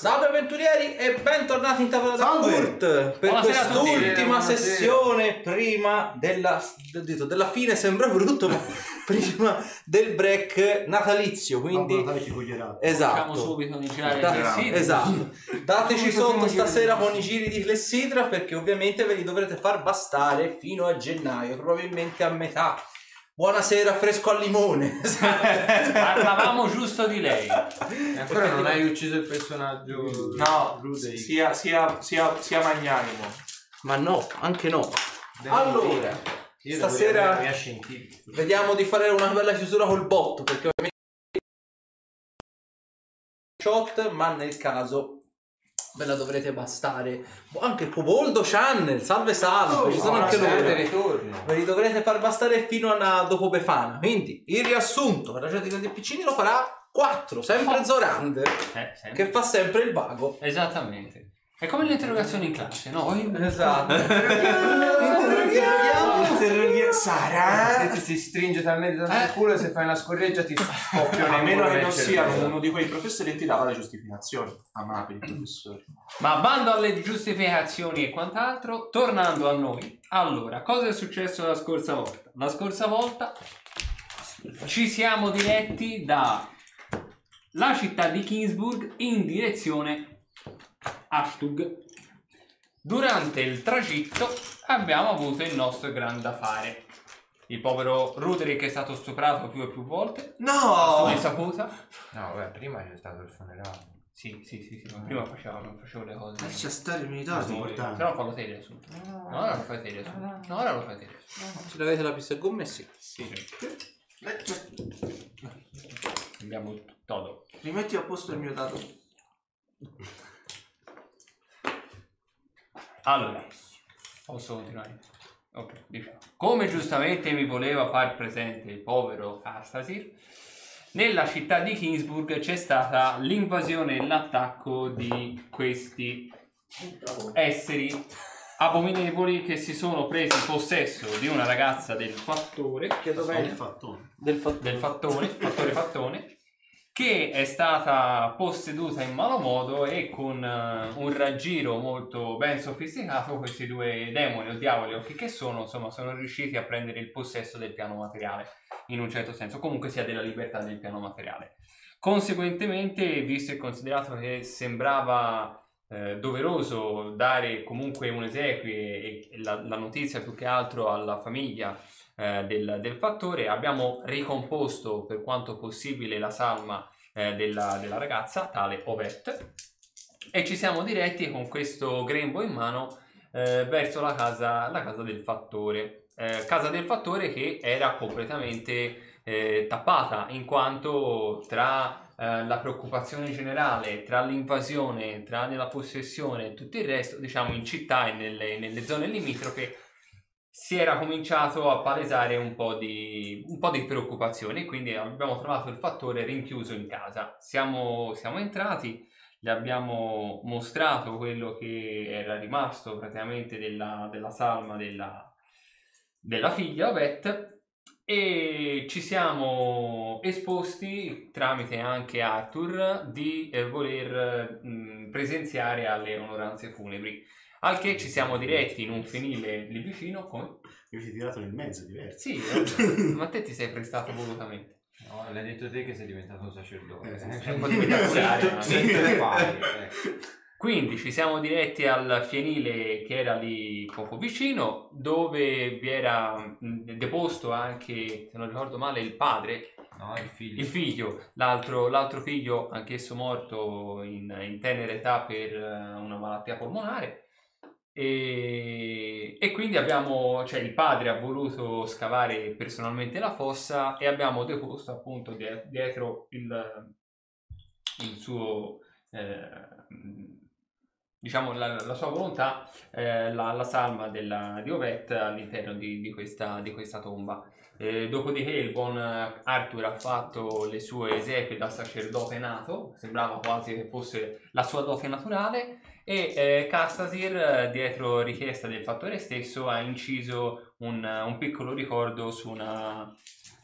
Salve avventurieri e bentornati in Tavola da Kurt per quest'ultima sessione prima della fine, sembra brutto, ma prima del break natalizio, quindi esatto. Subito iniziare esatto. Dateci sotto stasera con i giri di clessidra, perché ovviamente ve li dovrete far bastare fino a gennaio, probabilmente a metà. Buonasera, fresco al limone. Parlavamo giusto di lei. E ancora non hai ucciso il personaggio. No, sia magnanimo. Ma no, anche no. Allora, stasera vediamo di fare una bella chiusura col botto, perché ovviamente shot, ma nel caso ve la dovrete bastare. Anche Coboldo Channel, salve, ci sono anche loro. Ve li dovrete far bastare fino a dopo Befana. Quindi il riassunto per la gente dei piccini lo farà 4, sempre Zorander, che fa sempre il vago. Esattamente. È come le interrogazioni in classe, no? Esatto. Interroghiamo. Sara? Ti si stringe talmente tanto il culo e se fai una scorreggia ti scoppia. A meno che non siano uno di quei professori che ti dava le giustificazioni. Amabili professori. Ma bando alle giustificazioni e quant'altro, tornando a noi. Allora, cosa è successo la scorsa volta? La scorsa volta ci siamo diretti da la città di Kingsburg in direzione Ashtug. Durante il tragitto abbiamo avuto il nostro grande affare. Il povero Ruderick è stato stuprato più e più volte. No! Insaputa. No, beh, prima c'è stato il funerale. Sì, ma prima non facevo le cose. Lascia stare il militare, è importante. Se no fallo te riassunto. No, ora lo fai te riassunto. No, ora lo fai te riassunto. Ce l'avete la pista a gomme? Sì. Abbiamo tutto. Rimetti a posto il mio dato. Allora, posso continuare? Ok, diciamo. Come giustamente mi voleva far presente il povero Astasir, nella città di Kingsburg c'è stata l'invasione e l'attacco di questi esseri abominevoli che si sono presi possesso di una ragazza del fattore, fattore, che è stata posseduta in malo modo, e con un raggiro molto ben sofisticato questi due demoni o diavoli o che sono, insomma, sono riusciti a prendere il possesso del piano materiale, in un certo senso, comunque sia della libertà del piano materiale. Conseguentemente, visto e considerato che sembrava doveroso dare comunque un esequie e la notizia più che altro alla famiglia del fattore, abbiamo ricomposto per quanto possibile la salma della ragazza, tale Ovette, e ci siamo diretti con questo grembo in mano verso la casa del fattore. Casa del fattore che era completamente tappata, in quanto tra la preoccupazione generale, tra l'invasione, tra la possessione e tutto il resto, diciamo in città e nelle zone limitrofe, si era cominciato a palesare un po' di preoccupazione, quindi abbiamo trovato il fattore rinchiuso in casa. Siamo entrati, gli abbiamo mostrato quello che era rimasto praticamente della salma della figlia Ovette, e ci siamo esposti tramite anche Arthur di voler presenziare alle onoranze funebri, al che ci siamo diretti in un fienile lì vicino. Come? Io ti ho tirato nel mezzo, diverso. Sì, ma te ti sei prestato volutamente. No, l'hai detto te che sei diventato un sacerdote. C'è un po' di Quindi ci siamo diretti al fienile che era lì poco vicino, dove vi era deposto anche, se non ricordo male, il padre. No, il figlio, l'altro figlio, anch'esso morto in tenera età per una malattia polmonare. E quindi il padre ha voluto scavare personalmente la fossa e abbiamo deposto appunto dietro il suo diciamo la sua volontà, la salma di Ovette all'interno di questa tomba. Dopodiché il buon Arthur ha fatto le sue esequie da sacerdote nato, sembrava quasi che fosse la sua dote naturale, e Castasir, dietro richiesta del fattore stesso, ha inciso un piccolo ricordo su una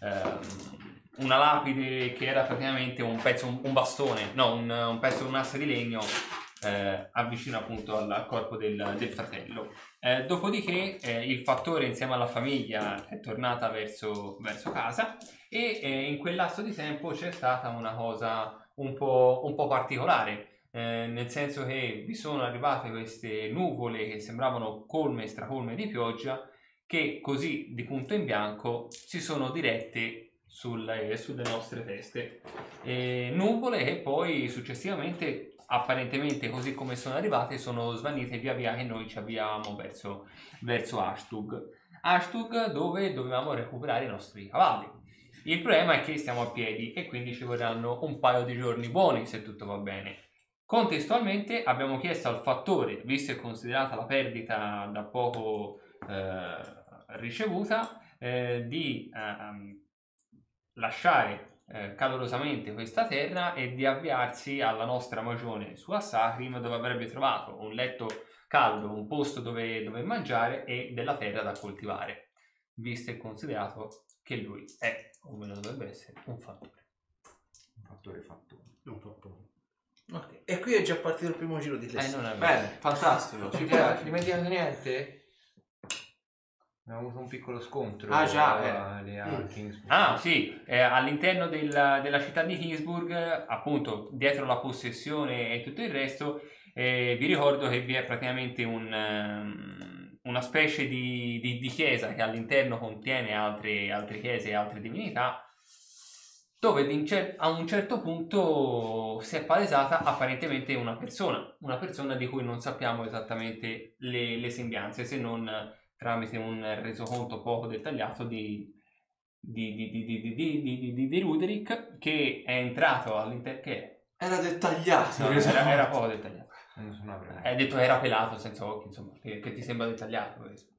lapide che era praticamente un pezzo, un bastone, no, un pezzo di un asse di legno avvicino appunto al corpo del fratello. Dopodiché il fattore insieme alla famiglia è tornata verso casa e in quel lasso di tempo c'è stata una cosa un po' particolare, nel senso che vi sono arrivate queste nuvole che sembravano colme e stracolme di pioggia, che così di punto in bianco si sono dirette sulle nostre teste, nuvole che poi successivamente, apparentemente così come sono arrivate, sono svanite via via che noi ci avviamo verso Hashtag, dove dovevamo recuperare i nostri cavalli. Il problema è che stiamo a piedi e quindi ci vorranno un paio di giorni buoni se tutto va bene. Contestualmente abbiamo chiesto al fattore, visto e considerata la perdita da poco ricevuta, di lasciare calorosamente questa terra e di avviarsi alla nostra magione su Assacrim, dove avrebbe trovato un letto caldo, un posto dove mangiare e della terra da coltivare, visto e considerato che lui è, o meno dovrebbe essere, un fattore. Un fattore. Ok. E qui è già partito il primo giro di lezione. Non è Bene, fantastico. Ci piace, dimenticato niente? Abbiamo avuto un piccolo scontro. Ah, già, lì a Kingsburg. Ah sì, all'interno della città di Kingsburg, appunto dietro la possessione e tutto il resto, vi ricordo che vi è praticamente una specie di chiesa che all'interno contiene altre chiese e altre divinità, dove a un certo punto si è palesata apparentemente una persona di cui non sappiamo esattamente le sembianze, se non tramite un resoconto poco dettagliato di Ruderick, che è entrato all'interno, che Era dettagliato. no, era poco dettagliato. Non sono avrei. Hai detto che era pelato senza occhi, insomma, che ti sembra dettagliato questo.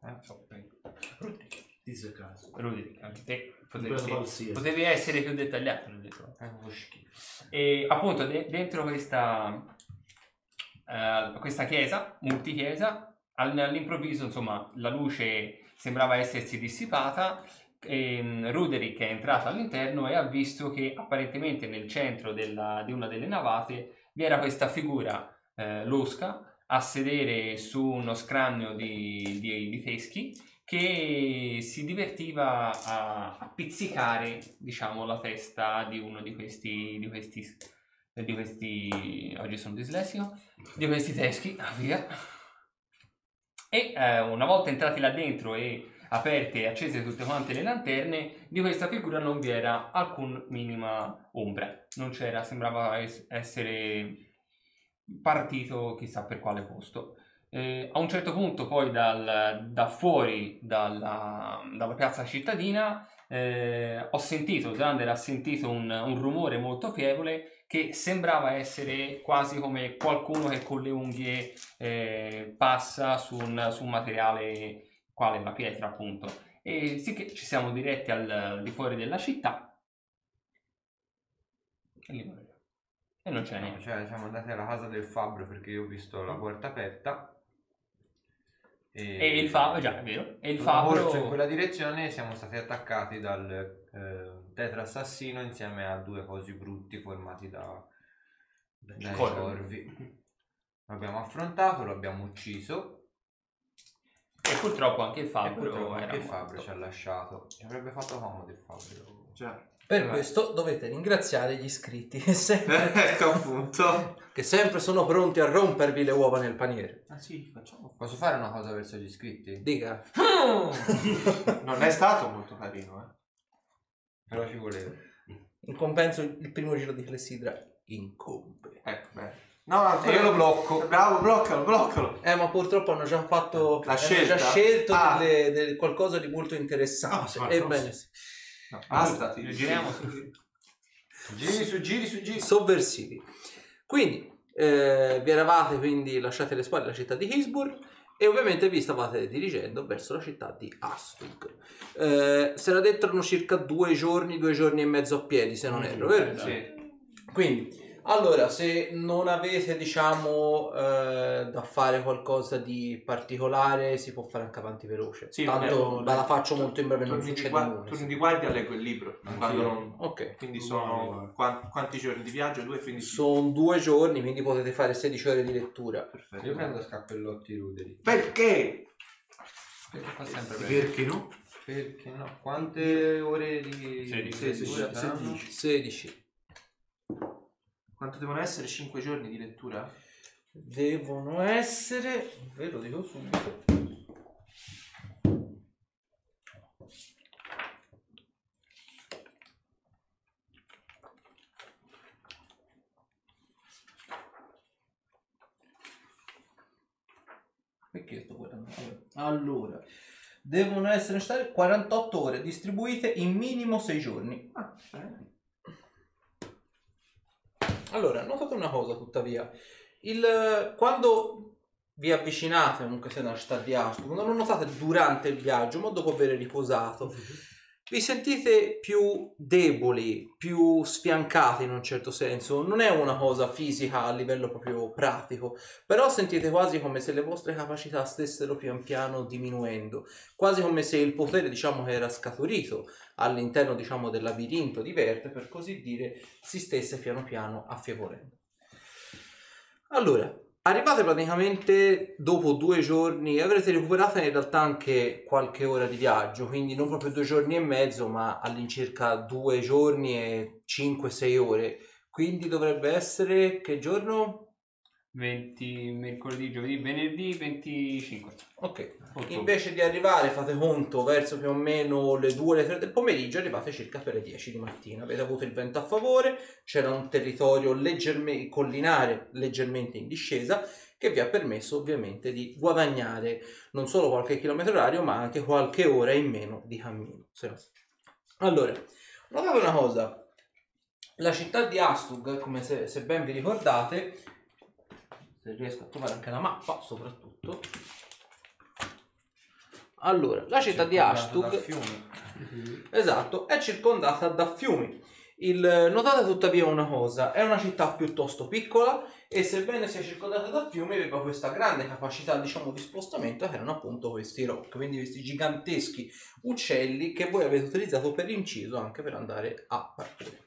Dice caso. Ruderick, anche te Quello qualsiasi. potevi essere più dettagliato, l'ho detto. E appunto dentro questa chiesa, multichiesa, all'improvviso, insomma, la luce sembrava essersi dissipata. Ruderick è entrato all'interno e ha visto che apparentemente nel centro di una delle navate vi era questa figura losca a sedere su uno scranio di teschi, che si divertiva a pizzicare, diciamo, la testa di uno di questi oggi sono dislessico, di questi teschi, via. E una volta entrati là dentro e aperte e accese tutte quante le lanterne, di questa figura non vi era alcun minima ombra, non c'era, sembrava essere partito chissà per quale posto. A un certo punto poi da fuori dalla piazza cittadina Zander ha sentito un rumore molto fievole, che sembrava essere quasi come qualcuno che con le unghie passa su un materiale quale la pietra, appunto. E sì che ci siamo diretti al di fuori della città e non c'è niente. Cioè, siamo andati alla casa del fabbro perché io ho visto la porta aperta. E il fabbro, già, è vero. E il corso in fabbro quella direzione, siamo stati attaccati dal tetra assassino insieme a due cosi brutti formati dai corvi. L'abbiamo affrontato, lo abbiamo ucciso e purtroppo anche il e fabbro purtroppo era anche il morto. fabbro ci ha lasciato. Ci avrebbe fatto comodo il fabbro. Già. Per questo dovete ringraziare gli iscritti che sempre, Ecco appunto. che sempre sono pronti a rompervi le uova nel paniere. Ah sì, facciamo. Posso fare una cosa verso gli iscritti? Dica. Non è stato molto carino, Però ci volevo. In compenso il primo giro di Clessidra incombe. Ecco, bene. No, E io lo blocco. Bravo, bloccalo. Ma purtroppo hanno già fatto La hanno scelta? già scelto Ah. qualcosa di molto interessante. Ebbene sì. No, basta. Giriamo su. Giri. Sovversivi. Quindi vi eravate quindi lasciati alle spalle la città di Kingsburg e ovviamente vi stavate dirigendo verso la città di Hashtag. Se ne addentrano circa 2 giorni e mezzo a piedi, se non erro, vero? Sì. Quindi Allora, se non avete, diciamo, da fare qualcosa di particolare, si può fare anche avanti veloce. Sì, tanto la faccio molto in breve, non succede nulla. Turni di guardia, leggo il libro. Quando non... Ok. Quindi sono quanti giorni di viaggio? 2 15? Sono 2 giorni, quindi potete fare 16 ore di lettura. Perfetto. Io prendo scappellotti ruderi. Perché? Perché fa sempre bene. Perché no? Perché no? Quante ore di 16. lettura saranno? 16. Quanto devono essere 5 giorni di lettura? Devono essere... ve lo dico subito. Perché sto guardando? Allora, devono essere necessarie 48 ore distribuite in minimo 6 giorni. Ah, bene. Allora, notate una cosa tuttavia, quando vi avvicinate, comunque siete nella città di Astur, non lo notate durante il viaggio, ma dopo aver riposato, vi sentite più deboli, più sfiancati in un certo senso. Non è una cosa fisica a livello proprio pratico, però sentite quasi come se le vostre capacità stessero pian piano diminuendo, quasi come se il potere, diciamo, che era scaturito all'interno, diciamo, del labirinto di Verte, per così dire, si stesse piano piano affievolendo. Allora, arrivate praticamente dopo 2 giorni, avrete recuperato in realtà anche qualche ora di viaggio, quindi non proprio 2 giorni e mezzo, ma all'incirca 2 giorni e 5-6 ore. Quindi dovrebbe essere che giorno? 20 mercoledì, giovedì, venerdì 25. Ok. Ottobre. Invece di arrivare, fate conto, verso più o meno le 2 o le 3 del pomeriggio, arrivate circa per le 10 di mattina. Avete avuto il vento a favore, c'era un territorio collinare leggermente in discesa, che vi ha permesso ovviamente di guadagnare non solo qualche chilometro orario, ma anche qualche ora in meno di cammino. Allora, notate una cosa, la città di Astug, come se ben vi ricordate, se riesco a trovare anche la mappa soprattutto. Allora, la città di Astug, esatto, è circondata da fiumi. Notate tuttavia una cosa, è una città piuttosto piccola e sebbene sia circondata da fiumi aveva questa grande capacità, diciamo, di spostamento, che erano appunto questi rock, quindi questi giganteschi uccelli che voi avete utilizzato per inciso anche per andare a partire.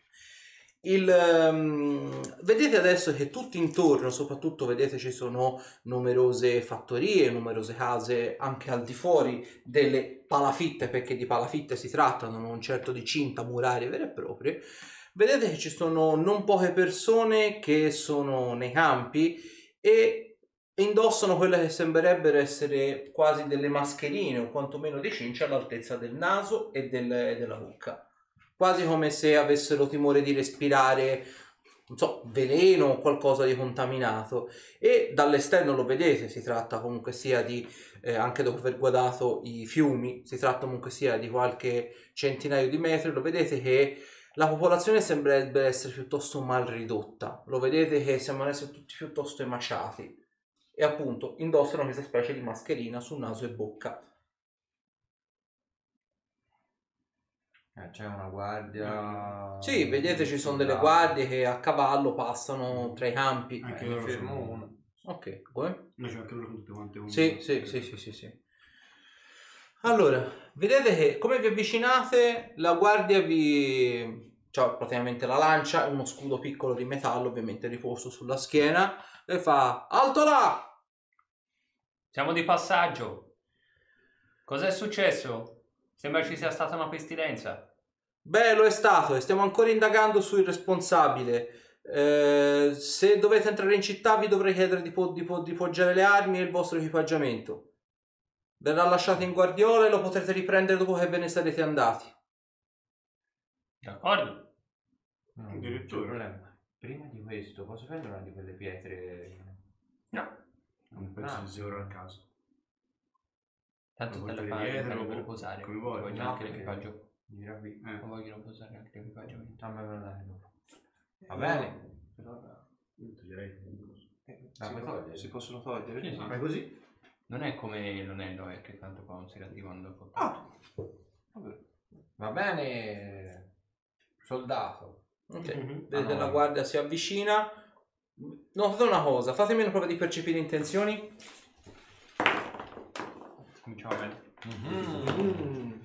Vedete adesso che tutto intorno, soprattutto vedete ci sono numerose fattorie, numerose case anche al di fuori delle palafitte, perché di palafitte si trattano, non certo di cinta murarie vere e proprie. Vedete che ci sono non poche persone che sono nei campi e indossano quelle che sembrerebbero essere quasi delle mascherine o quantomeno dei cinci all'altezza del naso e della bocca, quasi come se avessero timore di respirare, non so, veleno o qualcosa di contaminato. E dall'esterno lo vedete, si tratta comunque sia di, anche dopo aver guardato i fiumi, si tratta comunque sia di qualche centinaio di metri, lo vedete che la popolazione sembrerebbe essere piuttosto mal ridotta, lo vedete che sembrano essere tutti piuttosto emaciati e appunto indossano questa specie di mascherina su naso e bocca. C'è una guardia. Sì, vedete ci sono delle guardie che a cavallo passano tra i campi. Anche Ne loro fermo sono- uno. Ok, come? Noi c'è anche loro tutte quante con- Sì. Allora, vedete che come vi avvicinate, la guardia c'ha praticamente la lancia e uno scudo piccolo di metallo, ovviamente riposto sulla schiena, e fa: alto là! Siamo di passaggio. Cos'è successo? Sembra ci sia stata una pestilenza. Beh, lo è stato e stiamo ancora indagando sul responsabile. Se dovete entrare in città vi dovrei chiedere di poggiare le armi e il vostro equipaggiamento. Verrà lasciato in guardiola e lo potrete riprendere dopo che ve ne sarete andati. D'accordo? Non c'è Addirittura. problema. Prima di questo, posso prendere una di quelle pietre? No. Non penso sia ora al caso. Tanto Lo te la portare dietro, fai per riposare. come vuoi. Voglio No, anche perché- l'equipaggio. Gira qui. Non voglio posare anche l'equipaggio. A me me lo dai dopo. Va bene. Io toglierei. La puoi togliere? Si possono togliere? Sì, sì. Fai così? Non è come l'anello, che tanto qua non si riattivano dopo. Ah, vabbè. Va bene, soldato. Ok, vedete la guardia si avvicina. No, fate una cosa, fatemi una prova di percepire intenzioni. Cominciamo bene.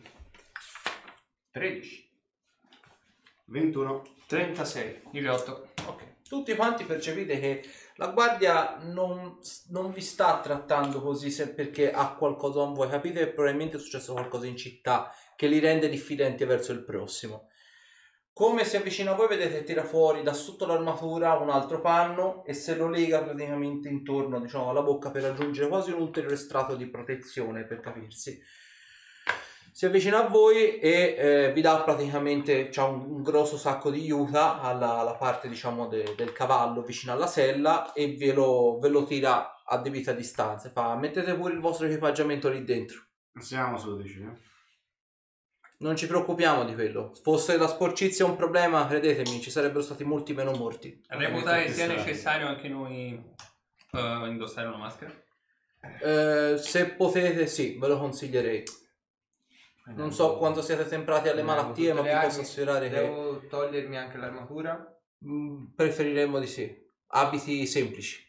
13. 21. 36. 18. Ok, tutti quanti percepite che la guardia non vi sta trattando così perché ha qualcosa con voi. Capite che probabilmente è successo qualcosa in città che li rende diffidenti verso il prossimo. Come si avvicina a voi vedete tira fuori da sotto l'armatura un altro panno e se lo lega praticamente intorno, diciamo, alla bocca per raggiungere quasi un ulteriore strato di protezione, per capirsi. Si avvicina a voi e vi dà praticamente un grosso sacco di juta alla parte, diciamo, del cavallo vicino alla sella e ve lo tira a debita distanza. Fa: mettete pure il vostro equipaggiamento lì dentro. Siamo 12, eh? Non ci preoccupiamo di quello. Fosse la sporcizia un problema, credetemi, ci sarebbero stati molti meno morti. Reputare sia necessario anche noi indossare una maschera? Se potete, sì, ve lo consiglierei. Non so quanto siete temprati alle malattie, ma vi posso assicurare che devo togliermi anche l'armatura? Preferiremmo di sì. Abiti semplici.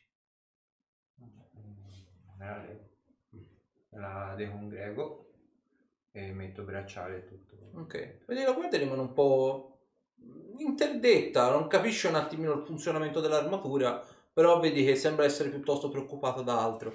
La decongrego e metto bracciale e tutto. Ok. Vedi, la guardia rimane un po' interdetta, non capisce un attimino il funzionamento dell'armatura, però vedi che sembra essere piuttosto preoccupato da altro.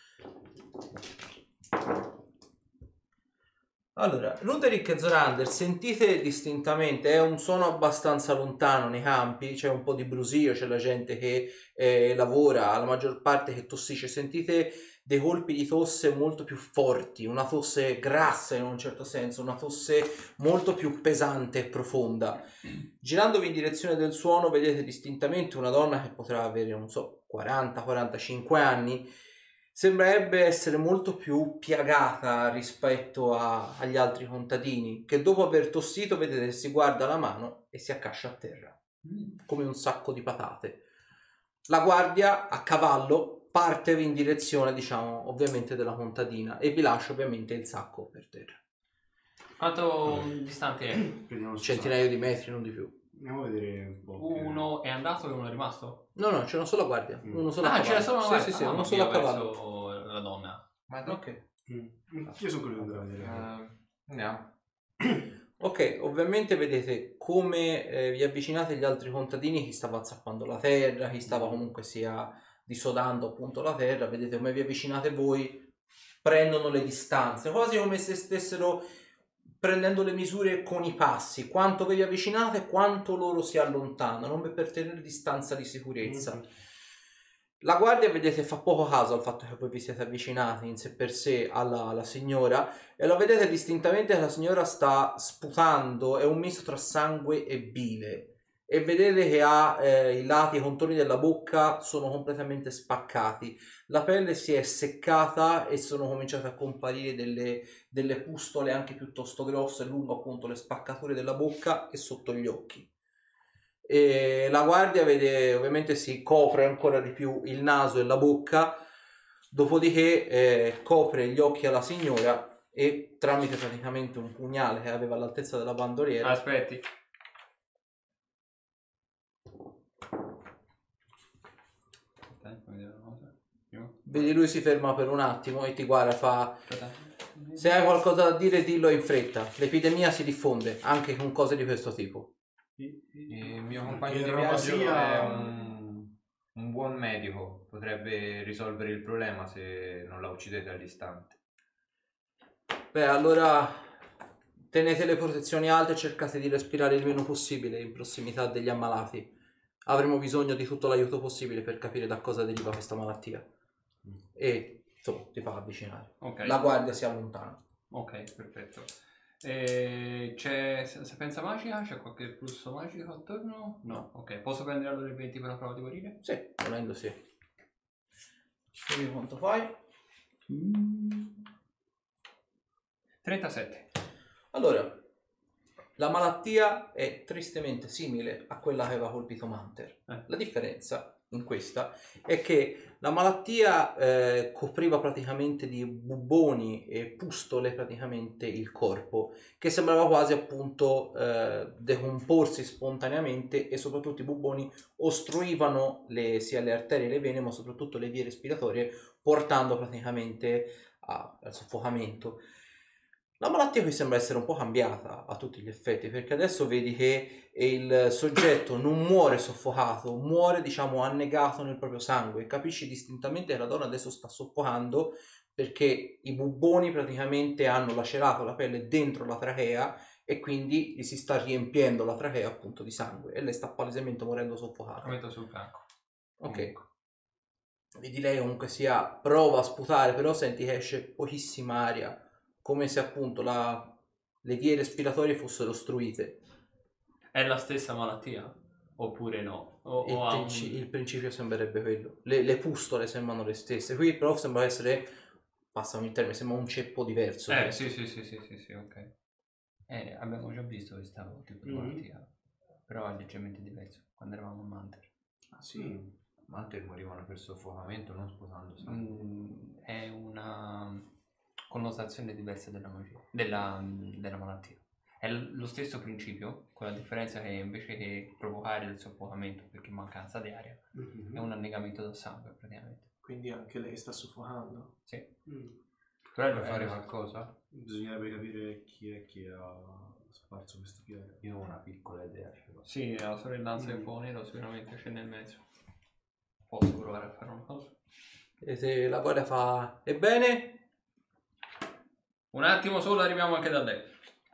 Allora, Ruderick e Zorander, sentite distintamente, è un suono abbastanza lontano nei campi, c'è un po' di brusio, c'è la gente che lavora, la maggior parte che tossisce, sentite dei colpi di tosse molto più forti, una tosse grassa in un certo senso, una tosse molto più pesante e profonda. Girandovi in direzione del suono vedete distintamente una donna che potrà avere, non so, 40-45 anni, sembrerebbe essere molto più piagata rispetto agli altri contadini, che dopo aver tossito vedete si guarda la mano e si accascia a terra come un sacco di patate. La guardia a cavallo parte in direzione, diciamo, ovviamente della contadina e vi lascia ovviamente il sacco per terra. Quanto distante è? Prendiamo il Centinaio di metri, non di più. Andiamo a vedere un po'. Uno è andato e uno è rimasto? No, c'è una sola guardia. Uno solo a cavallo. C'era solo una guardia? Sì, uno solo a cavallo. Verso la donna. Ma Ok. Io sono curioso di andare a vedere. Andiamo. Ok, ovviamente vedete come vi avvicinate agli altri contadini, chi stava zappando la terra, chi stava comunque sia disodando appunto la terra, vedete come vi avvicinate voi, prendono le distanze, quasi come se stessero prendendo le misure con i passi, quanto vi avvicinate, quanto loro si allontanano, per tenere distanza di sicurezza. La guardia, vedete, fa poco caso al fatto che voi vi siete avvicinati in sé per sé alla signora e lo vedete distintamente che la signora sta sputando, è un misto tra sangue e bile e vedete che ha i lati, i contorni della bocca sono completamente spaccati, la pelle si è seccata e sono cominciate a comparire delle pustole anche piuttosto grosse lungo appunto le spaccature della bocca e sotto gli occhi. E la guardia vede, ovviamente si copre ancora di più il naso e la bocca, dopodiché copre gli occhi alla signora e tramite praticamente un pugnale che aveva all'altezza della bandoliera. Aspetti. Vedi, lui si ferma per un attimo e ti guarda, fa: se hai qualcosa da dire dillo in fretta, l'epidemia si diffonde anche con cose di questo tipo. Il mio compagno di viaggio è un buon medico, potrebbe risolvere il problema se non la uccidete all'istante. Beh, allora tenete le protezioni alte e cercate di respirare il meno possibile in prossimità degli ammalati. Avremo bisogno di tutto l'aiuto possibile per capire da cosa deriva questa malattia. E insomma ti fa avvicinare. Okay. La guardia si allontana. Ok, perfetto. C'è sapienza magica? C'è qualche flusso magico attorno? No. Ok, posso prendere allora il 20 per la prova di guarire? Sì, volendo sì. Vedi quanto fai? 37. Allora, la malattia è tristemente simile a quella che aveva colpito Manter. La differenza in questa è che la malattia copriva praticamente di bubboni e pustole praticamente il corpo, che sembrava quasi appunto decomporsi spontaneamente, e soprattutto i bubboni ostruivano sia le arterie e le vene, ma soprattutto le vie respiratorie, portando praticamente al soffocamento. La malattia qui sembra essere un po' cambiata a tutti gli effetti, perché adesso vedi che il soggetto non muore soffocato, muore diciamo annegato nel proprio sangue. Capisci distintamente che la donna adesso sta soffocando perché i bubboni praticamente hanno lacerato la pelle dentro la trachea, e quindi gli si sta riempiendo la trachea appunto di sangue, e lei sta palesemente morendo soffocata. La metto sul fianco. Ok. Vedi lei comunque sia, prova a sputare, però senti che esce pochissima aria, come se appunto le vie respiratorie fossero ostruite. È la stessa malattia? Oppure no? Il principio sembrerebbe quello. Le pustole sembrano le stesse. Qui però sembra essere, passami il termine, sembra un ceppo diverso. Sì, ok. Abbiamo già visto questa tipo di malattia, però è leggermente diverso, quando eravamo a Manter. Ah sì? Manter morivano per soffocamento, non sposando sangue. È una connotazione diversa della malattia. È lo stesso principio, con la differenza che invece che provocare il soffocamento perché mancanza di aria, è un annegamento da sangue praticamente. Quindi anche lei sta soffocando? Sì. Però vuoi fare qualcosa? Bisognerebbe capire chi è che ha sparso questo piede. Io ho una piccola idea. Sì, la sorellanza del fuoco nero sicuramente c'è nel mezzo. Posso provare a fare una cosa? E se la guardia fa, ebbene? Un attimo solo, arriviamo anche da lei.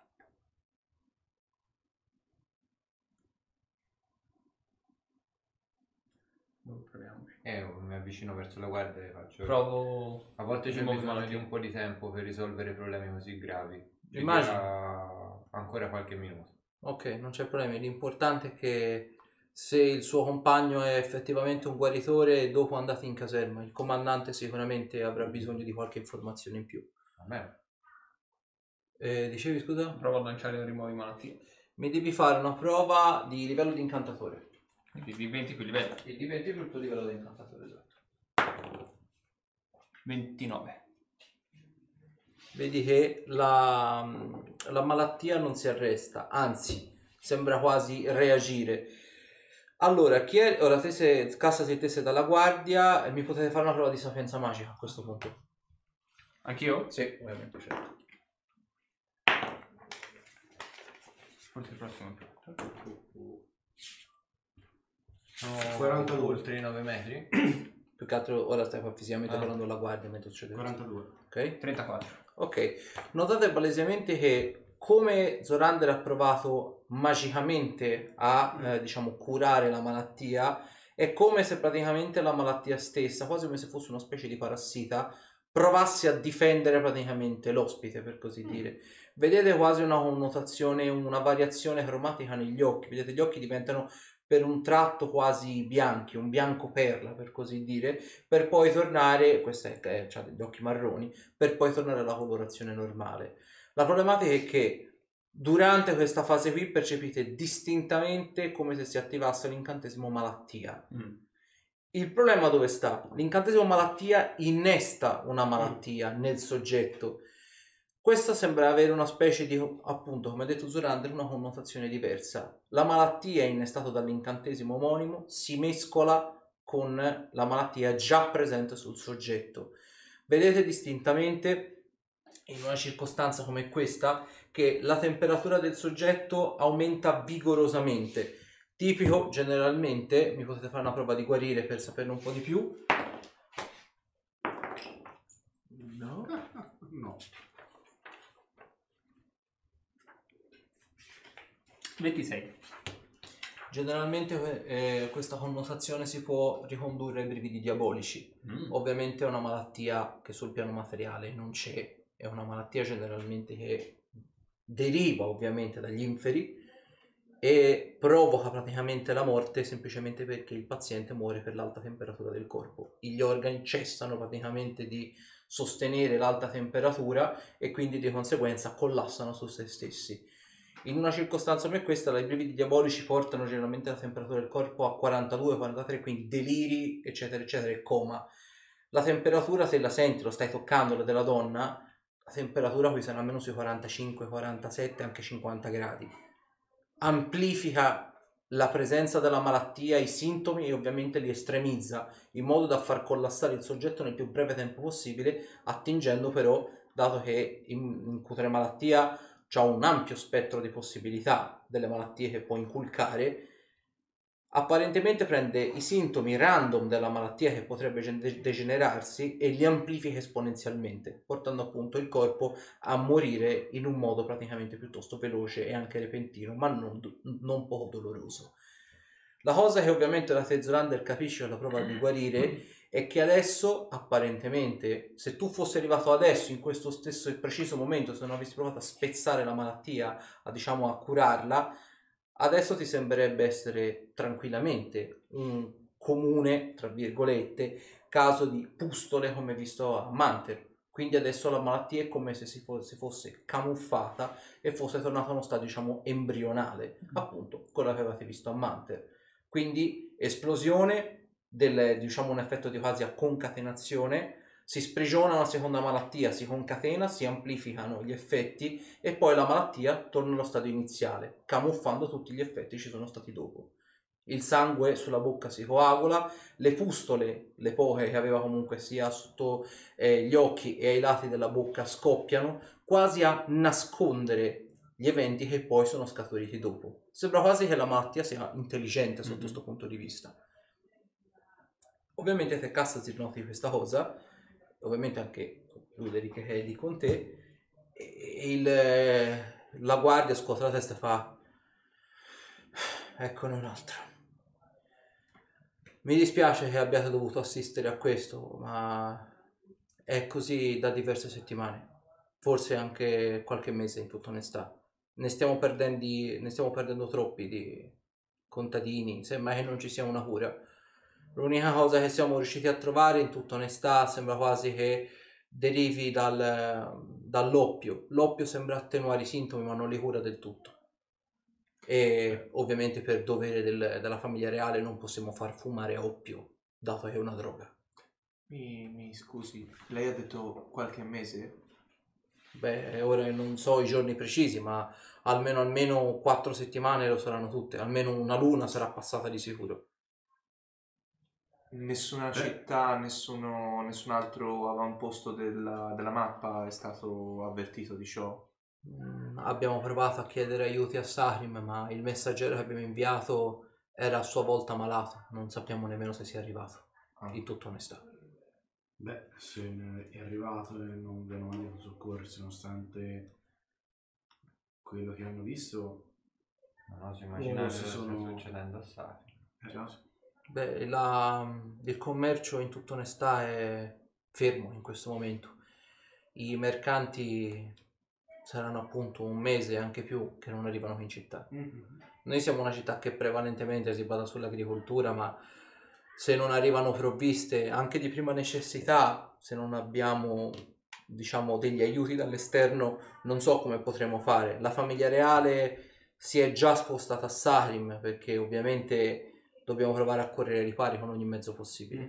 Proviamoci. Mi avvicino verso la guardia e faccio. Provo. A volte c'è bisogno di un po' di tempo per risolvere problemi così gravi. Immagino. Ancora qualche minuto. Ok, non c'è problema. L'importante è che se il suo compagno è effettivamente un guaritore, dopo andate in caserma. Il comandante sicuramente avrà bisogno di qualche informazione in più. A me? Dicevi scusa? Provo a lanciare un rimuovi malattie. Mi devi fare una prova di livello di incantatore. Quindi di 20 più livello. Il di 20 più il tuo livello di incantatore, esatto. 29. Vedi che la malattia non si arresta, anzi sembra quasi reagire. Allora, ora te sei, cassa se te sei dalla guardia, e mi potete fare una prova di sapienza magica a questo punto. Anch'io? Sì, ovviamente, certo. Forse il prossimo è più. Sono 42. oltre i 9 metri. Più che altro ora stai fisicamente parlando alla guardia mentre succede. 42. Ok? 34. Ok. Notate palesemente che come Zorander ha provato magicamente a diciamo curare la malattia, è come se praticamente la malattia stessa, quasi come se fosse una specie di parassita, provasse a difendere praticamente l'ospite, per così dire. Vedete quasi una connotazione, una variazione cromatica negli occhi. Vedete, gli occhi diventano per un tratto quasi bianchi, un bianco perla per così dire, per poi tornare, questa c'ha degli occhi marroni, per poi tornare alla colorazione normale. La problematica è che durante questa fase qui percepite distintamente come se si attivasse l'incantesimo malattia. Il problema dove sta? L'incantesimo malattia innesta una malattia nel soggetto. Questa sembra avere una specie di, appunto, come ha detto Zorander, una connotazione diversa. La malattia innestata dall'incantesimo omonimo si mescola con la malattia già presente sul soggetto. Vedete distintamente, in una circostanza come questa, che la temperatura del soggetto aumenta vigorosamente. Tipico, generalmente, mi potete fare una prova di guarire per saperne un po' di più. No. No. 26. Generalmente questa connotazione si può ricondurre ai brividi diabolici. Ovviamente è una malattia che sul piano materiale non c'è, è una malattia generalmente che deriva ovviamente dagli inferi e provoca praticamente la morte semplicemente perché il paziente muore per l'alta temperatura del corpo. Gli organi cessano praticamente di sostenere l'alta temperatura e quindi di conseguenza collassano su se stessi. In una circostanza come questa, i brividi diabolici portano generalmente la temperatura del corpo a 42-43, quindi deliri, eccetera, eccetera, e coma. La temperatura, se la senti, lo stai toccando, della donna, la temperatura qui sarà almeno sui 45, 47, anche 50 gradi. Amplifica la presenza della malattia, i sintomi, e ovviamente li estremizza in modo da far collassare il soggetto nel più breve tempo possibile, attingendo però, dato che in cutre malattia c'ha un ampio spettro di possibilità delle malattie che può inculcare, apparentemente prende i sintomi random della malattia che potrebbe degenerarsi e li amplifica esponenzialmente, portando appunto il corpo a morire in un modo praticamente piuttosto veloce e anche repentino, ma non poco doloroso. La cosa che ovviamente la Tezolander capisce alla prova di guarire è che adesso, apparentemente, se tu fossi arrivato adesso, in questo stesso e preciso momento, se non avessi provato a spezzare la malattia, a curarla, adesso ti sembrerebbe essere tranquillamente un comune, tra virgolette, caso di pustole come visto a Manter. Quindi adesso la malattia è come se si fosse camuffata e fosse tornata a uno stadio, embrionale, appunto, quello che avevate visto a Manter. Quindi esplosione un effetto di quasi a concatenazione, si sprigiona una seconda malattia, si concatena, si amplificano gli effetti e poi la malattia torna allo stadio iniziale, camuffando tutti gli effetti che ci sono stati dopo. Il sangue sulla bocca si coagula, le pustole, le poche che aveva comunque sia sotto gli occhi e ai lati della bocca scoppiano, quasi a nascondere gli eventi che poi sono scaturiti dopo. Sembra quasi che la malattia sia intelligente sotto questo punto di vista. Ovviamente te Cassazir noti questa cosa, ovviamente anche Luderic che è lì con te, e la guardia scuote la testa e fa: eccone un altro. Mi dispiace che abbiate dovuto assistere a questo, ma è così da diverse settimane, forse anche qualche mese, in tutta onestà. Ne stiamo perdendo troppi di contadini, sembra che non ci sia una cura. L'unica cosa che siamo riusciti a trovare, in tutta onestà, sembra quasi che derivi dall'oppio. L'oppio sembra attenuare i sintomi, ma non li cura del tutto. E ovviamente per dovere della famiglia reale non possiamo far fumare oppio, dato che è una droga. Mi scusi, lei ha detto qualche mese? Beh, ora non so i giorni precisi, ma almeno 4 settimane lo saranno tutte. Almeno una luna sarà passata di sicuro. Nessuna città, nessun altro avamposto della mappa è stato avvertito di ciò? Abbiamo provato a chiedere aiuti a Sarim, ma il messaggero che abbiamo inviato era a sua volta malato. Non sappiamo nemmeno se sia arrivato, in tutta onestà. Beh, se è arrivato e non vi hanno mandato soccorsi nonostante quello che hanno visto, non oso immaginare si cosa sono- sta succedendo a Sari. già Beh, il commercio in tutta onestà è fermo in questo momento. I mercanti saranno appunto un mese, anche più, che non arrivano qui in città. Noi siamo una città che prevalentemente si basa sull'agricoltura, ma se non arrivano provviste anche di prima necessità, se non abbiamo degli aiuti dall'esterno, non so come potremo fare. La famiglia reale si è già spostata a Sarim perché ovviamente dobbiamo provare a correre ai ripari con ogni mezzo possibile.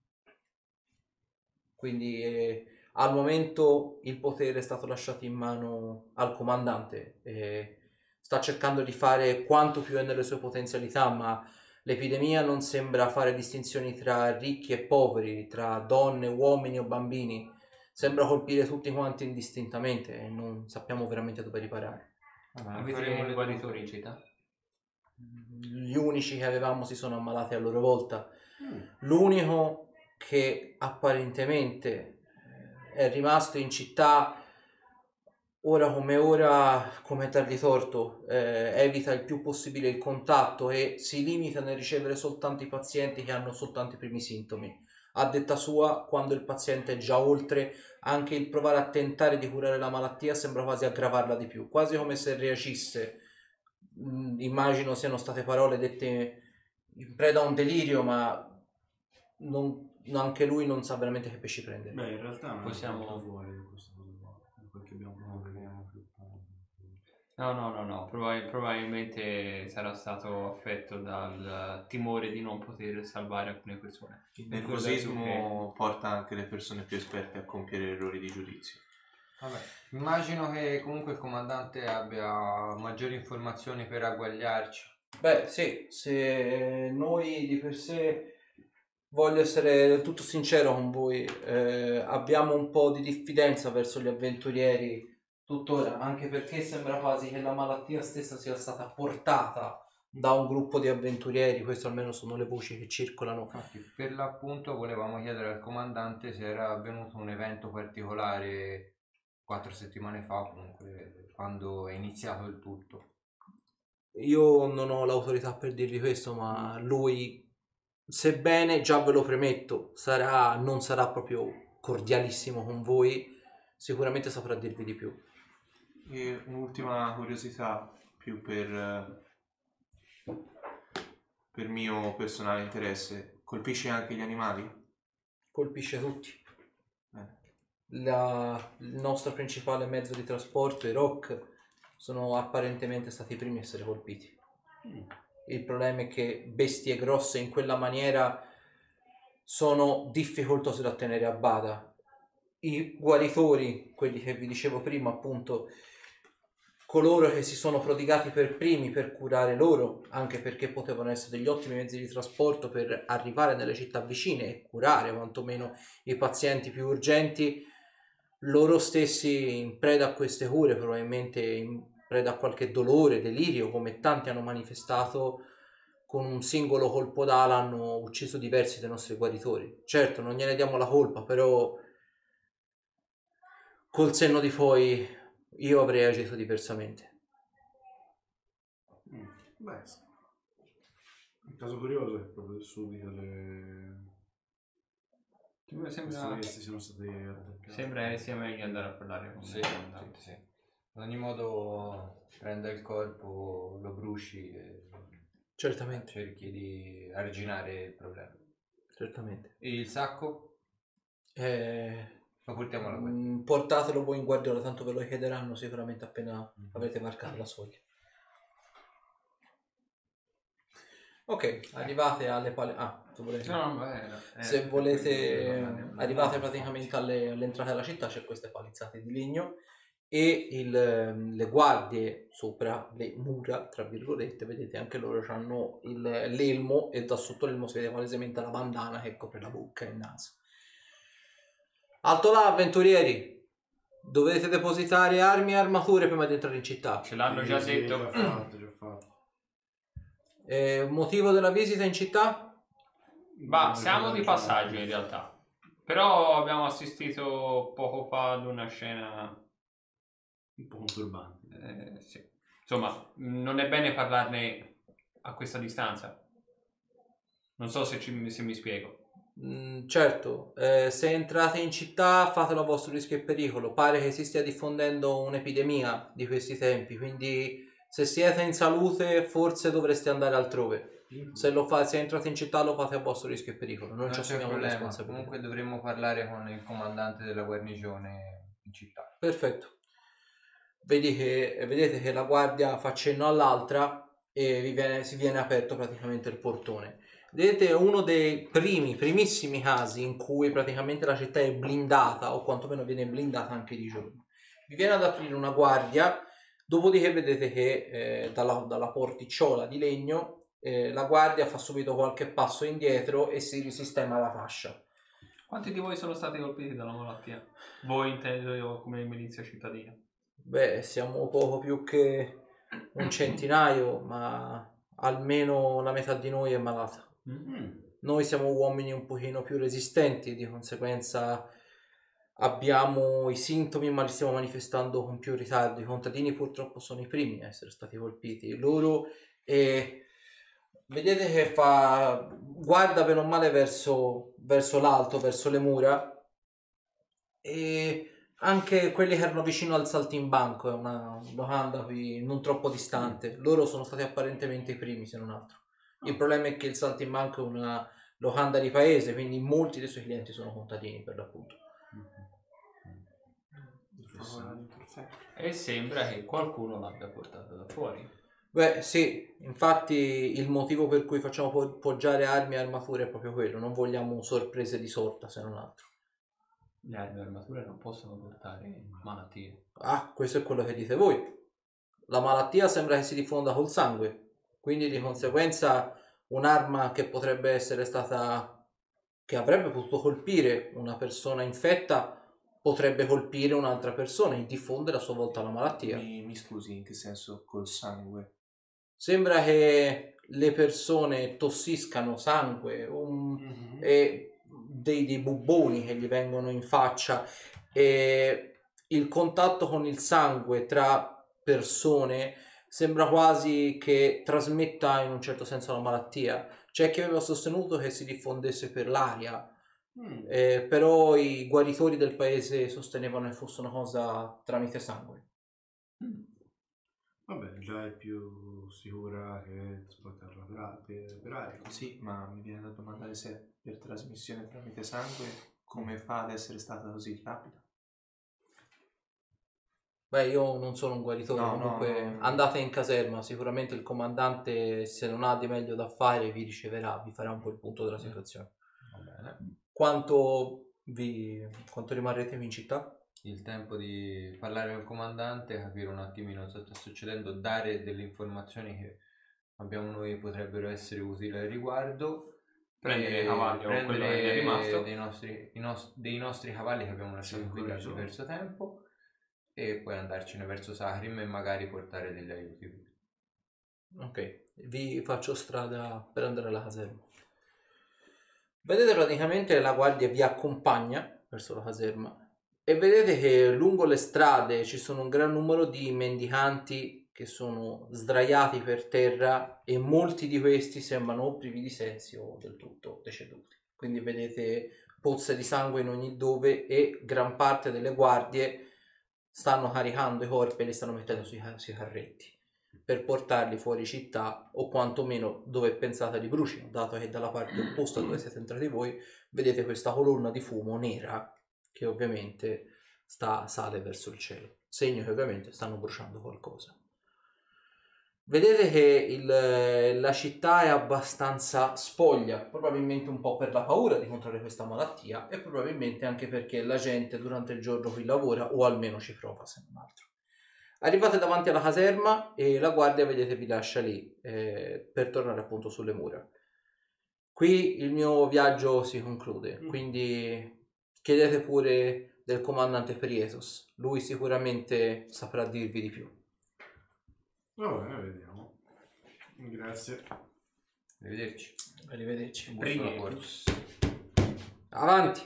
Quindi al momento il potere è stato lasciato in mano al comandante e sta cercando di fare quanto più è nelle sue potenzialità, ma l'epidemia non sembra fare distinzioni tra ricchi e poveri, tra donne, uomini o bambini. Sembra colpire tutti quanti indistintamente e non sappiamo veramente dove riparare. Avete guaritori in città? Gli unici che avevamo si sono ammalati a loro volta. L'unico che apparentemente è rimasto in città ora, come dargli torto, evita il più possibile il contatto e si limita nel ricevere soltanto i pazienti che hanno soltanto i primi sintomi. A detta sua, quando il paziente è già oltre, anche il provare a tentare di curare la malattia sembra quasi aggravarla di più, quasi come se reagisse. Immagino siano state parole dette in preda a un delirio, ma anche lui non sa veramente che pesci prendere. Beh, in realtà non Possiamo- è fuori da questa cosa qua, da quel che abbiamo provato. No. Probabilmente sarà stato affetto dal timore di non poter salvare alcune persone. Il nervosismo porta anche le persone più esperte a compiere errori di giudizio. Vabbè, immagino che comunque il comandante abbia maggiori informazioni per agguagliarci. Beh, sì, se noi di per sé, voglio essere del tutto sincero con voi, abbiamo un po' di diffidenza verso gli avventurieri tuttora, anche perché sembra quasi che la malattia stessa sia stata portata da un gruppo di avventurieri, queste almeno sono le voci che circolano. Infatti, per l'appunto volevamo chiedere al comandante se era avvenuto un evento particolare 4 settimane fa, comunque, quando è iniziato il tutto. Io non ho l'autorità per dirvi questo, ma lui, sebbene, già ve lo premetto, non sarà proprio cordialissimo con voi, sicuramente saprà dirvi di più. E un'ultima curiosità, più per mio personale interesse, colpisce anche gli animali? Colpisce tutti. Il nostro principale mezzo di trasporto, i Rock, sono apparentemente stati i primi a essere colpiti. Il problema è che bestie grosse in quella maniera sono difficoltose da tenere a bada. I guaritori, quelli che vi dicevo prima, appunto, coloro che si sono prodigati per primi per curare loro, anche perché potevano essere degli ottimi mezzi di trasporto per arrivare nelle città vicine e curare quantomeno i pazienti più urgenti, loro stessi in preda a queste cure, probabilmente in preda a qualche dolore, delirio, come tanti hanno manifestato, con un singolo colpo d'ala hanno ucciso diversi dei nostri guaritori. Certo, non gliene diamo la colpa, però col senno di poi io avrei agito diversamente. Beh, sì. Un caso curioso è proprio subito le Sembra bestie siano state attaccate. che sia meglio andare a parlare con Sì, il comandante. sì. In ogni modo prenda il corpo, lo bruci e Certamente, cerchi di arginare il problema. certamente. E il sacco? Lo portiamo alla guardia. Portatelo voi in guardiola, tanto ve lo chiederanno sicuramente appena avrete varcato la soglia. Ok, arrivate alle tu volevi... Se volete, arrivate praticamente all'entrata della città, c'è queste palizzate di legno e le guardie sopra le mura, tra virgolette, vedete anche loro hanno l'elmo e da sotto l'elmo si vede palesemente la bandana che copre la bocca e il naso. Alto là, avventurieri! Dovete depositare armi e armature prima di entrare in città. Ce l'hanno già detto. Già fatto. Motivo della visita in città? Ma siamo di passaggio in realtà. Però abbiamo assistito poco fa ad una scena Un po' conturbante. sì. Insomma, non è bene parlarne a questa distanza. Non so se mi spiego. Certo, se entrate in città fatelo a vostro rischio e pericolo. Pare che si stia diffondendo un'epidemia di questi tempi, quindi se siete in salute forse dovreste andare altrove. Se entrate in città lo fate a vostro rischio e pericolo. Non ci assumiamo responsabilità. Comunque dovremmo parlare con il comandante della guarnigione in città. Perfetto. Vedete che la guardia fa cenno all'altra e si viene aperto praticamente il portone. Vedete uno dei primissimi casi in cui praticamente la città è blindata o quantomeno viene blindata anche di giorno. Vi viene ad aprire una guardia, dopodiché vedete che dalla porticciola di legno la guardia fa subito qualche passo indietro e si risistema la fascia. Quanti di voi sono stati colpiti dalla malattia? Voi intendo io come milizia cittadina? Beh, siamo poco più che un centinaio, ma almeno la metà di noi è malata. Noi siamo uomini un pochino più resistenti, di conseguenza abbiamo i sintomi ma li stiamo manifestando con più ritardo. I contadini purtroppo sono i primi a essere stati colpiti. Loro vedete che guarda bene o male verso l'alto, verso le mura, e anche quelli che erano vicino al saltimbanco, è una locanda qui non troppo distante. Loro sono stati apparentemente i primi, se non altro. Il problema è che il saltimbanco è una locanda di paese, quindi molti dei suoi clienti sono contadini per l'appunto. Perfetto. E sembra che qualcuno l'abbia portato da fuori. Beh, sì, infatti il motivo per cui facciamo poggiare armi e armature è proprio quello, non vogliamo sorprese di sorta se non altro. Le armi e armature non possono portare malattie. Ah, questo è quello che dite voi. La malattia sembra che si diffonda col sangue, quindi di conseguenza un'arma che potrebbe essere stata, che avrebbe potuto colpire una persona infetta, potrebbe colpire un'altra persona e diffondere a sua volta la malattia. Mi scusi, in che senso col sangue? Sembra che le persone tossiscano sangue e dei bubboni che gli vengono in faccia e il contatto con il sangue tra persone sembra quasi che trasmetta in un certo senso la malattia. C'è chi aveva sostenuto che si diffondesse per l'aria, però i guaritori del paese sostenevano che fosse una cosa tramite sangue. Vabbè, già è più sicura che trasportarla per aria. Sì, ma mi viene da domandare se per trasmissione tramite sangue come fa ad essere stata così rapida? Beh, io non sono un guaritore, No, comunque no. andate in caserma, sicuramente il comandante se non ha di meglio da fare vi riceverà, vi farà un po' il punto della situazione. Va bene. Quanto rimarrete in città? Il tempo di parlare al comandante, capire un attimino cosa sta succedendo, dare delle informazioni che abbiamo noi potrebbero essere utili al riguardo. Prendere i cavalli o quello che è rimasto. dei nostri cavalli che abbiamo lasciato qui da diverso tempo e poi andarcene verso Sacrim e magari portare degli aiuti. Ok, vi faccio strada per andare alla caserma. Vedete praticamente la guardia vi accompagna verso la caserma e vedete che lungo le strade ci sono un gran numero di mendicanti che sono sdraiati per terra e molti di questi sembrano o privi di sensi o del tutto deceduti. Quindi vedete pozze di sangue in ogni dove e gran parte delle guardie stanno caricando i corpi e li stanno mettendo sui carretti per portarli fuori città o quantomeno dove pensate li brucino, dato che dalla parte opposta dove siete entrati voi vedete questa colonna di fumo nera che ovviamente sale verso il cielo, segno che ovviamente stanno bruciando qualcosa. Vedete che la città è abbastanza spoglia, probabilmente un po' per la paura di contrarre questa malattia e probabilmente anche perché la gente durante il giorno qui lavora o almeno ci prova se non altro. Arrivate davanti alla caserma e la guardia vedete vi lascia lì per tornare appunto sulle mura. Qui il mio viaggio si conclude, quindi chiedete pure del comandante Prietos, lui sicuramente saprà dirvi di più. Va bene, vediamo. Grazie. Arrivederci. Arrivederci. Prietos. Avanti.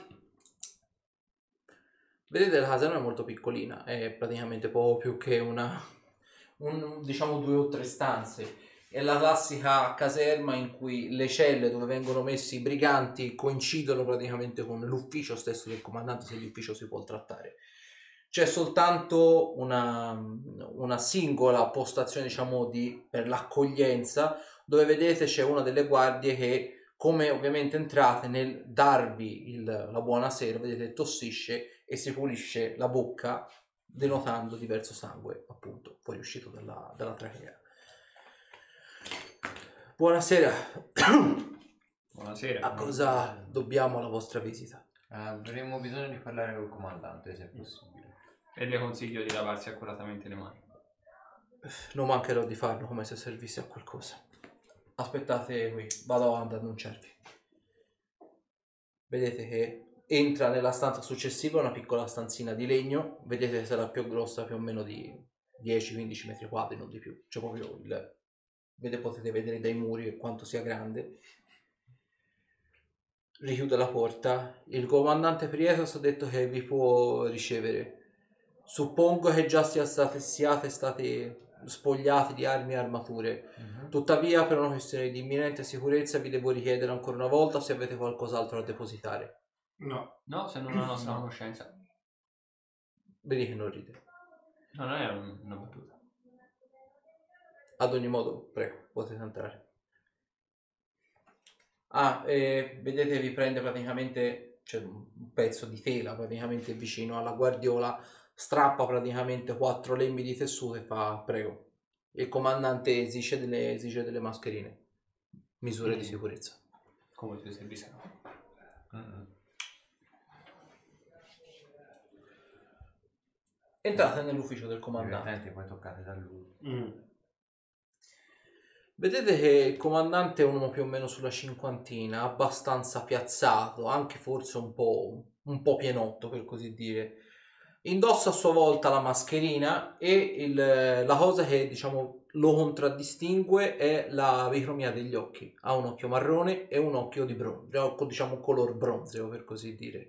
Vedete la caserma è molto piccolina, è praticamente poco più che diciamo 2 o 3 stanze. È la classica caserma in cui le celle dove vengono messi i briganti coincidono praticamente con l'ufficio stesso del comandante, se l'ufficio si può trattare. C'è soltanto una singola postazione, diciamo, per l'accoglienza, dove vedete c'è una delle guardie che, come ovviamente entrate, nel darvi la buonasera, vedete tossisce e si pulisce la bocca, denotando diverso sangue, appunto, fuoriuscito dalla trachea. Buonasera. Buonasera. A cosa dobbiamo la vostra visita? Avremo bisogno di parlare col comandante, se è possibile. E le consiglio di lavarsi accuratamente le mani. Non mancherò di farlo come se servisse a qualcosa. Aspettate qui, vado ad annunciarvi. Vedete che entra nella stanza successiva una piccola stanzina di legno. Vedete che sarà più grossa più o meno di 10-15 metri quadri, non di più. C'è proprio potete vedere dai muri quanto sia grande. Richiude la porta. Il comandante Prietos ha detto che vi può ricevere. Suppongo che già siate stati spogliati di armi e armature. Tuttavia, per una questione di imminente sicurezza, vi devo richiedere ancora una volta se avete qualcos'altro da depositare. No, se non la nostra conoscenza. Vedi che non ride. No, non è una battuta. Ad ogni modo, prego, potete entrare. Vedete, vi prende praticamente, c'è un pezzo di tela praticamente vicino alla guardiola, strappa praticamente 4 lembi di tessuto e fa prego. Il comandante esige delle mascherine, misure di sicurezza. Come se bisogna. Entrate nell'ufficio del comandante. Divertenti, poi toccate da lui. Vedete che il comandante è uno più o meno sulla cinquantina, abbastanza piazzato, anche forse un po' pienotto per così dire. Indossa a sua volta la mascherina e la cosa che diciamo lo contraddistingue è la bicromia degli occhi. Ha un occhio marrone e un occhio di bronzo, diciamo color bronzeo per così dire.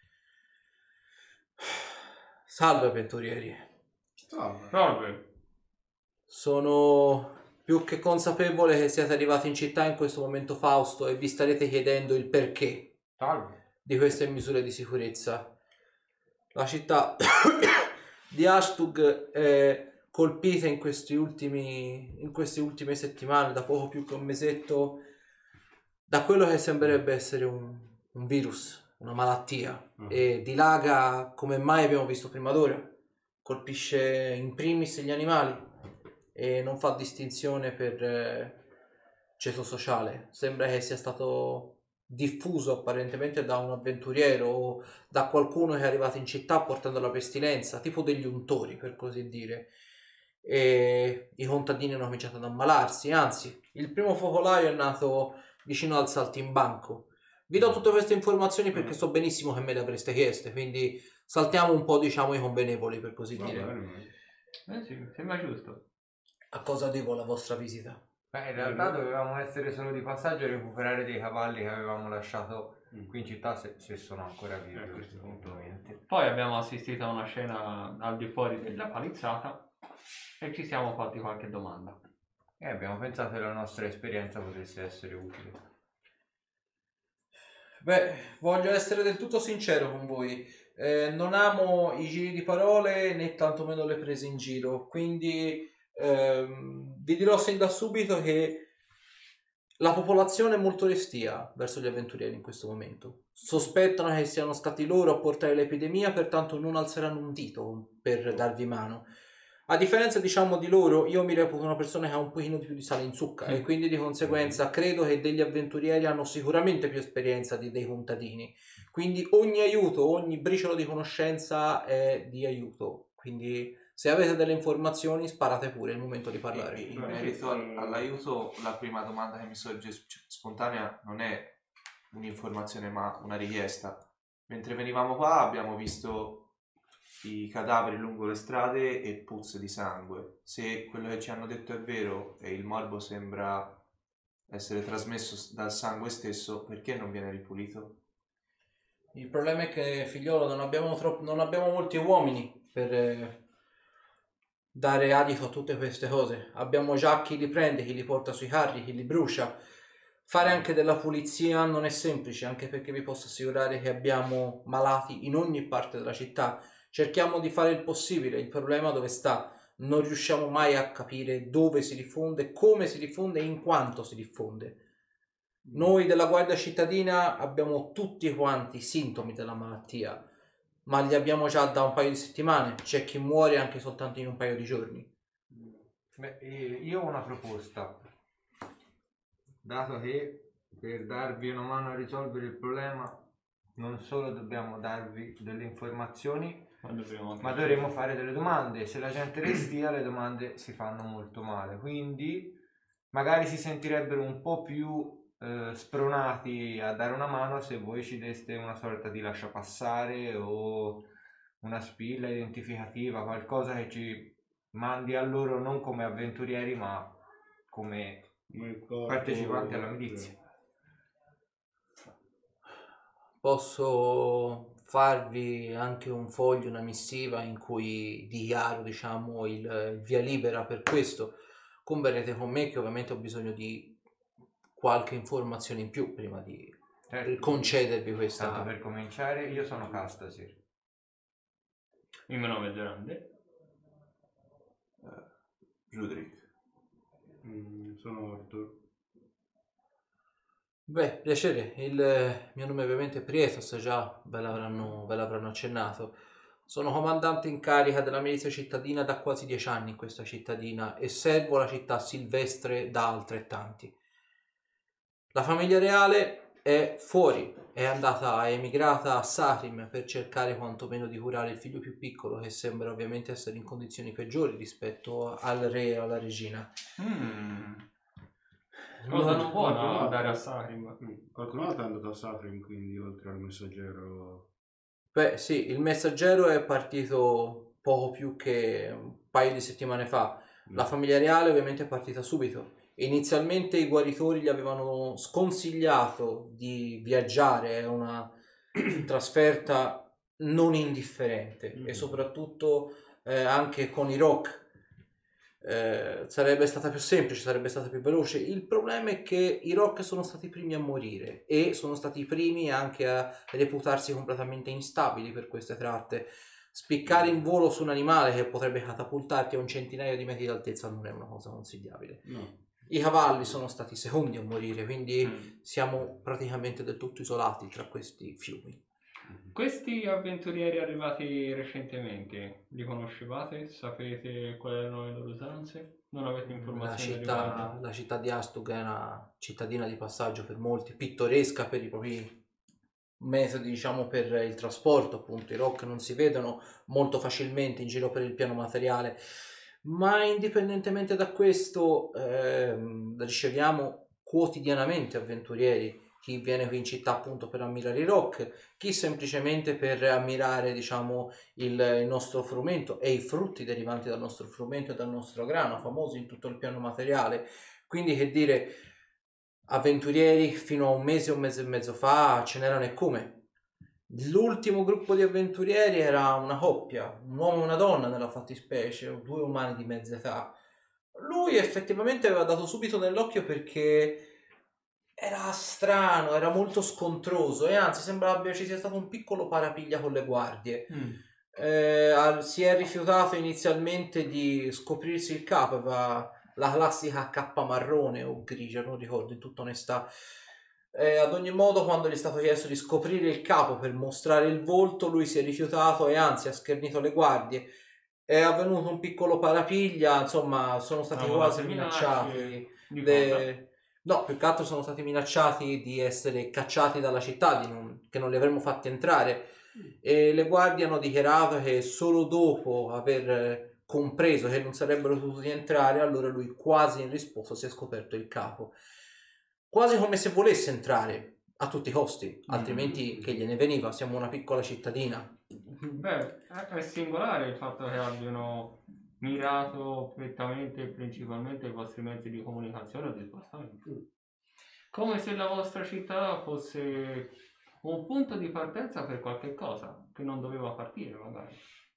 Salve avventurieri. Salve. Sono più che consapevole che siate arrivati in città in questo momento fausto e vi starete chiedendo il perché di queste misure di sicurezza. La città di Ashtug è colpita in queste ultime settimane, da poco più che un mesetto, da quello che sembrerebbe essere un virus, una malattia, e dilaga come mai abbiamo visto prima d'ora. Colpisce in primis gli animali e non fa distinzione per ceto sociale. Sembra che sia stato diffuso apparentemente da un avventuriero o da qualcuno che è arrivato in città portando la pestilenza, tipo degli untori per così dire, e i contadini hanno cominciato ad ammalarsi. Anzi, il primo focolaio è nato vicino al saltimbanco. Vi do tutte queste informazioni perché so benissimo che me le avreste chieste, quindi saltiamo un po' diciamo i convenevoli per così dire. Sì, sembra giusto. A cosa devo la vostra visita? In realtà dovevamo essere solo di passaggio e recuperare dei cavalli che avevamo lasciato qui in città, se sono ancora vivi a questo punto. Poi abbiamo assistito a una scena al di fuori della palizzata e ci siamo fatti qualche domanda. E abbiamo pensato che la nostra esperienza potesse essere utile. Beh, voglio essere del tutto sincero con voi. Non amo i giri di parole né tantomeno le prese in giro, quindi vi dirò sin da subito che la popolazione è molto restia verso gli avventurieri in questo momento. Sospettano che siano stati loro a portare l'epidemia, pertanto non alzeranno un dito per darvi mano. A differenza diciamo di loro, io mi reputo una persona che ha un pochino di più di sale in zucca e quindi di conseguenza credo che degli avventurieri hanno sicuramente più esperienza dei contadini. Quindi ogni aiuto, ogni briciolo di conoscenza è di aiuto. Quindi se avete delle informazioni sparate pure, è il momento di parlare. In merito all'aiuto, la prima domanda che mi sorge spontanea non è un'informazione ma una richiesta. Mentre venivamo qua abbiamo visto i cadaveri lungo le strade e puzze di sangue. Se quello che ci hanno detto è vero e il morbo sembra essere trasmesso dal sangue stesso, perché non viene ripulito? Il problema è che, figliolo, non abbiamo molti uomini per dare adito a tutte queste cose. Abbiamo già chi li prende, chi li porta sui carri, chi li brucia. Fare anche della pulizia non è semplice, anche perché vi posso assicurare che abbiamo malati in ogni parte della città. Cerchiamo di fare il possibile, il problema dove sta? Non riusciamo mai a capire dove si diffonde, come si diffonde e in quanto si diffonde. Noi della Guardia Cittadina abbiamo tutti quanti sintomi della malattia, ma li abbiamo già da un paio di settimane. C'è chi muore anche soltanto in un paio di giorni. Io ho una proposta. Dato che per darvi una mano a risolvere il problema non solo dobbiamo darvi delle informazioni, ma dovremo fare delle domande. Se la gente restia, le domande si fanno molto male, quindi magari si sentirebbero un po' più spronati a dare una mano se voi ci deste una sorta di lasciapassare o una spilla identificativa, qualcosa che ci mandi a loro non come avventurieri ma come partecipanti alla milizia. Posso farvi anche un foglio, una missiva in cui dichiaro diciamo il via libera per questo. Converrete con me che ovviamente ho bisogno di qualche informazione in più prima di concedervi questa. Tanto per cominciare, io sono Castasir. Il mio nome è Grande. Rudrick. Sono Arthur. Beh, piacere, il mio nome ovviamente è Prietos, già ve l'avranno accennato. Sono comandante in carica della milizia cittadina da quasi 10 anni in questa cittadina e servo la città silvestre da altrettanti. La famiglia reale è fuori, è emigrata a Sarim per cercare quantomeno di curare il figlio più piccolo, che sembra ovviamente essere in condizioni peggiori rispetto al re e alla regina. Cosa non buona andare a Sarim. Qualcun altro è andato a Sarim, quindi, oltre al messaggero? Beh sì, il messaggero è partito poco più che un paio di settimane fa. La famiglia reale ovviamente è partita subito. Inizialmente i guaritori gli avevano sconsigliato di viaggiare, è una trasferta non indifferente e soprattutto anche con i Rock sarebbe stata più semplice, sarebbe stata più veloce. Il problema è che i Rock sono stati i primi a morire e sono stati i primi anche a reputarsi completamente instabili per queste tratte. Spiccare in volo su un animale che potrebbe catapultarti a un centinaio di metri d'altezza non è una cosa consigliabile. No. I cavalli sono stati i secondi a morire, quindi siamo praticamente del tutto isolati tra questi fiumi. Questi avventurieri arrivati recentemente, li conoscevate? Sapete quali erano le loro usanze? Non avete informazioni riguardo? La città di Astug è una cittadina di passaggio per molti, pittoresca per i propri metodi, diciamo, per il trasporto. Appunto i Rock non si vedono molto facilmente in giro per il piano materiale, ma indipendentemente da questo riceviamo quotidianamente avventurieri, chi viene qui in città appunto per ammirare i Rock, chi semplicemente per ammirare, diciamo, il nostro frumento e i frutti derivanti dal nostro frumento e dal nostro grano, famosi in tutto il piano materiale. Quindi, che dire, avventurieri fino a un mese e mezzo fa ce n'erano e come. L'ultimo gruppo di avventurieri era una coppia, un uomo e una donna nella fattispecie, 2 umani di mezza età. Lui effettivamente aveva dato subito nell'occhio perché era strano, era molto scontroso e anzi sembrava ci sia stato un piccolo parapiglia con le guardie. Si è rifiutato inizialmente di scoprirsi il capo, aveva la classica cappa marrone o grigia, non ricordo in tutta onestà. Ad ogni modo, quando gli è stato chiesto di scoprire il capo per mostrare il volto, lui si è rifiutato e anzi ha schernito le guardie. È avvenuto un piccolo parapiglia, insomma sono stati quasi minacciati. No, più che altro sono stati minacciati di essere cacciati dalla città, che non li avremmo fatti entrare. E le guardie hanno dichiarato che solo dopo aver compreso che non sarebbero potuti entrare, allora lui quasi in risposta si è scoperto il capo. Quasi come se volesse entrare a tutti i costi, altrimenti che gliene veniva, siamo una piccola cittadina. Beh, è singolare il fatto che abbiano mirato prettamente e principalmente i vostri mezzi di comunicazione o di spostamento. Come se la vostra città fosse un punto di partenza per qualche cosa che non doveva partire, magari.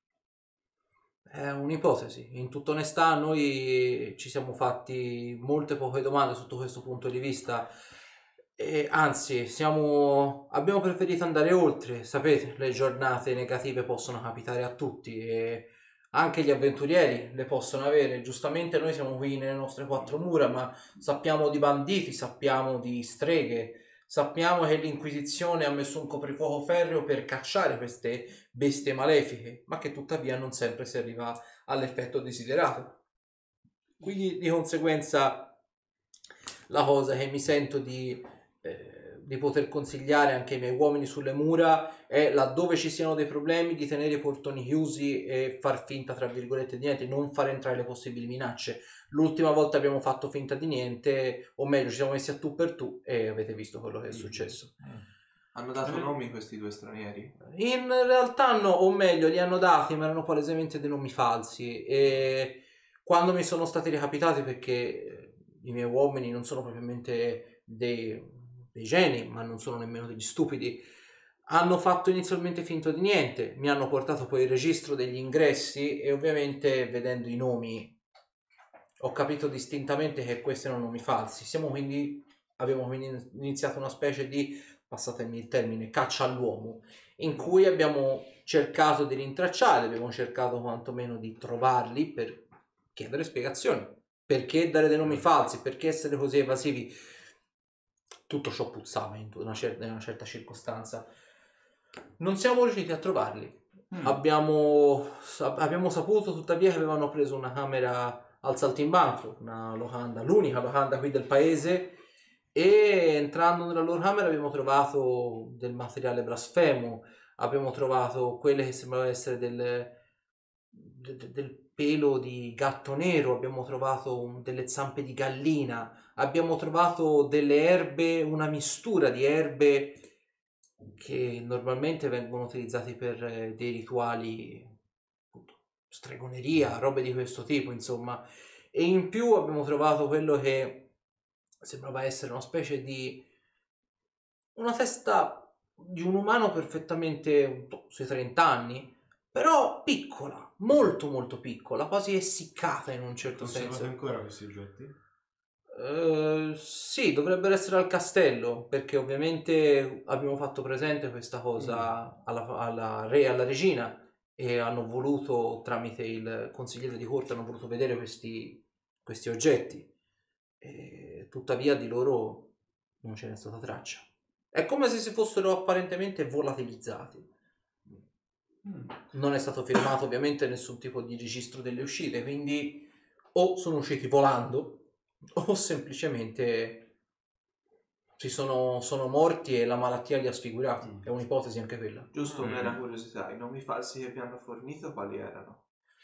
È un'ipotesi. In tutta onestà noi ci siamo fatti molte poche domande sotto questo punto di vista e anzi abbiamo preferito andare oltre. Sapete, le giornate negative possono capitare a tutti e anche gli avventurieri le possono avere. Giustamente noi siamo qui nelle nostre 4 mura, ma sappiamo di banditi, sappiamo di streghe, sappiamo che l'Inquisizione ha messo un coprifuoco ferreo per cacciare queste bestie malefiche, ma che tuttavia non sempre si arriva all'effetto desiderato. Quindi di conseguenza la cosa che mi sento di poter consigliare anche ai miei uomini sulle mura è, laddove ci siano dei problemi, di tenere i portoni chiusi e far finta tra virgolette di niente, non far entrare le possibili minacce. L'ultima volta abbiamo fatto finta di niente, o meglio ci siamo messi a tu per tu e avete visto quello che è successo. Hanno dato nomi questi 2 stranieri? In realtà no, o meglio li hanno dati, ma erano palesemente dei nomi falsi e quando mi sono stati recapitati, perché i miei uomini non sono propriamente dei geni, ma non sono nemmeno degli stupidi, hanno fatto inizialmente finta di niente, mi hanno portato poi il registro degli ingressi e ovviamente vedendo i nomi ho capito distintamente che questi erano nomi falsi. Abbiamo quindi iniziato una specie di, passatemi il termine, caccia all'uomo, in cui abbiamo cercato di rintracciare, abbiamo cercato quantomeno di trovarli per chiedere spiegazioni. Perché dare dei nomi falsi? Perché essere così evasivi? Tutto ciò puzzava in una certa circostanza. Non siamo riusciti a trovarli. Abbiamo saputo tuttavia che avevano preso una camera al saltimbanco, una locanda, l'unica locanda qui del paese, e entrando nella loro camera abbiamo trovato del materiale blasfemo, abbiamo trovato quelle che sembrava essere del pelo di gatto nero, abbiamo trovato delle zampe di gallina, abbiamo trovato delle erbe, una mistura di erbe che normalmente vengono utilizzati per dei rituali, appunto, stregoneria, robe di questo tipo, insomma. E in più abbiamo trovato quello che sembrava essere una specie di una testa di un umano perfettamente sui 30 anni, però piccola, molto molto piccola, quasi essiccata in un certo Conservate senso. ancora questi oggetti? Sì, dovrebbero essere al castello, perché ovviamente abbiamo fatto presente questa cosa alla re e alla regina e hanno voluto, tramite il consigliere di corte, hanno voluto vedere questi oggetti. E tuttavia di loro non ce n'è stata traccia. È come se si fossero apparentemente volatilizzati. Non è stato firmato ovviamente nessun tipo di registro delle uscite, quindi o sono usciti volando o semplicemente sono morti e la malattia li ha sfigurati. È un'ipotesi anche quella. Giusto mera curiosità, i nomi falsi che vi hanno fornito quali erano?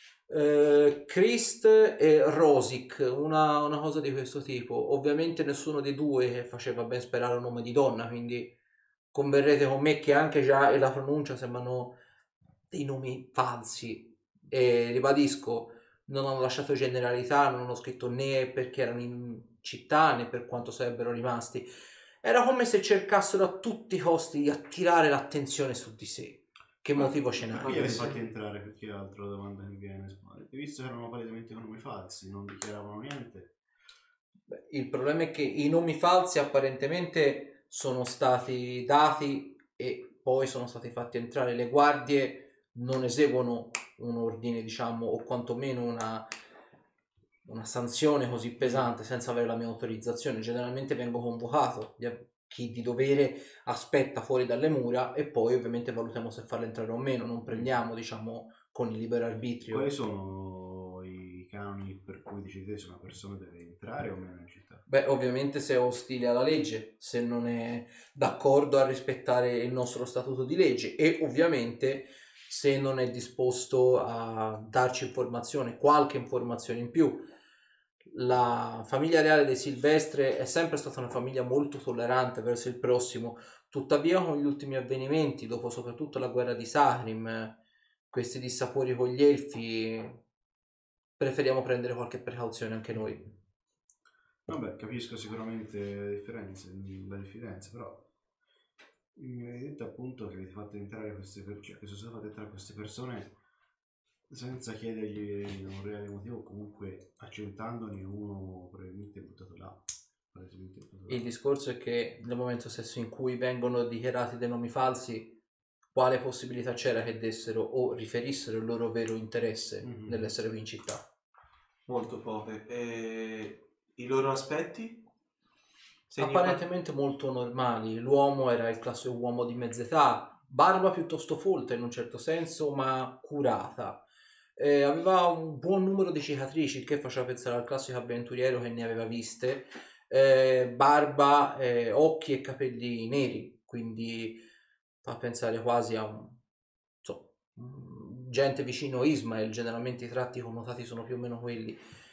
Christ e Rosic, una cosa di questo tipo. Ovviamente nessuno dei due faceva ben sperare un nome di donna, quindi converrete con me che anche già la pronuncia sembrano dei nomi falsi. E ribadisco, non hanno lasciato generalità, non hanno scritto né perché erano in città né per quanto sarebbero rimasti. Era come se cercassero a tutti i costi di attirare l'attenzione su di sé. Che motivo ce n'ha? Qui avete fatti entrare, più che altro la domanda che viene. Avete visto che erano palesemente nomi falsi, non dichiaravano niente. Beh, il problema è che i nomi falsi apparentemente sono stati dati e poi sono stati fatti entrare. Le guardie non eseguono un ordine, diciamo, o quantomeno una sanzione così pesante senza avere la mia autorizzazione. Generalmente vengo convocato, chi di dovere aspetta fuori dalle mura e poi ovviamente valutiamo se farlo entrare o meno, non prendiamo, diciamo, con il libero arbitrio. Quali sono i canoni per cui decidete se una persona deve entrare o meno in città? Beh, ovviamente se è ostile alla legge, se non è d'accordo a rispettare il nostro statuto di legge e ovviamente se non è disposto a darci informazione, qualche informazione in più. La famiglia reale dei Silvestre è sempre stata una famiglia molto tollerante verso il prossimo, tuttavia con gli ultimi avvenimenti, dopo soprattutto la guerra di Sahrim, questi dissapori con gli elfi, preferiamo prendere qualche precauzione anche noi. Vabbè, capisco sicuramente le differenze, però mi avete detto appunto che avete fatto entrare che sono state fatte entrare queste persone senza chiedergli un reale motivo, comunque accettandone uno probabilmente buttato là. Il discorso è che nel momento stesso in cui vengono dichiarati dei nomi falsi, quale possibilità c'era che dessero o riferissero il loro vero interesse nell'essere qui in città? Molto poche. E i loro aspetti? Apparentemente molto normali. L'uomo era il classico uomo di mezz'età, barba piuttosto folta in un certo senso, ma curata. Aveva un buon numero di cicatrici, il che faceva pensare al classico avventuriero che ne aveva viste. Barba, occhi e capelli neri, quindi fa pensare quasi a gente vicino a Ismael. Generalmente i tratti connotati sono più o meno quelli.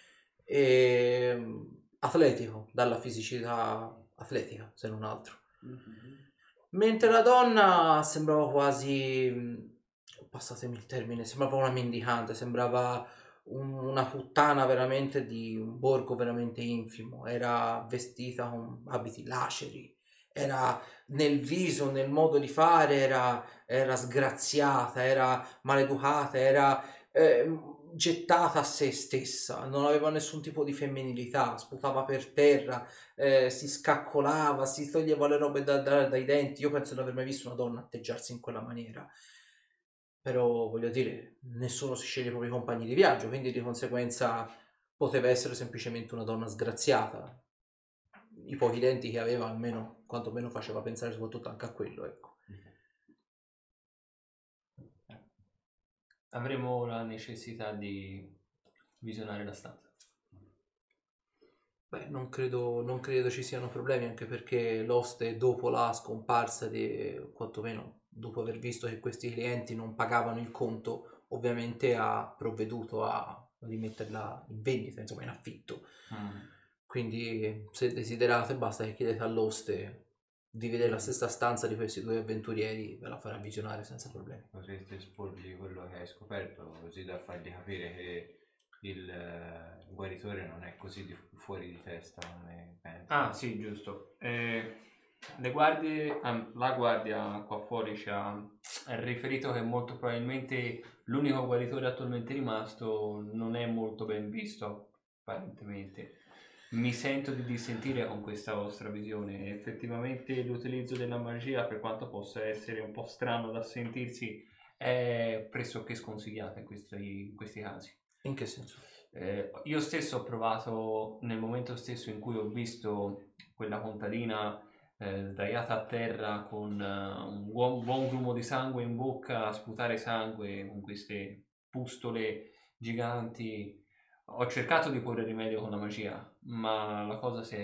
Atletico, dalla fisicità atletica se non altro. Mentre la donna sembrava quasi, passatemi il termine, sembrava una mendicante, sembrava una puttana veramente di un borgo veramente infimo. Era vestita con abiti laceri, era nel viso, nel modo di fare, era sgraziata, era maleducata, era gettata a se stessa, non aveva nessun tipo di femminilità, sputava per terra, si scaccolava, si toglieva le robe dai denti. Io penso di non aver mai visto una donna atteggiarsi in quella maniera. Però voglio dire, nessuno si sceglie i propri compagni di viaggio, quindi di conseguenza poteva essere semplicemente una donna sgraziata. I pochi denti che aveva almeno, quantomeno faceva pensare soprattutto anche a quello, ecco. avremo la necessità di visionare la stanza. Beh, non credo ci siano problemi, anche perché l'oste dopo la scomparsa quantomeno dopo aver visto che questi clienti non pagavano il conto, ovviamente ha provveduto a rimetterla in vendita, insomma in affitto. Quindi se desiderate basta che chiedete all'oste di vedere la stessa stanza di questi due avventurieri, ve la farà visionare senza problemi. Potresti esporgli quello che hai scoperto, così da fargli capire che il guaritore non è così fuori di testa come pensa. Ah sì, giusto. La guardia qua fuori ci ha riferito che molto probabilmente l'unico guaritore attualmente rimasto non è molto ben visto, apparentemente. Mi sento di dissentire con questa vostra visione. Effettivamente l'utilizzo della magia, per quanto possa essere un po' strano da sentirsi, è pressoché sconsigliata in questi casi. In che senso? Io stesso ho provato, nel momento stesso in cui ho visto quella contadina sdraiata a terra con un buon grumo di sangue in bocca, a sputare sangue con queste pustole giganti. Ho cercato di porre rimedio con la magia, ma la cosa si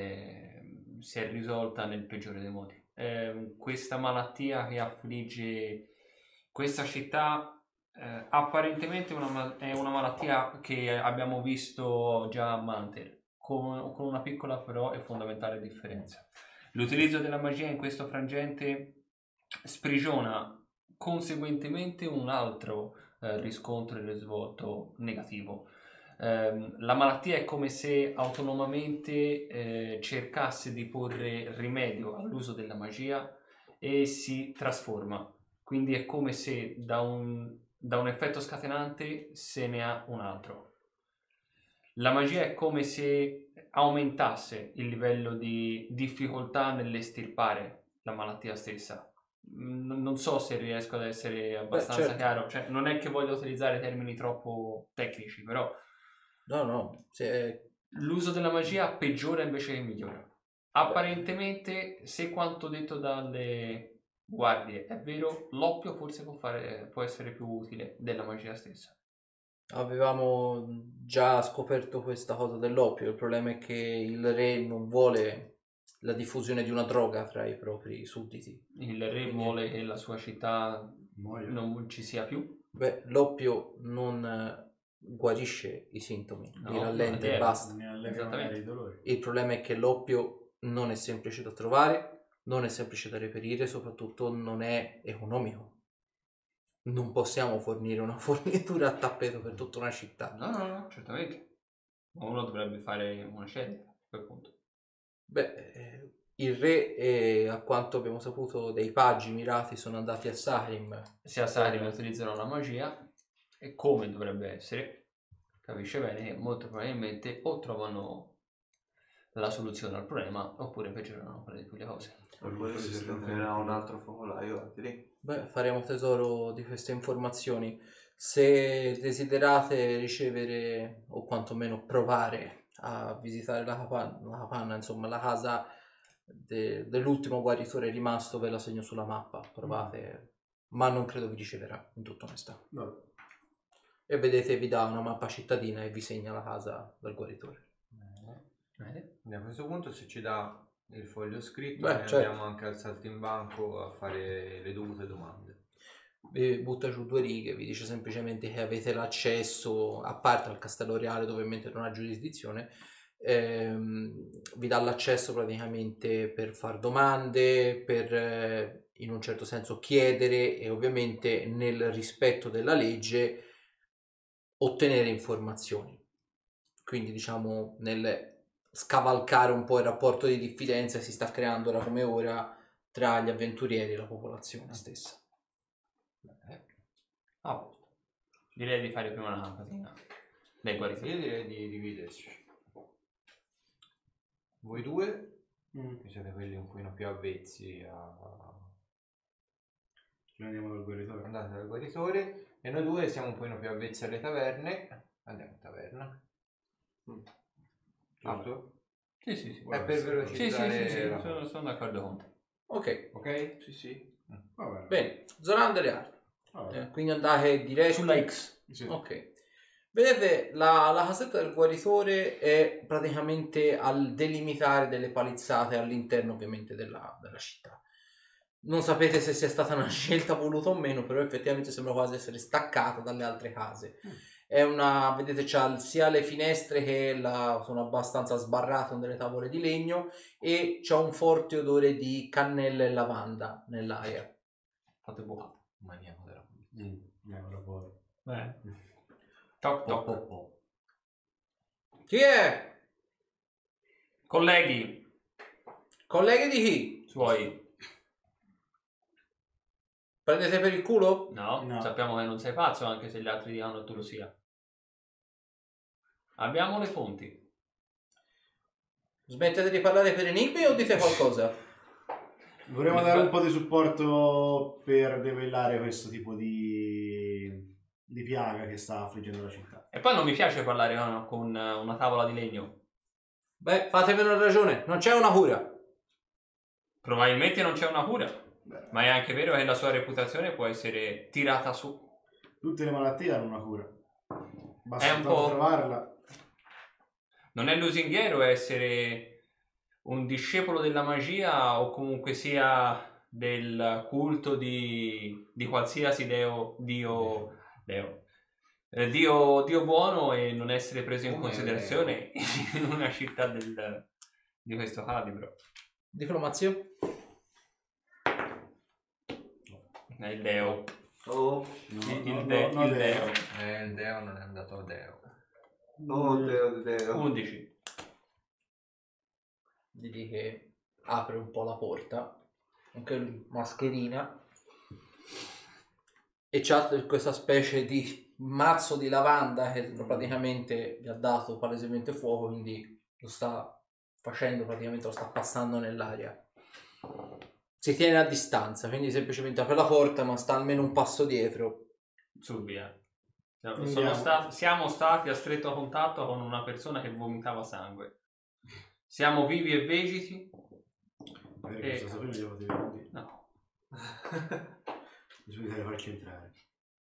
è risolta nel peggiore dei modi. Questa malattia che affligge questa città apparentemente è una malattia che abbiamo visto già a Manter, con una piccola però e fondamentale differenza. L'utilizzo della magia in questo frangente sprigiona conseguentemente un altro riscontro e risvolto negativo. La malattia è come se autonomamente cercasse di porre rimedio all'uso della magia e si trasforma. Quindi è come se da un effetto scatenante se ne ha un altro. La magia è come se aumentasse il livello di difficoltà nell'estirpare la malattia stessa. Non so se riesco ad essere abbastanza certo. chiaro, cioè non è che voglio utilizzare termini troppo tecnici, però No, l'uso della magia peggiora invece che migliora. Apparentemente, se quanto detto dalle guardie è vero, l'oppio forse può essere più utile della magia stessa. avevamo già scoperto questa cosa dell'oppio. Il problema è che il re non vuole la diffusione di una droga tra i propri sudditi. Il re vuole che la sua città non ci sia più. Beh, l'oppio non guarisce i sintomi, li rallenta e basta. Esattamente. I dolori. Il problema è che l'oppio non è semplice da trovare, non è semplice da reperire, soprattutto non è economico. Non possiamo fornire una fornitura a tappeto per tutta una città. No, certamente. Ma uno dovrebbe fare una scelta a quel punto. Beh, il re e a quanto abbiamo saputo dei paggi mirati sono andati a Sahrim. Se a Sahrim utilizzano la magia, e come dovrebbe essere, capisce bene che molto probabilmente o trovano la soluzione al problema oppure peggiorano ancora di più le cose. Oppure si scatenerà un altro focolaio anche lì. Beh, faremo tesoro di queste informazioni. Se desiderate ricevere o quantomeno provare a visitare la capanna, insomma la casa dell'ultimo guaritore rimasto, ve la segno sulla mappa. Provate, ma non credo vi riceverà, in tutta onestà. No. E vedete, vi dà una mappa cittadina e vi segna la casa del guaritore. Quindi a questo punto se ci dà il foglio scritto Beh, noi certo. andiamo anche al saltimbanco a fare le dovute domande. Vi butta giù 2 righe, vi dice semplicemente che avete l'accesso, a parte al castello reale dove ovviamente non ha giurisdizione, vi dà l'accesso praticamente per far domande, per in un certo senso chiedere e ovviamente nel rispetto della legge ottenere informazioni. Quindi diciamo nel scavalcare un po' il rapporto di diffidenza che si sta creando ora come ora tra gli avventurieri e la popolazione stessa. Direi di fare prima una lampadina dai guaritori. Io direi di dividerci. Voi due che siete quelli un pochino più avvezzi Noi andiamo dal guaritore. andate dal guaritore e noi due siamo un pochino più avvezzi alle taverne. Andiamo in taverna. Giusto? Sì. È per velocizzare Sì, la cosa. sono d'accordo con te. Ok, Ok? Sì. Va bene. bene, zona delle arti. Va bene. Quindi andate diretti Sulla X. Sì. Ok. Vedete, la casetta del guaritore è praticamente al delimitare delle palizzate all'interno ovviamente della città. Non sapete se sia stata una scelta voluta o meno, però effettivamente sembra quasi essere staccata dalle altre case. È una, vedete, c'ha sia le finestre che sono abbastanza sbarrate con delle tavole di legno e c'ha un forte odore di cannella e lavanda nell'aria. Fate buono. Maniaco della Toc toc. Chi è? Colleghi Colleghi di chi? suoi. Prendete per il culo? No, No. sappiamo che non sei pazzo anche se gli altri dicono che tu lo sia. Abbiamo le fonti. Smettete di parlare per enigmi o dite qualcosa? Vorremmo dare un po' di supporto per debellare questo tipo di piaga che sta affliggendo la città. E poi non mi piace parlare con una tavola di legno. Beh, fatevene ragione, non c'è una cura. Probabilmente non c'è una cura, ma è anche vero che la sua reputazione può essere tirata su. Tutte le malattie hanno una cura. Basta È un soltanto po'... trovarla. Non è lusinghiero essere un discepolo della magia o comunque sia del culto di qualsiasi Dio buono e non essere preso in Come considerazione in una città di questo calibro. Diplomazia? È il Deo. Oh, Il Deo. Il Deo non è andato a Deo. oh, Deo. 11. Vedi che apre un po' la porta, anche lui, mascherina, e c'ha questa specie di mazzo di lavanda che praticamente gli ha dato palesemente fuoco, quindi lo sta facendo, praticamente lo sta passando nell'aria. Si tiene a distanza, quindi semplicemente apre la porta ma sta almeno un passo dietro. Su via. Andiamo. Siamo stati a stretto contatto con una persona che vomitava sangue. Siamo vivi e vegeti. Magari questa sapere li potevi dire. No. Bisogna farci entrare.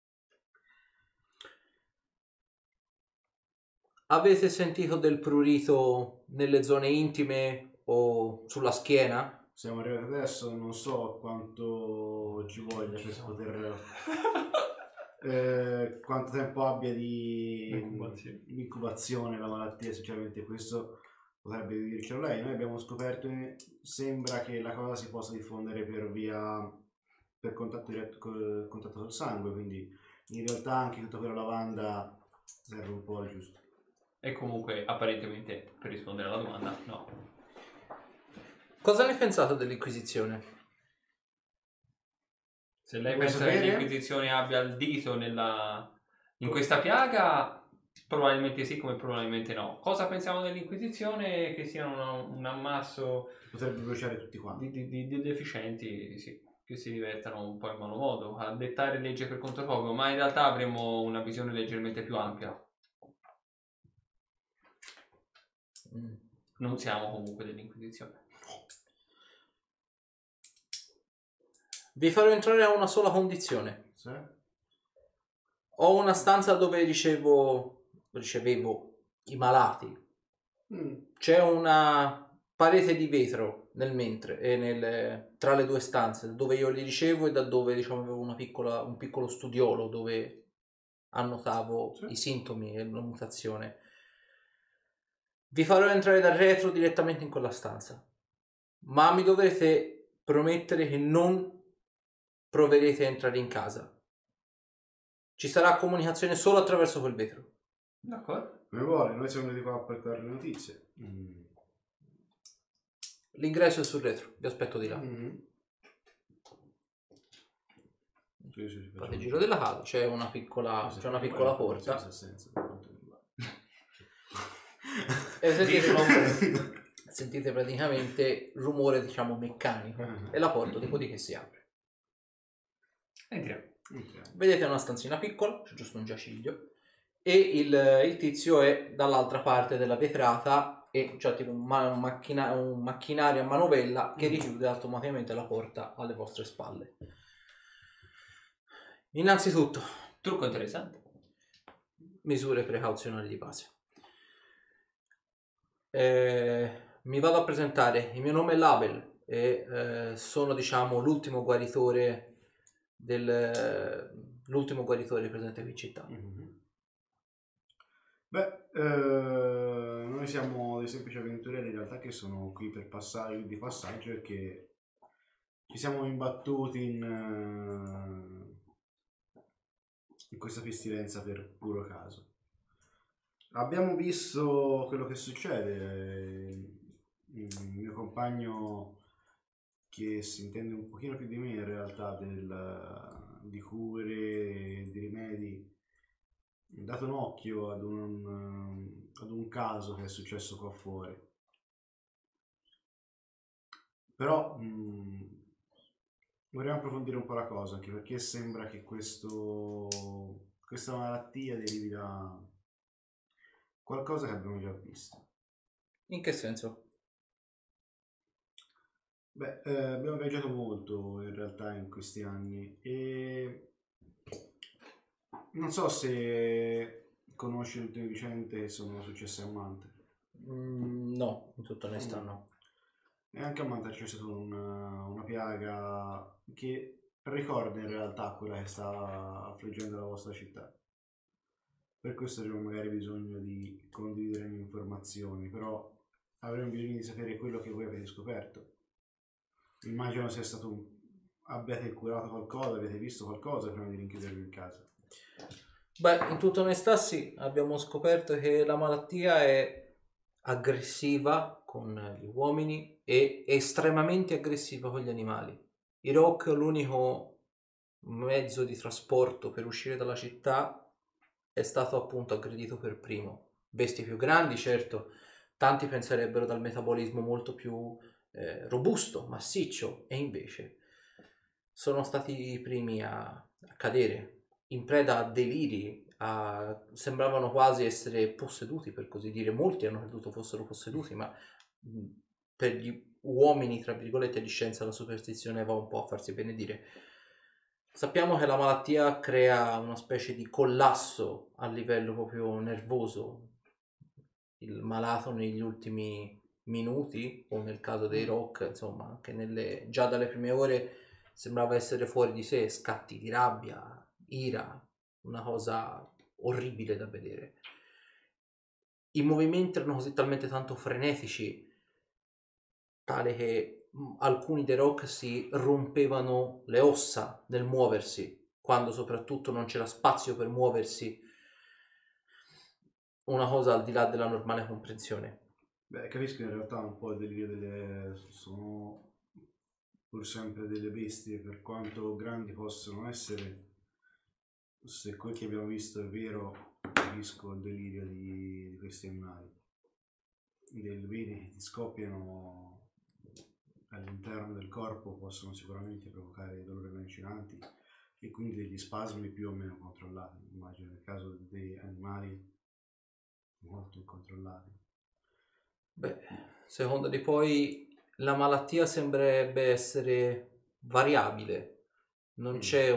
Avete sentito del prurito nelle zone intime o sulla schiena? Siamo arrivati adesso, non so quanto ci voglia per poter... quanto tempo abbia di incubazione la malattia, sinceramente questo potrebbe dircelo lei. Noi abbiamo scoperto che sembra che la cosa si possa diffondere per contatto diretto contatto col sangue, quindi in realtà anche tutta quella lavanda serve un po' al giusto. E comunque apparentemente, per rispondere alla domanda, no. Cosa ne pensate dell'Inquisizione? Se lei Vuoi pensa che sapere? l'Inquisizione abbia il dito in questa piaga, probabilmente sì, come probabilmente no. Cosa pensiamo dell'Inquisizione? Che sia un ammasso Potrebbe bruciare tutti quanti. di deficienti, sì, che si divertano un po' in malo modo a dettare legge per conto proprio, ma in realtà avremo una visione leggermente più ampia. Non siamo comunque dell'Inquisizione. Vi farò entrare a una sola condizione. Sì? Ho una stanza dove ricevevo i malati. C'è una parete di vetro tra le due stanze dove io li ricevo e da dove avevo un piccolo studiolo dove annotavo i sintomi e la mutazione. Vi farò entrare dal retro direttamente in quella stanza, ma mi dovrete promettere che non proverete a entrare in casa. Ci sarà comunicazione solo attraverso quel vetro. D'accordo? Come vuole, noi siamo venuti qua a portare le notizie. L'ingresso è sul retro, vi aspetto di là. Sì, Fate il giro della casa, c'è una piccola porta. E sentite praticamente rumore, rumore meccanico, e la porta dopodiché si apre. Entriamo. Vedete una stanzina piccola, c'è giusto un giaciglio, e il tizio è dall'altra parte della vetrata e c'è tipo un macchinario a manovella che richiude automaticamente la porta alle vostre spalle. Innanzitutto, Trucco interessante. misure precauzionali di base. Mi vado a presentare. Il mio nome è Label e sono, diciamo, l'ultimo guaritore presente qui in città. Beh, noi siamo dei semplici avventurieri in realtà che sono qui per di passaggio e che ci siamo imbattuti in questa pestilenza per puro caso. Abbiamo visto quello che succede. Il mio compagno, che si intende un pochino più di me in realtà di cure e di rimedi, ho dato un occhio ad un caso che è successo qua fuori. Però vorrei approfondire un po' la cosa, anche perché sembra che questa malattia derivi da qualcosa che abbiamo già visto. In che senso? Beh, abbiamo viaggiato molto in realtà in questi anni e non so se conosci le ultime vicende che sono successe a Manta. No, in tutta onestà no. E anche a Manta c'è stata una piaga che ricorda in realtà quella che sta affliggendo la vostra città. Per questo avremo magari bisogno di condividere le informazioni, però avremo bisogno di sapere quello che voi avete scoperto. Immagino sia stato abbiate curato qualcosa, avete visto qualcosa prima di rinchiudervi in casa. Beh, in tutta onestà sì, abbiamo scoperto che la malattia è aggressiva con gli uomini e estremamente aggressiva con gli animali. I Rock, l'unico mezzo di trasporto per uscire dalla città, è stato appunto aggredito per primo. Bestie più grandi, certo, tanti penserebbero dal metabolismo molto più robusto, massiccio, e invece sono stati i primi a cadere in preda a deliri, sembravano quasi essere posseduti, per così dire. Molti hanno creduto fossero posseduti, ma per gli uomini, tra virgolette, di scienza, la superstizione va un po' a farsi benedire. Sappiamo che la malattia crea una specie di collasso a livello proprio nervoso. Il malato negli ultimi minuti, o nel caso dei Rock, insomma, anche già dalle prime ore sembrava essere fuori di sé, scatti di rabbia, ira, una cosa orribile da vedere. I movimenti erano così talmente tanto frenetici, tale che alcuni dei Rock si rompevano le ossa nel muoversi, quando soprattutto non c'era spazio per muoversi, una cosa al di là della normale comprensione. Beh, capisco in realtà un po' il delirio sono pur sempre delle bestie, per quanto grandi possono essere. Se quel che abbiamo visto è vero, capisco il delirio di questi animali. I veleni che ti scoppiano all'interno del corpo possono sicuramente provocare dolori lancinanti e quindi degli spasmi più o meno controllati. Immagino nel caso degli animali molto incontrollati. Beh, secondo di poi la malattia sembrerebbe essere variabile, non c'è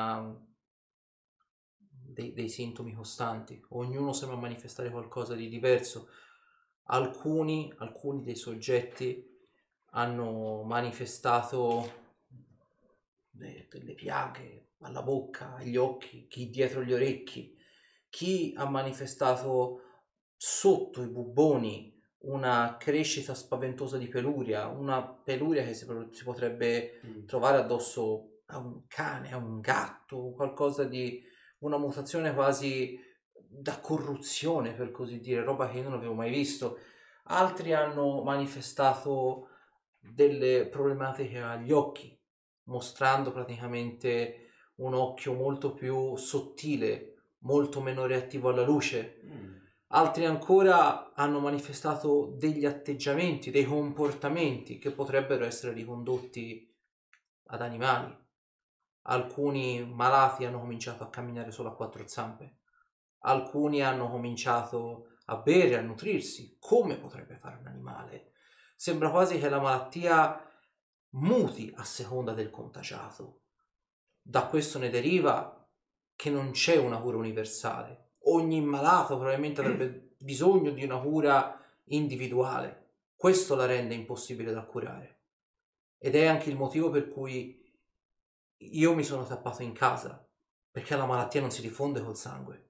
dei sintomi costanti, ognuno sembra manifestare qualcosa di diverso. Alcuni dei soggetti hanno manifestato delle piaghe alla bocca, agli occhi, chi dietro gli orecchi, chi ha manifestato sotto i bubboni una crescita spaventosa di peluria, una peluria che si potrebbe trovare addosso a un cane, a un gatto, qualcosa di una mutazione quasi da corruzione, per così dire, roba che io non avevo mai visto. Altri hanno manifestato delle problematiche agli occhi, mostrando praticamente un occhio molto più sottile, molto meno reattivo alla luce. Altri ancora hanno manifestato degli atteggiamenti, dei comportamenti che potrebbero essere ricondotti ad animali. Alcuni malati hanno cominciato a camminare solo a quattro zampe, alcuni hanno cominciato a bere, a nutrirsi, come potrebbe fare un animale. Sembra quasi che la malattia muti a seconda del contagiato. Da questo ne deriva che non c'è una cura universale. ogni malato probabilmente avrebbe bisogno di una cura individuale. Questo la rende impossibile da curare. Ed è anche il motivo per cui io mi sono tappato in casa, perché la malattia non si diffonde col sangue.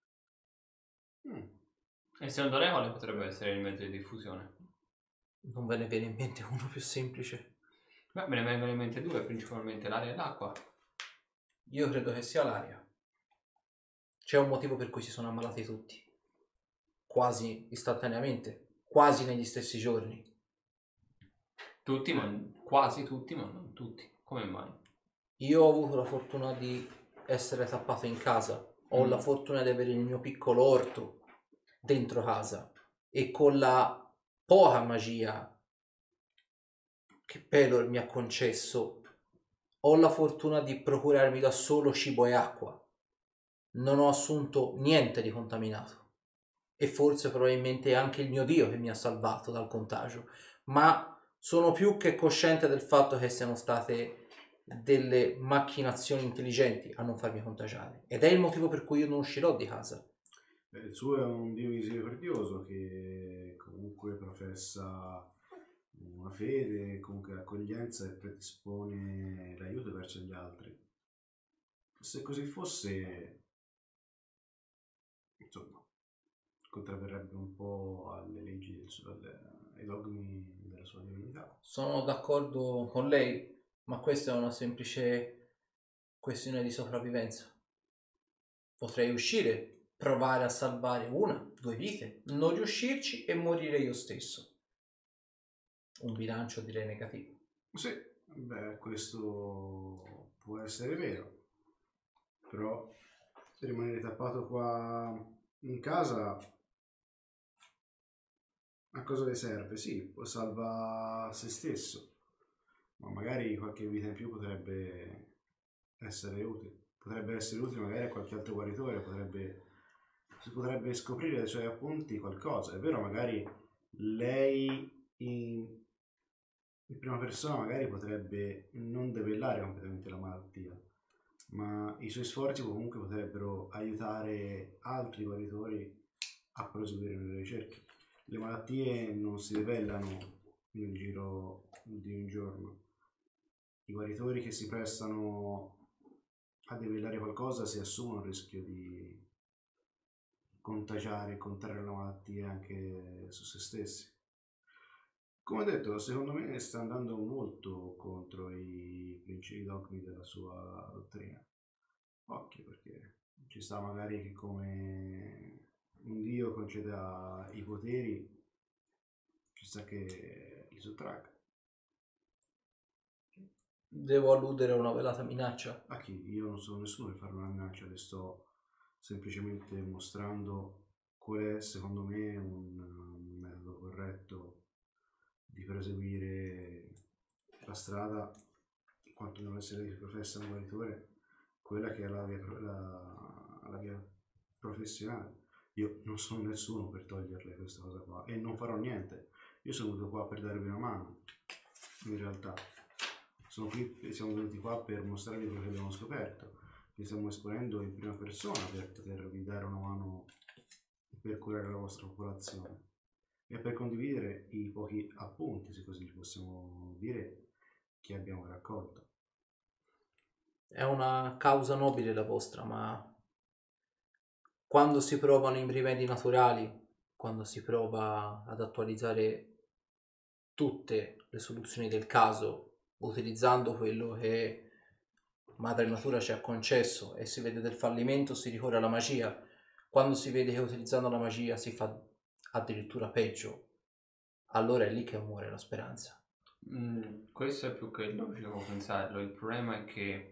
E secondo lei quale potrebbe essere il mezzo di diffusione? Non ve ne viene in mente uno più semplice? Beh, me ne vengono in mente due, principalmente l'aria e l'acqua. Io credo che sia l'aria. C'è un motivo per cui si sono ammalati tutti, quasi istantaneamente, quasi negli stessi giorni. Tutti, ma quasi tutti, ma non tutti. Come mai? Io ho avuto la fortuna di essere tappato in casa, ho la fortuna di avere il mio piccolo orto dentro casa e con la poca magia che Pelor mi ha concesso ho la fortuna di procurarmi da solo cibo e acqua. Non ho assunto niente di contaminato e forse probabilmente è anche il mio Dio che mi ha salvato dal contagio, ma sono più che cosciente del fatto che siano state delle macchinazioni intelligenti a non farmi contagiare ed è il motivo per cui io non uscirò di casa. Il suo è un dio misericordioso che comunque professa una fede, comunque accoglienza e predispone l'aiuto verso gli altri. Se così fosse, insomma, contravverrebbe un po' alle leggi ai dogmi della sua divinità. Sono d'accordo con lei, ma questa è una semplice questione di sopravvivenza. Potrei uscire, provare a salvare 1-2 vite, non riuscirci e morire io stesso. Un bilancio direi negativo. Sì, beh, questo può essere vero, però rimanere tappato qua in casa a cosa le serve? Sì, salva se stesso, ma magari qualche vita in più potrebbe essere utile. Potrebbe essere utile magari a qualche altro guaritore, si potrebbe scoprire dai suoi appunti qualcosa. È vero, magari lei in prima persona magari potrebbe non debellare completamente la malattia, ma i suoi sforzi comunque potrebbero aiutare altri guaritori a proseguire nelle ricerche. Le malattie non si debellano nel giro di un giorno. I guaritori che si prestano a debellare qualcosa si assumono il rischio di contagiare e contrarre la malattia anche su se stessi. Come ho detto, secondo me sta andando molto contro i principi dogmi della sua dottrina. Occhio, perché ci sta magari che come un dio conceda i poteri, ci sta che li sottragga. Devo alludere a una velata minaccia? A chi? Io non sono nessuno per fare una minaccia, le sto semplicemente mostrando qual è secondo me un metodo corretto di proseguire la strada, quanto non essere che professa un guaritore, quella che è la via professionale. Io non sono nessuno per toglierle questa cosa qua e non farò niente. Io sono venuto qua per darvi una mano, in realtà. Siamo venuti qua per mostrarvi quello che abbiamo scoperto. Vi stiamo esponendo in prima persona per potervi dare una mano per curare la vostra popolazione e per condividere i pochi appunti, se così possiamo dire, che abbiamo raccolto. È una causa nobile la vostra, ma quando si provano i rimedi naturali, quando si prova ad attualizzare tutte le soluzioni del caso utilizzando quello che Madre Natura ci ha concesso e si vede del fallimento, si ricorre alla magia. Quando si vede che utilizzando la magia si fa addirittura peggio, allora è lì che muore la speranza. Questo è più che logico pensarlo. Il problema è che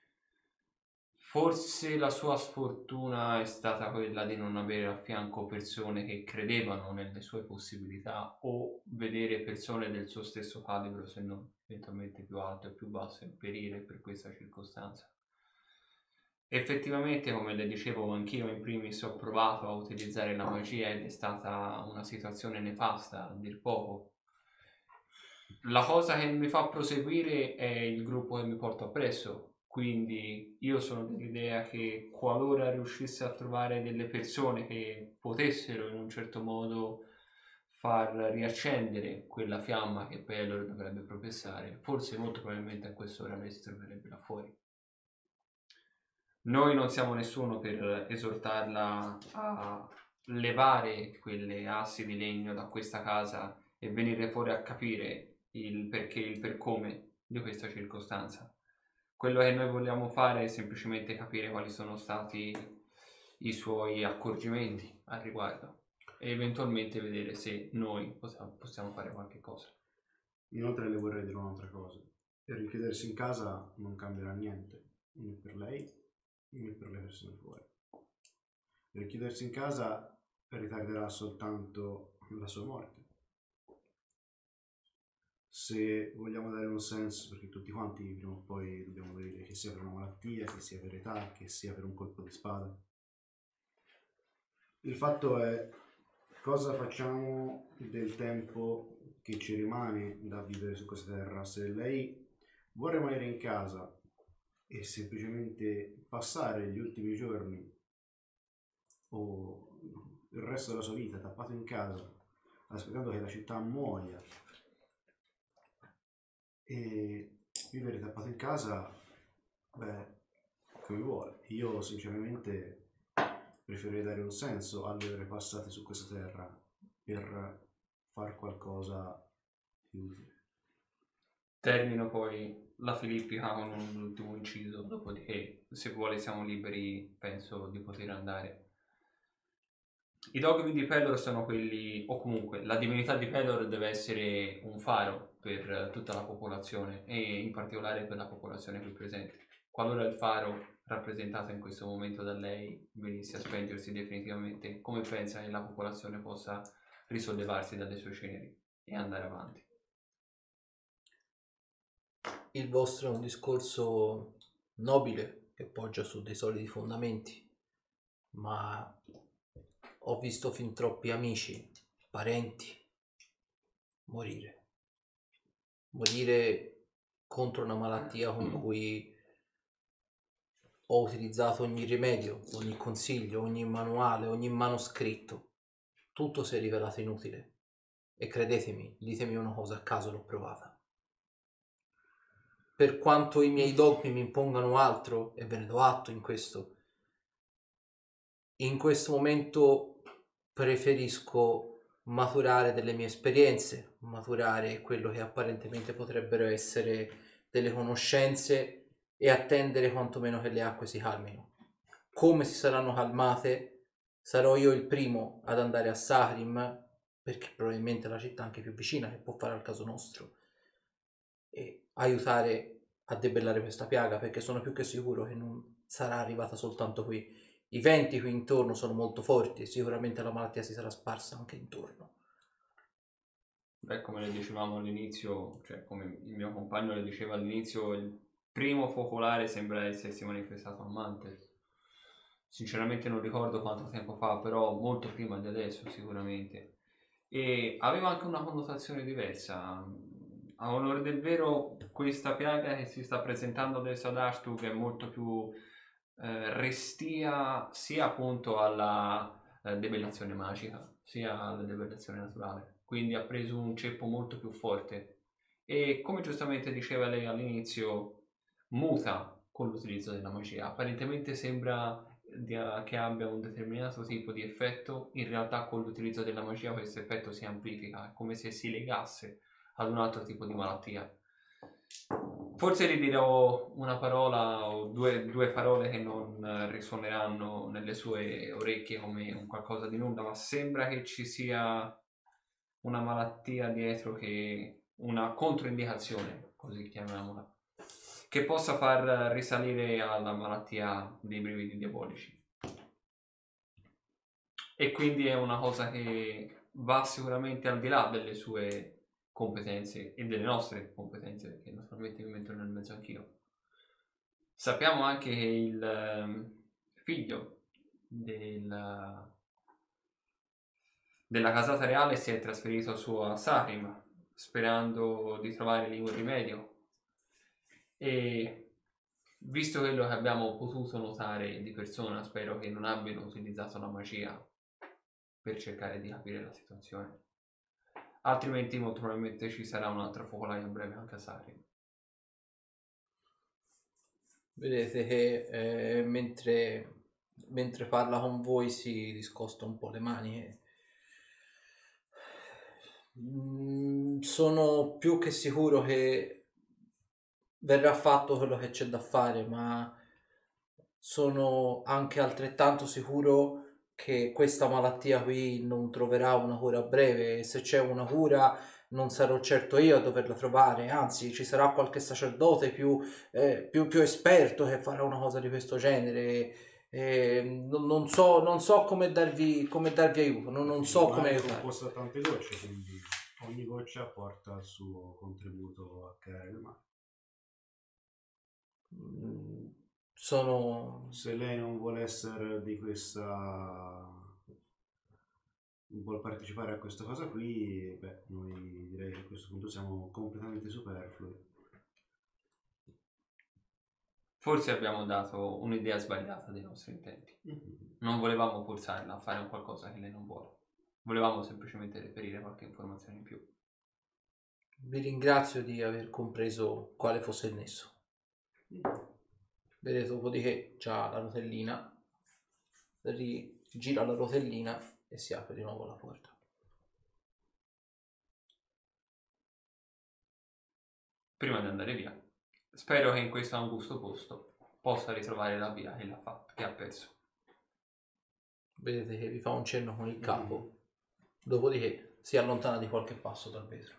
forse la sua sfortuna è stata quella di non avere a fianco persone che credevano nelle sue possibilità o vedere persone del suo stesso calibro, se non eventualmente più alte o più basse, perire per questa circostanza. Effettivamente, come le dicevo, anch'io in primis ho provato a utilizzare la magia ed è stata una situazione nefasta a dir poco. La cosa che mi fa proseguire è il gruppo che mi porto appresso, Quindi io sono dell'idea che qualora riuscisse a trovare delle persone che potessero in un certo modo far riaccendere quella fiamma che Pelor dovrebbe professare, forse molto probabilmente a quest'ora lei si troverebbe là fuori. Noi non siamo nessuno per esortarla a levare quelle assi di legno da questa casa e venire fuori a capire il perché, il per come di questa circostanza. Quello che noi vogliamo fare è semplicemente capire quali sono stati i suoi accorgimenti al riguardo e eventualmente vedere se noi possiamo fare qualche cosa. Inoltre le vorrei dire un'altra cosa. Per richiudersi in casa non cambierà niente, né per lei né per le persone fuori. Per richiudersi in casa ritarderà soltanto la sua morte. Se vogliamo dare un senso, perché tutti quanti prima o poi dobbiamo vedere, che sia per una malattia, che sia per età, che sia per un colpo di spada. Il fatto è cosa facciamo del tempo che ci rimane da vivere su questa terra. Se lei vuole rimanere in casa e semplicemente passare gli ultimi giorni o il resto della sua vita tappato in casa aspettando che la città muoia e vivere tappato in casa, beh, come vuole. Io sinceramente preferirei dare un senso alle ore passate su questa terra per far qualcosa di utile. Termino poi la filippica con un ultimo inciso, dopodiché se vuole siamo liberi, penso, di poter andare. I dogmi di Pelor sono quelli, o comunque la divinità di Pelor deve essere un faro per tutta la popolazione e in particolare per la popolazione qui presente. Qualora il faro rappresentato in questo momento da lei venisse a spengersi definitivamente, come pensa che la popolazione possa risollevarsi dalle sue ceneri e andare avanti? Il vostro è un discorso nobile che poggia su dei solidi fondamenti, ma ho visto fin troppi amici, parenti morire contro una malattia con cui ho utilizzato ogni rimedio, ogni consiglio, ogni manuale, ogni manoscritto. Tutto si è rivelato inutile e credetemi, ditemi una cosa a caso, l'ho provata. Per quanto i miei dogmi mi impongano altro, e ve ne do atto in questo momento preferisco maturare delle mie esperienze, maturare quello che apparentemente potrebbero essere delle conoscenze e attendere quantomeno che le acque si calmino. Come si saranno calmate, sarò io il primo ad andare a Sahrim, perché probabilmente è la città anche più vicina che può fare al caso nostro, e aiutare a debellare questa piaga, perché sono più che sicuro che non sarà arrivata soltanto qui. I venti qui intorno sono molto forti e sicuramente la malattia si sarà sparsa anche intorno. Beh, come le dicevamo all'inizio, cioè come il mio compagno le diceva all'inizio, il primo focolare sembra essersi manifestato a Mantes. Sinceramente non ricordo quanto tempo fa, però molto prima di adesso sicuramente. E aveva anche una connotazione diversa. A onore del vero, questa piaga che si sta presentando adesso ad Ashtug è molto più restia sia appunto alla debellazione magica, sia alla debellazione naturale. Quindi ha preso un ceppo molto più forte e, come giustamente diceva lei all'inizio, muta con l'utilizzo della magia. Apparentemente sembra che abbia un determinato tipo di effetto, in realtà con l'utilizzo della magia questo effetto si amplifica, è come se si legasse ad un altro tipo di malattia. Forse gli dirò una parola o due parole che non risuoneranno nelle sue orecchie come un qualcosa di nulla, ma sembra che ci sia una malattia dietro, che una controindicazione, così chiamiamola, che possa far risalire alla malattia dei brividi diabolici. E quindi è una cosa che va sicuramente al di là delle sue competenze e delle nostre competenze, perché naturalmente mi metto nel mezzo anch'io. Sappiamo anche che il figlio della casata reale si è trasferito su a Sahrim sperando di trovare lì un rimedio, e visto quello che abbiamo potuto notare di persona, spero che non abbiano utilizzato la magia per cercare di capire la situazione. Altrimenti molto probabilmente ci sarà un'altra focolai a breve anche a Sarin. Vedete che mentre parla con voi si discosta un po' le mani. Sono più che sicuro che verrà fatto quello che c'è da fare, ma sono anche altrettanto sicuro che questa malattia qui non troverà una cura a breve. Se c'è una cura non sarò certo io a doverla trovare, anzi ci sarà qualche sacerdote più esperto che farà una cosa di questo genere. Non so come darvi aiuto, non so come è aiutare. composto da tante gocce, quindi ogni goccia porta il suo contributo a creare il male. Se lei non vuole essere di questa, non vuole partecipare a questa cosa qui, beh, noi direi che a questo punto siamo completamente superflui. Forse abbiamo dato un'idea sbagliata dei nostri intenti. Non volevamo forzarla a fare un qualcosa che lei non vuole. Volevamo semplicemente reperire qualche informazione in più. Vi ringrazio di aver compreso quale fosse il nesso. Vedete, dopodiché c'ha la rotellina, gira la rotellina e si apre di nuovo la porta. Prima di andare via, spero che in questo angusto posto possa ritrovare la via che ha perso. Vedete che vi fa un cenno con il capo, dopodiché si allontana di qualche passo dal vetro.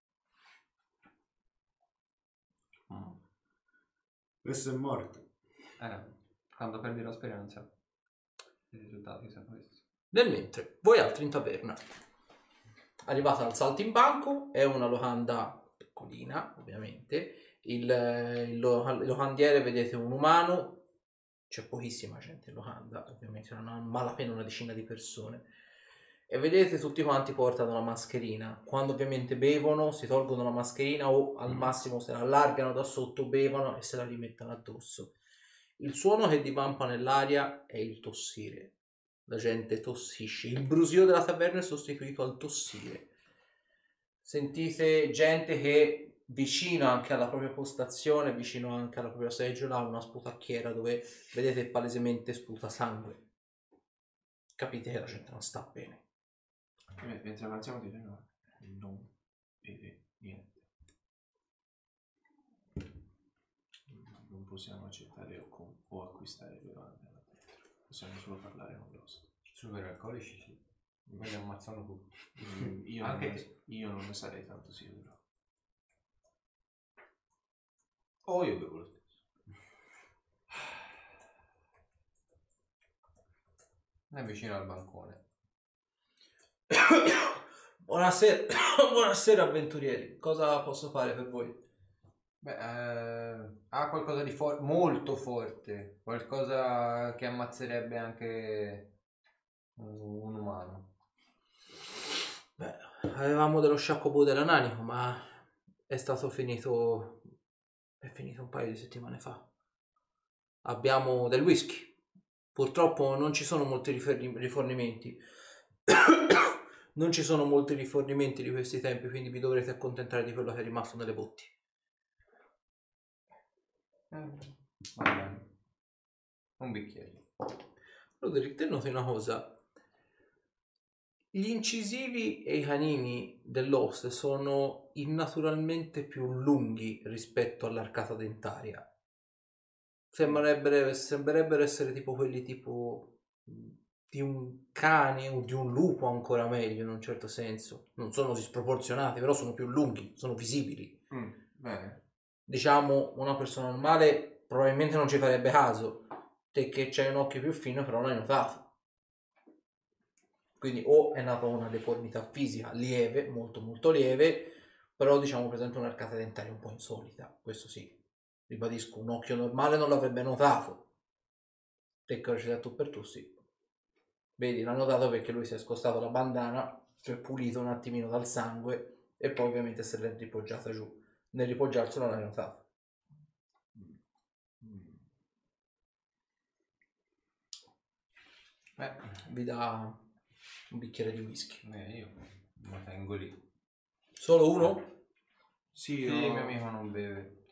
Questo è morto. Quando perdi la speranza, i risultati sono questi. Nel mentre, voi altri in taverna. Arrivate al saltimbanco, è una locanda piccolina, ovviamente. Il locandiere, vedete, un umano. C'è pochissima gente in locanda, ovviamente, non ha malapena una decina di persone. E vedete tutti quanti portano la mascherina. Quando ovviamente bevono, si tolgono la mascherina o al massimo se la allargano da sotto, bevono e se la rimettono addosso. Il suono che divampa nell'aria è il tossire. La gente tossisce. Il brusio della taverna è sostituito al tossire. Sentite gente che vicino anche alla propria postazione, vicino anche alla propria seggiola, ha una sputacchiera dove vedete palesemente sputa sangue. Capite che la gente non sta bene. Mentre avanziamo di no, non vede niente. Non possiamo accettare o acquistare bevande là dentro. Possiamo solo parlare con l'host. Super alcolici sì. Poi li ammazzano tutti. Io non ne sarei tanto sicuro. Io bevo lo stesso. È vicino al bancone. Buonasera, buonasera avventurieri. Cosa posso fare per voi? Beh, ha qualcosa di molto forte, qualcosa che ammazzerebbe anche un umano. Beh, avevamo dello sciacquo dell'ananico, ma è finito un paio di settimane fa. Abbiamo del whisky. Purtroppo non ci sono molti rifornimenti. Non ci sono molti rifornimenti di questi tempi, quindi vi dovrete accontentare di quello che è rimasto nelle botti. Va bene. Un bicchiere. Roderick, te noti una cosa. Gli incisivi e i canini dell'oste sono innaturalmente più lunghi rispetto all'arcata dentaria. Sembrerebbero essere tipo quelli tipo di un cane o di un lupo, ancora meglio in un certo senso. Non sono sproporzionati, però sono più lunghi, sono visibili. Bene. Diciamo, una persona normale probabilmente non ci farebbe caso. Te che c'hai un occhio più fino però l'hai notato. Quindi o è nata una deformità fisica lieve, molto molto lieve, però diciamo presente un'arcata dentaria un po' insolita, questo sì. Ribadisco, un occhio normale non l'avrebbe notato. Te che ci detto per tu sì. Vedi, l'ha notato perché lui si è scostato la bandana, si è pulito un attimino dal sangue e poi ovviamente se l'è ripoggiata giù. Nel ripoggiarselo l'hai notato. Vi dà un bicchiere di whisky. Io lo tengo lì. Solo uno? Sì, Sì, il mio amico non beve.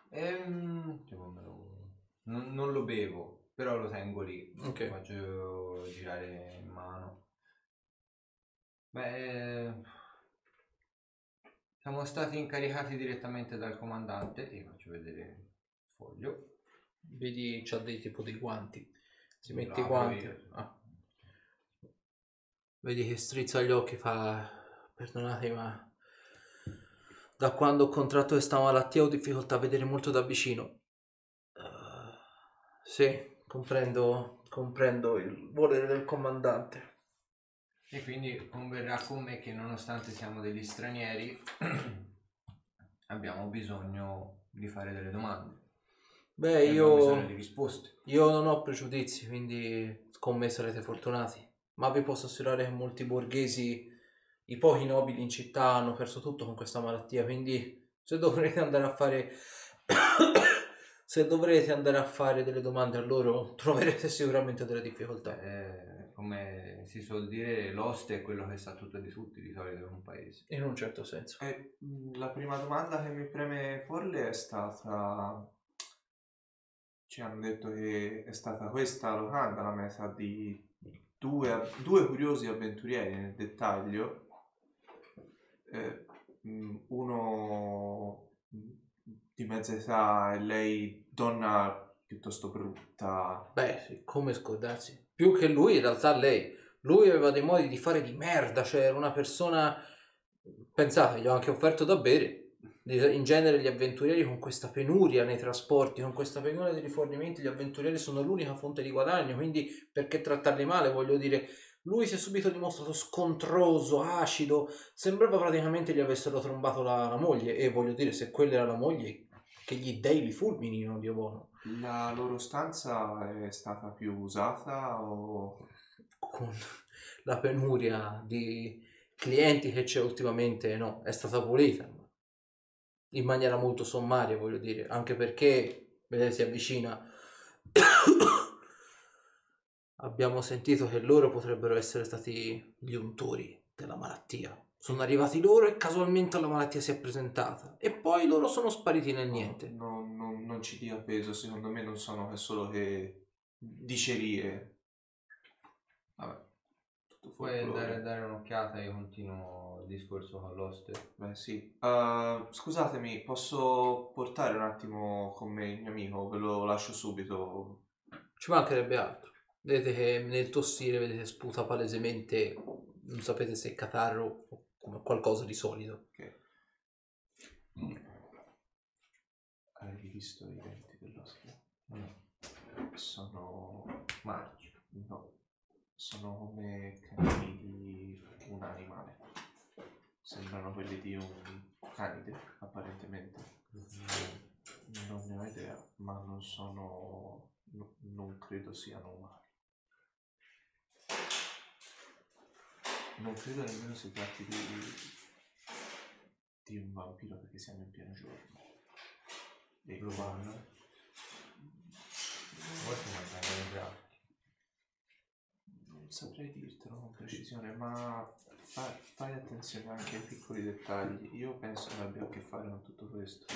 Non lo bevo, però lo tengo lì. Ok. Lo faccio girare in mano. Siamo stati incaricati direttamente dal comandante. Ti faccio vedere il foglio. Vedi, c'ha dei tipo dei guanti. Si mette i Lo apro guanti. io. Ah. Vedi che strizza gli occhi, fa... Perdonate, ma... Da quando ho contratto questa malattia ho difficoltà a vedere molto da vicino. Sì, comprendo il volere del comandante. E quindi converrà con me che nonostante siamo degli stranieri abbiamo bisogno di fare delle domande. Beh, Abbiamo bisogno di risposte. io non ho pregiudizi, quindi con me sarete fortunati. Ma vi posso assicurare che molti borghesi, i pochi nobili in città, hanno perso tutto con questa malattia, quindi se dovrete andare a fare se dovrete andare a fare delle domande a loro, troverete sicuramente delle difficoltà. Come si suol dire, l'oste è quello che sa tutto di tutti di solito in un paese. In un certo senso. La prima domanda che mi preme porle è stata... Ci hanno detto che è stata questa locanda la meta di due curiosi avventurieri nel dettaglio. Uno di mezza età e lei donna piuttosto brutta. Beh, sì, come scordarsi? Più che lui, in realtà lei. Lui aveva dei modi di fare di merda, cioè era una persona... Pensate, gli ho anche offerto da bere. In genere gli avventurieri con questa penuria nei trasporti, con questa penuria dei rifornimenti, gli avventurieri sono l'unica fonte di guadagno, quindi perché trattarli male, voglio dire... Lui si è subito dimostrato scontroso, acido, sembrava praticamente gli avessero trombato la moglie, e voglio dire, se quella era la moglie, che gli dei li fulminino, Dio buono. La loro stanza è stata più usata o... Con la penuria di clienti che c'è ultimamente, no, è stata pulita in maniera molto sommaria, voglio dire, anche perché, vedete, si avvicina. Abbiamo sentito che loro potrebbero essere stati gli untori della malattia. Sono arrivati loro e casualmente la malattia si è presentata e poi loro sono spariti nel niente. Non ci dia peso, secondo me non sono solo che dicerie. Vabbè, tutto Puoi folklore. dare un'occhiata, io continuo il discorso con l'oste. Beh sì. Scusatemi, posso portare un attimo con me il mio amico? Ve lo lascio subito. Ci mancherebbe altro. Vedete che nel tossire, vedete, sputa palesemente, non sapete se è catarro o come qualcosa di solido. Ok. Hai visto i denti dell'ospite? Sono marci. No. Sono come canini di un animale. Sembrano quelli di un canide, apparentemente. Non ne ho idea, ma non sono... non credo siano umani. Non credo nemmeno si tratti di un vampiro, perché siamo in pieno giorno. E Lo vanno? Forse mangiano gli altri. non saprei dirtelo con precisione, ma fai attenzione anche ai piccoli dettagli. Io penso che abbia a che fare con tutto questo.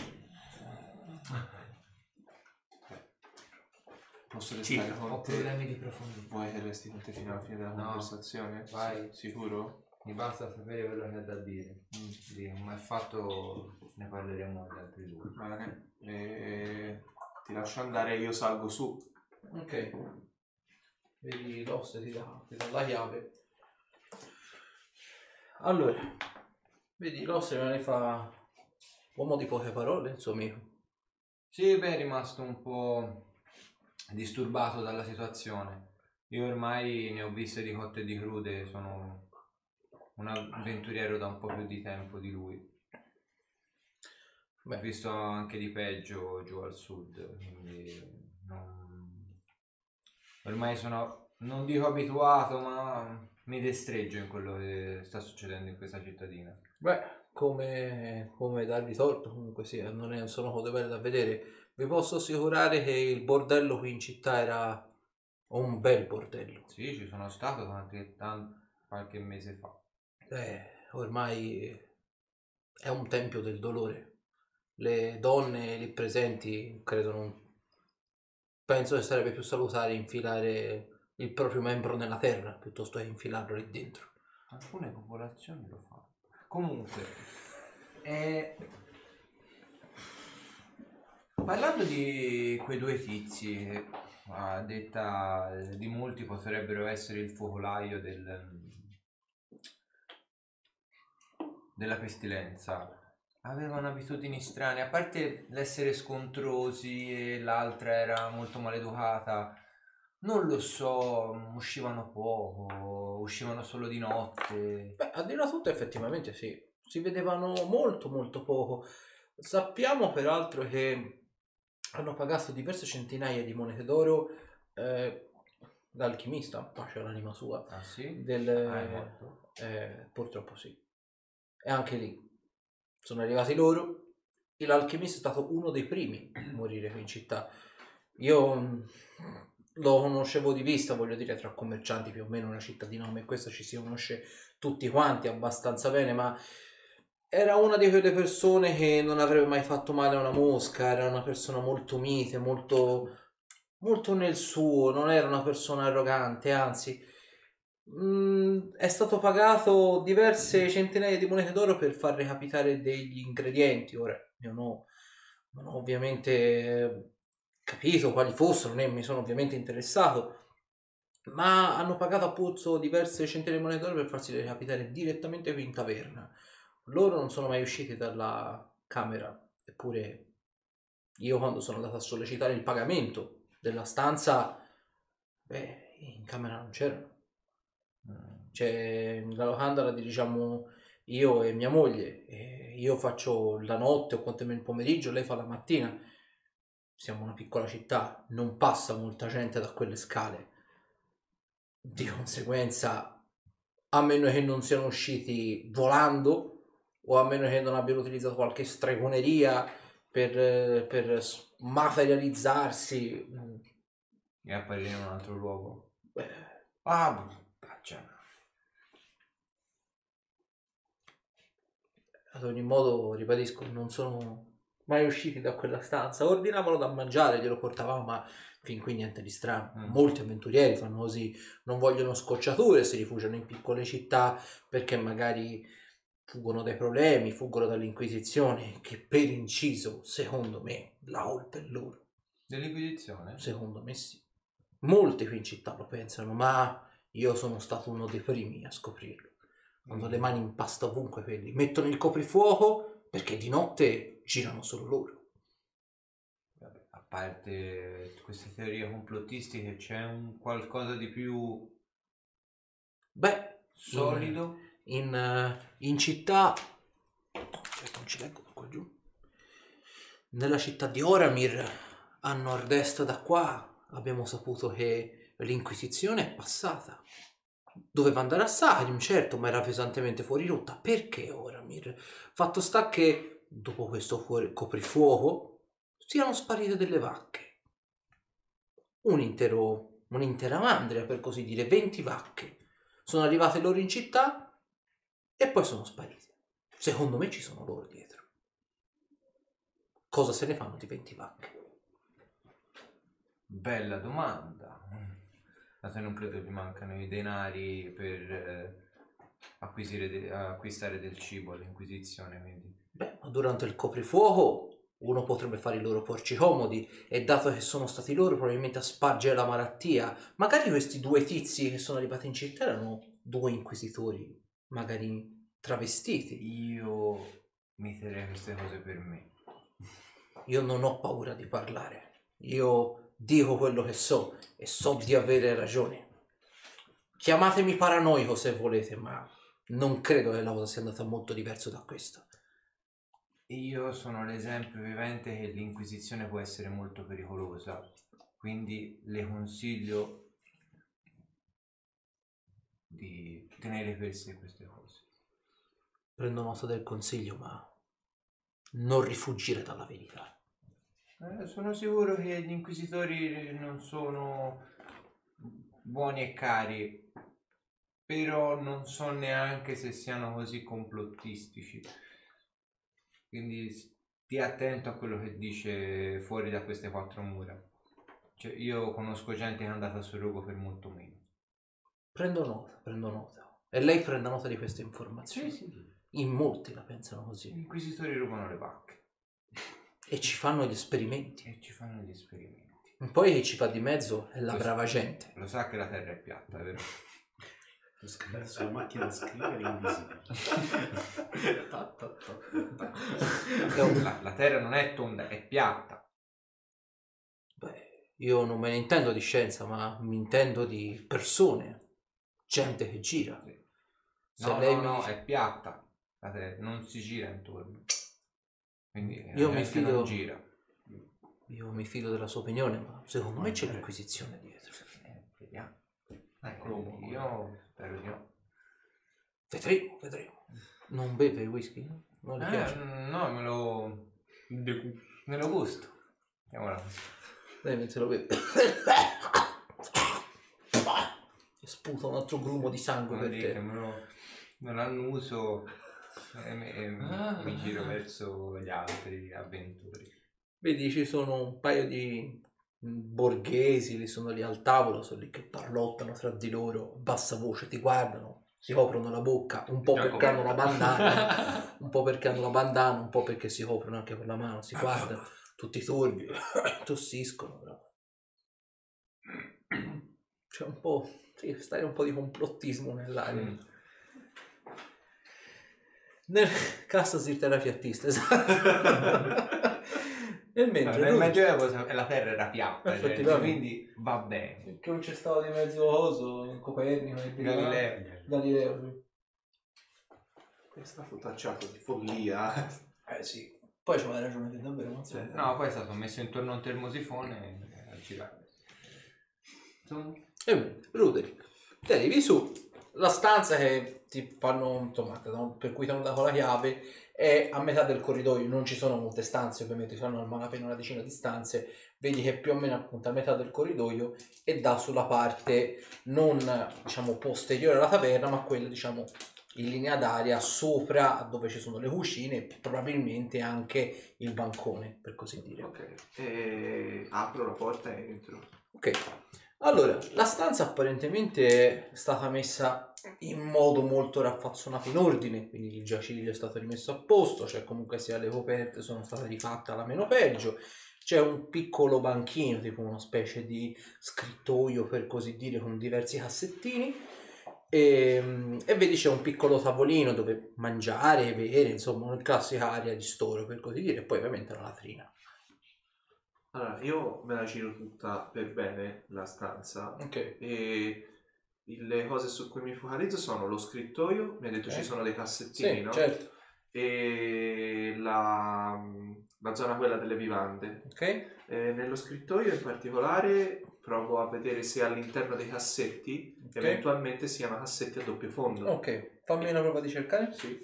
Posso restare con Ho te? problemi di profondità. Vuoi che resti con te fino alla fine della No, conversazione? vai. Sicuro? Mi basta sapere quello che ha da dire. Di come è fatto ne parleremo agli altri due. Bene. Ti lascio andare, io salgo su. Ok. Vedi l'oste ti dà la chiave. Allora, vedi l'oste ne fa uomo di poche parole, il suo amico. Sì, beh, è rimasto un po' disturbato dalla situazione. Io ormai ne ho viste di cotte e di crude, sono un avventuriero da un po' più di tempo di lui. Ho visto anche di peggio giù al sud, quindi ormai sono, non dico abituato, ma mi destreggio in quello che sta succedendo in questa cittadina. Beh, come dargli torto, comunque sia, non sono cose belle da vedere. Vi posso assicurare che il bordello qui in città era un bel bordello. Sì, ci sono stato qualche mese fa. Ormai è un tempio del dolore. Le donne lì presenti penso che sarebbe più salutare infilare il proprio membro nella terra piuttosto che infilarlo lì dentro. Alcune popolazioni lo fanno. Comunque, parlando di quei due tizi, a detta di molti potrebbero essere il focolaio della pestilenza, avevano abitudini strane, a parte l'essere scontrosi e l'altra era molto maleducata. Non lo so, uscivano poco, uscivano solo di notte. Beh, a dirla tutta effettivamente sì, si vedevano molto molto poco. Sappiamo peraltro che hanno pagato diverse centinaia di monete d'oro l'alchimista, pace all'anima sua, Ah sì? è morto? purtroppo sì. E anche lì sono arrivati loro e l'alchimista è stato uno dei primi a morire qui in città. Io lo conoscevo di vista, voglio dire, tra commercianti, più o meno una città di nome, e questa ci si conosce tutti quanti abbastanza bene, ma era una di quelle persone che non avrebbe mai fatto male a una mosca, era una persona molto mite, molto, molto nel suo, non era una persona arrogante, anzi è stato pagato diverse centinaia di monete d'oro per far recapitare degli ingredienti. Ora io non ho ovviamente capito quali fossero, né mi sono ovviamente interessato, ma hanno pagato appunto diverse centinaia di monete d'oro per farsi recapitare direttamente qui in taverna. Loro non sono mai usciti dalla camera, eppure io quando sono andato a sollecitare il pagamento della stanza, in camera non c'erano. Cioè, la locanda la dirigiamo io e mia moglie, e io faccio la notte o quantomeno il pomeriggio, lei fa la mattina. Siamo una piccola città, non passa molta gente da quelle scale, di conseguenza, a meno che non siano usciti volando o a meno che non abbiano utilizzato qualche stregoneria per materializzarsi, E apparire in un altro luogo. Ad ogni modo, ribadisco, non sono mai usciti da quella stanza. Ordinavano da mangiare, glielo portavamo, ma fin qui niente di strano. Molti avventurieri fanno così, non vogliono scocciature, si rifugiano in piccole città perché magari fuggono dai problemi, fuggono dall'Inquisizione, che per inciso, secondo me, la colpa è loro. Dell'Inquisizione? Secondo me sì. Molti qui in città lo pensano, ma io sono stato uno dei primi a scoprirlo. Quando le mani in pasta ovunque quelli mettono il coprifuoco perché di notte girano solo loro. Vabbè, a parte queste teorie complottistiche, c'è un qualcosa di più solido? In città, non ci leggo da qua giù. Nella città di Oramir, a nord-est da qua, abbiamo saputo che l'Inquisizione è passata. Doveva andare a Saharim, certo, ma era pesantemente fuori rotta. Perché Oramir? Fatto sta che dopo questo coprifuoco siano sparite delle vacche. Un'intera mandria, per così dire, 20 vacche. Sono arrivate loro in città e poi sono sparite. Secondo me ci sono loro dietro. Cosa se ne fanno di 20 vacche? Bella domanda. Ma se non credo che mancano i denari per acquistare del cibo all'Inquisizione, quindi. Beh, ma durante il coprifuoco uno potrebbe fare i loro porci comodi, e dato che sono stati loro probabilmente a spargere la malattia, magari questi due tizi che sono arrivati in città erano due inquisitori, magari travestiti. Io mi terrei queste cose per me. Io non ho paura di parlare, io dico quello che so e so di avere ragione. Chiamatemi paranoico se volete, ma non credo che la cosa sia andata molto diverso da questo. Io sono l'esempio vivente che l'Inquisizione può essere molto pericolosa, quindi le consiglio di tenere per sé queste cose. Prendo nota del consiglio, ma non rifuggire dalla verità. Sono sicuro che gli inquisitori non sono buoni e cari, però non so neanche se siano così complottistici. Quindi stia attento a quello che dice fuori da queste 4 mura. Cioè, io conosco gente che è andata sul rogo per molto meno. Prendo nota. E lei prenda nota di queste informazioni. Sì. In molti la pensano Gli così. inquisitori rubano le vacche. E ci fanno gli esperimenti. E ci fanno gli esperimenti. Poi chi ci fa di mezzo è la Lo brava gente. Lo sa che la terra è piatta, vero? Sulla macchina da scrivere invisibile. La terra non è tonda, è piatta. Beh, io non me ne intendo di scienza, ma mi intendo di persone, gente che gira. Se No, lei no, mi no, dice- è piatta. La terra non si gira intorno. Quindi Io la mi gente fido- non gira. Io mi fido della sua opinione, ma secondo me c'è l'inquisizione dietro. Vediamo. Eccolo. Io spero di no. Vedremo. Non beve il whisky? Non le piace? No, me lo gusto. Andiamola. Lei non se lo beve. Sputa un altro grumo di sangue per Che te. me lo annuso e mi giro verso gli altri avventori. Vedi, ci sono un paio di borghesi, li sono lì al tavolo, sono lì che parlottano tra di loro, bassa voce, ti guardano, si coprono la bocca, un po' perché hanno una bandana, un po' perché hanno la bandana, un po' perché si coprono anche con la mano, si guardano, tutti torbi, tossiscono. Però. C'è un po', sì, stai un po' di complottismo nell'aria. Nel cassa si terapiattista, esatto. Nel mentre Nel Medioevo la terra era piatta, effettivamente. quindi va bene. Perché non c'è stato di mezzo coso, Copernico e Galileo. Sì. È stato tacciato di follia. Sì. Poi c'è una ragione che davvero non so. No, poi è stato messo intorno a un termosifone a girare. E Ruderick, ti arrivi su, la stanza che ti fanno, insomma, per cui ti hanno dato la chiave è a metà del corridoio, non ci sono molte stanze, ovviamente ci sono malapena una decina di stanze, vedi che più o meno appunto a metà del corridoio e dà sulla parte non diciamo posteriore alla taverna, ma quella diciamo in linea d'aria sopra dove ci sono le cucine e probabilmente anche il bancone, per così dire. Ok, e apro la porta e entro. Ok, allora la stanza apparentemente è stata messa in modo molto raffazzonato in ordine, quindi il giaciglio è stato rimesso a posto, cioè comunque sia le coperte sono state rifatte alla meno peggio, c'è un piccolo banchino, tipo una specie di scrittoio per così dire, con diversi cassettini e vedi c'è un piccolo tavolino dove mangiare e bere, insomma una classica area di storo per così dire, e poi ovviamente la latrina. Allora, io me la giro tutta per bene la stanza. Ok. E le cose su cui mi focalizzo sono lo scrittoio, mi ha detto ci sono dei cassettini, Sì, no? certo. E la zona quella delle vivande. Ok. Nello scrittoio in particolare provo a vedere se all'interno dei cassetti eventualmente siano cassetti a doppio fondo. Ok, fammi una prova di cercare. Sì.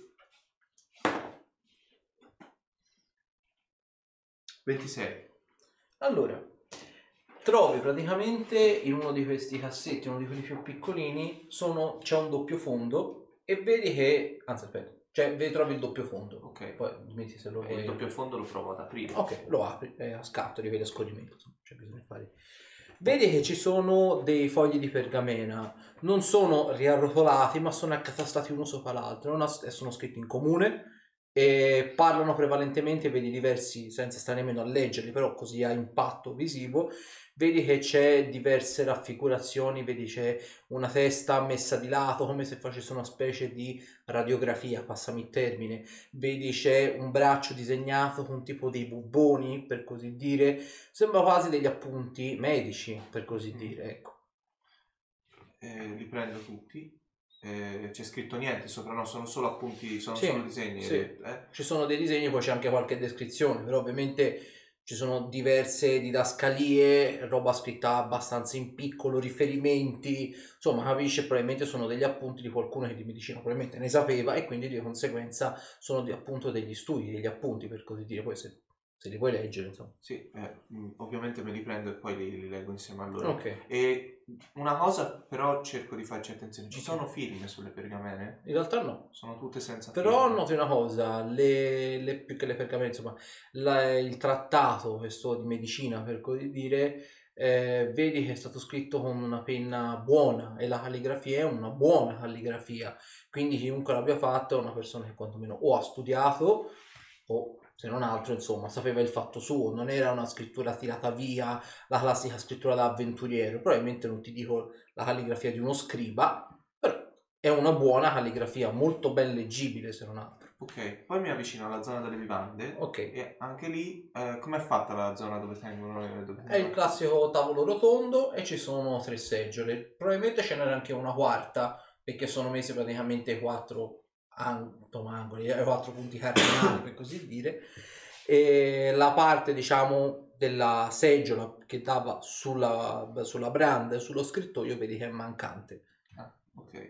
26. Allora, trovi praticamente in uno di questi cassetti, uno di quelli più piccolini, c'è un doppio fondo e vedi che, anzi aspetta, trovi il doppio fondo. Ok. Poi dimmi se lo vuoi. Il doppio fondo lo provo ad aprire. Ok, lo apri, a scatto, vedi a scorrimento, insomma, c'è bisogno di fare. Vedi che ci sono dei fogli di pergamena, non sono riarrotolati ma sono accatastati uno sopra l'altro, sono scritti in comune e parlano prevalentemente, vedi diversi, senza stare nemmeno a leggerli, però così a impatto visivo, vedi che c'è diverse raffigurazioni, vedi c'è una testa messa di lato come se facesse una specie di radiografia, passami il termine, vedi c'è un braccio disegnato con tipo dei bubboni, per così dire, sembra quasi degli appunti medici, per così dire, ecco. Li prendo tutti. C'è scritto niente sopra, no, sono solo appunti, sono Sì, solo disegni. sì. Ci sono dei disegni, poi c'è anche qualche descrizione, però ovviamente ci sono diverse didascalie, roba scritta abbastanza in piccolo, riferimenti, insomma capisce, probabilmente sono degli appunti di qualcuno che di medicina probabilmente ne sapeva e quindi di conseguenza sono appunto degli studi, degli appunti per così dire. Poi se Se li puoi leggere, insomma. Sì, ovviamente me li prendo e poi li leggo insieme a loro. Ok. E una cosa però cerco di farci attenzione, ci sono firme sulle pergamene? In realtà no. Sono tutte senza Però firme. noti una cosa, più che le pergamene, insomma, il trattato, questo di medicina per così dire, vedi che è stato scritto con una penna buona e la calligrafia è una buona calligrafia, quindi chiunque l'abbia fatto è una persona che quantomeno o ha studiato o se non altro insomma sapeva il fatto suo, non era una scrittura tirata via, la classica scrittura da avventuriero, probabilmente non ti dico la calligrafia di uno scriba, però è una buona calligrafia, molto ben leggibile se non altro. Ok, poi mi avvicino alla zona delle vivande. Ok. E anche lì, com'è fatta la zona dove tengono È il classico tavolo rotondo e ci sono 3 seggiole, probabilmente ce n'era anche una quarta perché sono messe praticamente 4 angoli, 4 punti cardinali per così dire, e la parte diciamo della seggiola che dava sulla branda e sullo scrittoio vedi che è mancante. Ah, ok.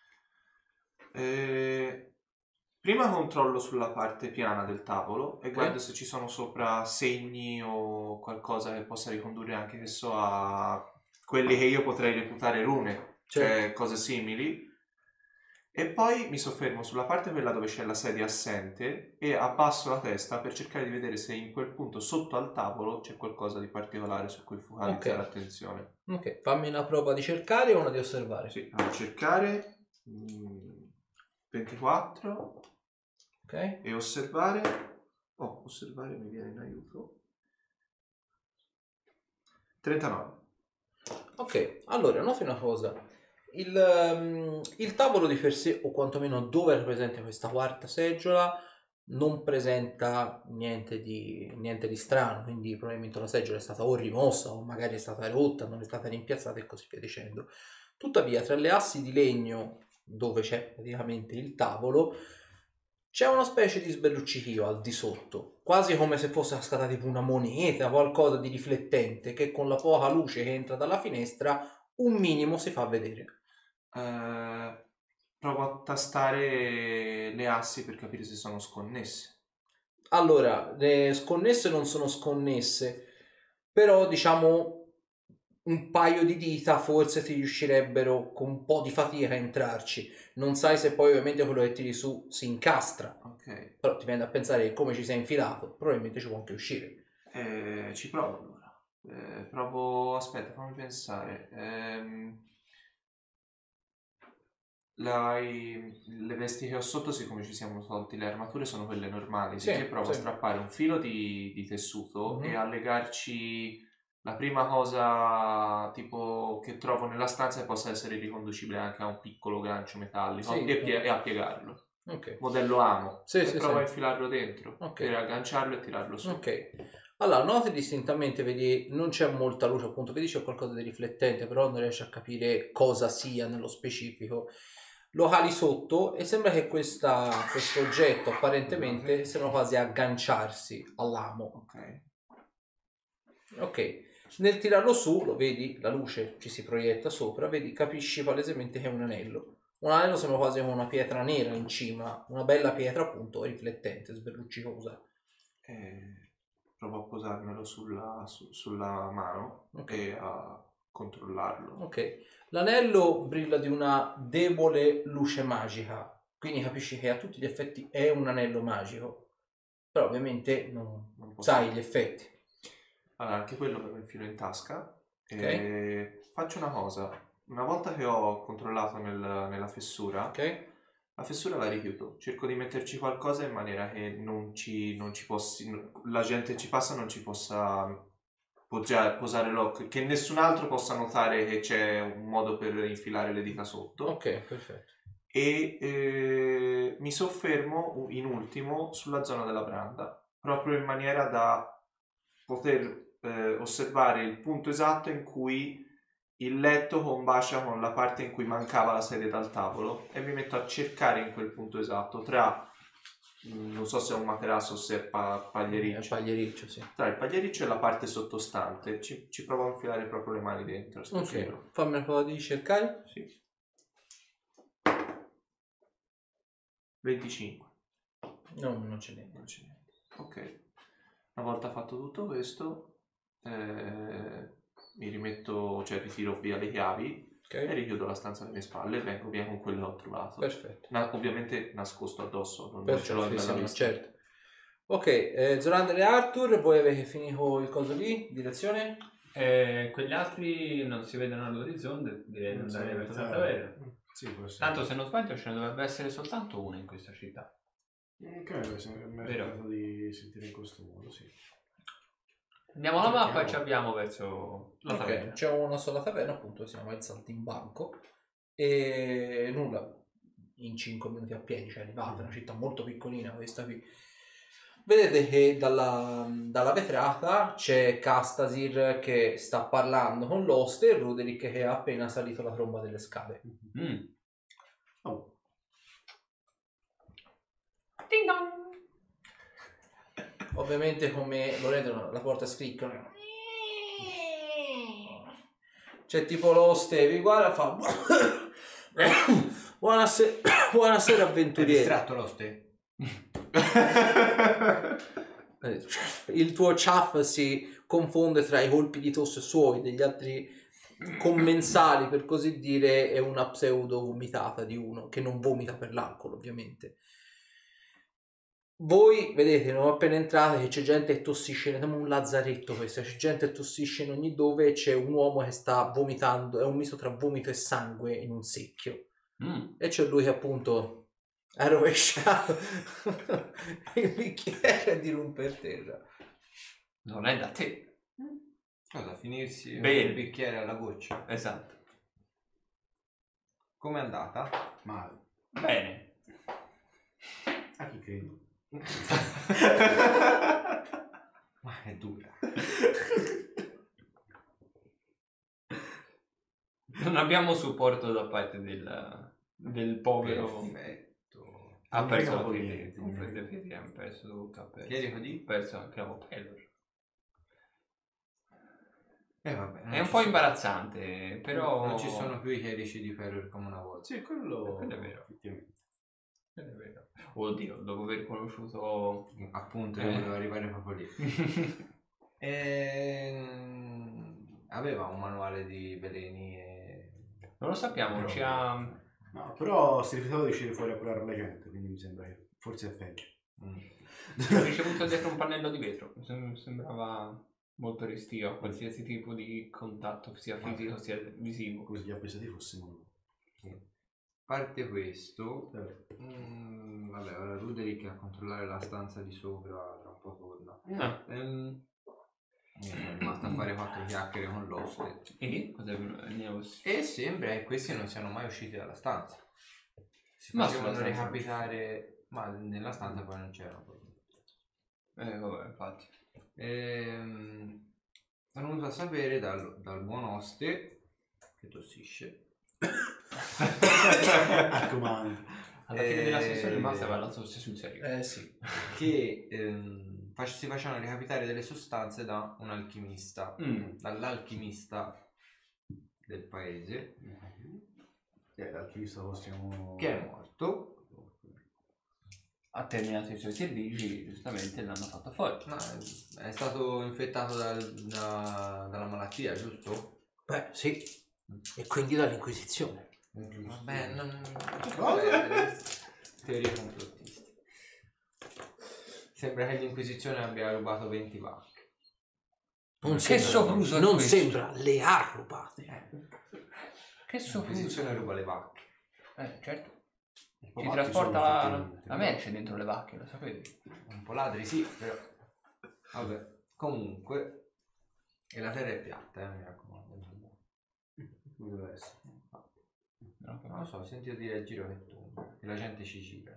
Prima controllo sulla parte piana del tavolo e guardo se ci sono sopra segni o qualcosa che possa ricondurre anche, che so, a quelli che io potrei reputare rune, cioè cose simili. E poi mi soffermo sulla parte quella dove c'è la sedia assente e abbasso la testa per cercare di vedere se in quel punto sotto al tavolo c'è qualcosa di particolare su cui focalizzare l'attenzione. Ok, fammi una prova di cercare e una di osservare. Sì, a cercare 24. Ok. E osservare. Osservare mi viene in aiuto. 39. Ok, allora noti una cosa. Il tavolo di per sé, o quantomeno dove è presente questa quarta seggiola, non presenta niente di strano, quindi probabilmente la seggiola è stata o rimossa o magari è stata rotta, non è stata rimpiazzata e così via dicendo. Tuttavia, tra le assi di legno dove c'è praticamente il tavolo, c'è una specie di sberluccichio al di sotto, quasi come se fosse cascata tipo una moneta, qualcosa di riflettente che con la poca luce che entra dalla finestra un minimo si fa vedere. Provo a tastare le assi per capire se sono sconnesse. Allora, le sconnesse non sono sconnesse, però diciamo un paio di dita forse ti riuscirebbero con un po' di fatica a entrarci. Non sai se poi ovviamente quello che tiri su si incastra. Ok. Però ti viene a pensare che come ci sei infilato, probabilmente ci può anche uscire. Ci provo allora. Provo. Aspetta, fammi pensare. Le vesti che ho sotto, siccome ci siamo tolti le armature, sono quelle normali. Sì, Sicché provo a strappare un filo di tessuto e a legarci la prima cosa tipo che trovo nella stanza che possa essere riconducibile anche a un piccolo gancio metallico e a piegarlo. Ok. Modello amo. Sì, e sì, provo sì. a infilarlo dentro per agganciarlo e tirarlo su. Ok. Allora, noti distintamente, vedi, non c'è molta luce, appunto, vedi c'è qualcosa di riflettente, però non riesci a capire cosa sia nello specifico. Lo cali sotto e sembra che questo oggetto apparentemente sembra quasi agganciarsi all'amo. Ok. Ok, nel tirarlo su lo vedi, la luce ci si proietta sopra, vedi, capisci palesemente che è un anello. Un anello sembra quasi come una pietra nera in cima, una bella pietra appunto riflettente, sberluccicosa. Provo a posarmelo sulla mano e a controllarlo. Ok, l'anello brilla di una debole luce magica, quindi capisci che a tutti gli effetti è un anello magico, però ovviamente non sai gli effetti. Allora, anche quello me lo infilo in tasca e faccio una cosa. Una volta che ho controllato nella fessura, la fessura la richiudo. Cerco di metterci qualcosa in maniera che non ci la gente ci passa non ci possa posare l'occhio, che nessun altro possa notare che c'è un modo per infilare le dita sotto. Ok, perfetto. E mi soffermo in ultimo sulla zona della branda, proprio in maniera da poter osservare il punto esatto in cui il letto combacia con la parte in cui mancava la sedia dal tavolo e mi metto a cercare in quel punto esatto tra non so se è un materasso o se è pagliericcio. Pagliericcio, sì. Tra il pagliericcio e la parte sottostante ci provo a infilare proprio le mani dentro. Ok, fammi una prova di cercare. Sì. 25. No, non c'è niente. Ok. Una volta fatto tutto questo, mi rimetto, cioè ritiro via le chiavi e richiudo la stanza alle mie spalle e vengo via con quello che ho trovato. Perfetto. Ovviamente nascosto addosso, non ce l'ho in Perfetto, bella vista. certo. Ok, Zorander e Arthur, voi avete finito il coso lì? Direzione? Quegli altri non si vedono all'orizzonte, direi di andare verso la taverna. Sì, può essere. Tanto se non sbaglio ce ne dovrebbe essere soltanto una in questa città. Credo che mi è capitato di sentire in questo modo, sì. Andiamo alla mappa e ci abbiamo verso la taverna. C'è una sola taverna, appunto, si chiama il Saltimbanco. E nulla, in 5 minuti a piedi, cioè arrivate, una città molto piccolina questa qui. Vedete che dalla vetrata c'è Castasir che sta parlando con l'oste e Roderick che è appena salito la tromba delle scale. Oh. Ding dong! Ovviamente come lo vedono la porta scricca. C'è tipo l'oste, vi guarda, fa buonasera È avventurieri. distratto l'oste? Il tuo chaff si confonde tra i colpi di tosse suoi degli altri commensali, per così dire, e una pseudo vomitata di uno che non vomita per l'alcol, ovviamente. Voi vedete, non appena entrate, che c'è gente che tossisce, è un lazzaretto questo, c'è gente che tossisce in ogni dove, c'è un uomo che sta vomitando, è un misto tra vomito e sangue in un secchio. E c'è lui che appunto ha rovesciato il bicchiere di romperterra. Non è da te. Cosa? Finirsi Bene. il bicchiere alla goccia? Esatto. Com'è andata? Male. Bene. A chi credo? Ma è dura. Non abbiamo supporto da parte del povero. Perfetto. Ha perso la Non fede. niente, Non niente. prende fede, ha perso tutto. Ha perso. Che dico di? Ha perso anche la Pelor. Vabbè. È un po' imbarazzante, però. Non ci sono più i chierici di Peror come una volta. Sì, quello Quello è vero. effettivamente. È vero. Oddio, dopo aver conosciuto. Appunto, io volevo arrivare proprio lì. Aveva un manuale di veleni e... Non lo sappiamo, Però- ci ha. No, però si rifiutava di uscire fuori a curare la gente, quindi mi sembra che forse è peggio. Ci ha ricevuto dietro un pannello di vetro. Sembrava molto restio a qualsiasi tipo di contatto, sia fisico sia visivo. Come se gli avversati fossimo noi. A parte questo, vabbè, ora Ruderick a controllare la stanza di sopra tra un po' torna. Sono rimasto a fare 4 chiacchiere con l'oste. E cosa andiamo? E sembra che questi non siano mai usciti dalla stanza. Si Ma facevano sulla stanza recapitare, ma nella stanza poi non c'erano proprio. Vabbè, infatti. Sono venuto a sapere dal buon oste che tossisce. A comando. Alla fine della sessione basta parlare sul serio. Sì. Che si facevano recapitare delle sostanze da un alchimista, dall'alchimista del paese, L'alchimista possiamo... che è morto. Ha terminato i suoi servigi, giustamente l'hanno fatto fuori. No, è stato infettato dalla malattia, giusto? Beh, sì. E quindi dall'Inquisizione. Vabbè, non... Cosa? Teorie complottiste. Sembra che l'Inquisizione abbia rubato 20 vacche. Non Che sembra, sopruso è non questo? sembra, le ha rubate. Che sopruso. L'Inquisizione ruba le vacche. Certo. I Ci polacchi trasporta sono la effettivamente- merce dentro le vacche, lo sapevi? Un po' ladri, sì, però... Vabbè, comunque... E la terra è piatta, mi raccomando. Come deve essere. Non lo so, ho sentito dire al giro che tomba, che la gente ci gira.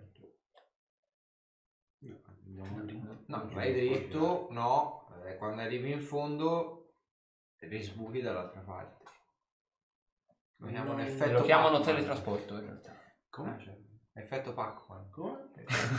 No, mi hai detto, no, quando arrivi in fondo risbuchi dall'altra parte. Lo chiamano effetto Lo chiamano Pac-Man. teletrasporto in realtà. Come? Cioè, effetto Pac-Man. Come?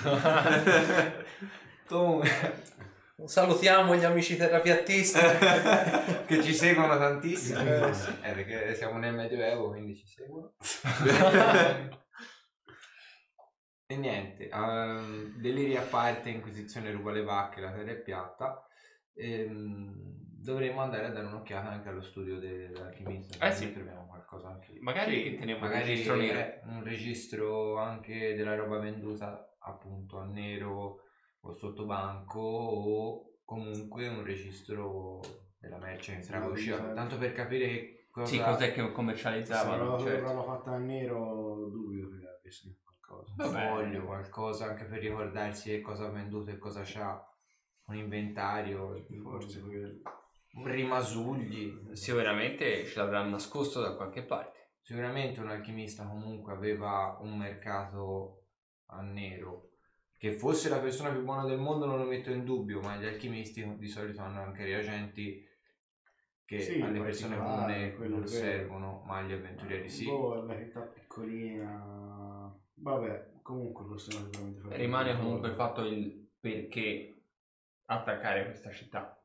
Comunque, Salutiamo gli amici terapiattisti. che ci seguono tantissimo. Perché siamo nel Medioevo, quindi ci seguono. E niente, deliri a parte, Inquisizione ruba le vacche, la terra è piatta. Dovremmo andare a dare un'occhiata anche allo studio dell'alchimista. Sì. Troviamo qualcosa anche lì. Magari che teniamo un Magari registro nero. un registro anche della roba venduta appunto a nero o sottobanco, o comunque un registro della merce che sarà uscita, tanto per capire che cosa... Sì, cos'è che Se commercializzavano, la certo. roba fatta a nero, dubito che avesse qualcosa. Vabbè. foglio, qualcosa anche per ricordarsi che cosa ha venduto e cosa c'ha, un inventario, Forse quello. rimasugli. Sicuramente ce l'avranno nascosto da qualche parte. Sicuramente un alchimista comunque aveva un mercato a nero. Che fosse la persona più buona del mondo non lo metto in dubbio, ma gli alchimisti di solito hanno anche reagenti che Sì, alle persone particolari, comuni quello non è vero. servono, ma agli avventurieri sì. Boh, la città piccolina. Vabbè, comunque possiamo sicuramente fare. Rimane comunque il fatto il perché attaccare questa città.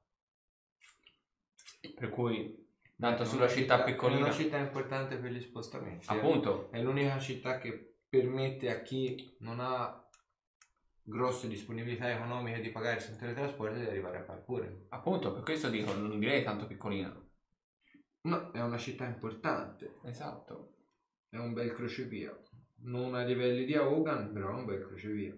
Per cui, tanto sulla città È piccolina, una città importante per gli spostamenti. appunto, È l'unica città che permette a chi non ha grosse disponibilità economiche di pagarsi un teletrasporto di arrivare a Parpure. appunto, per questo dico, non direi tanto piccolina. No, è una città importante, Esatto. è un bel crocevia. Non a livelli di Hogan, però è un bel crocevia.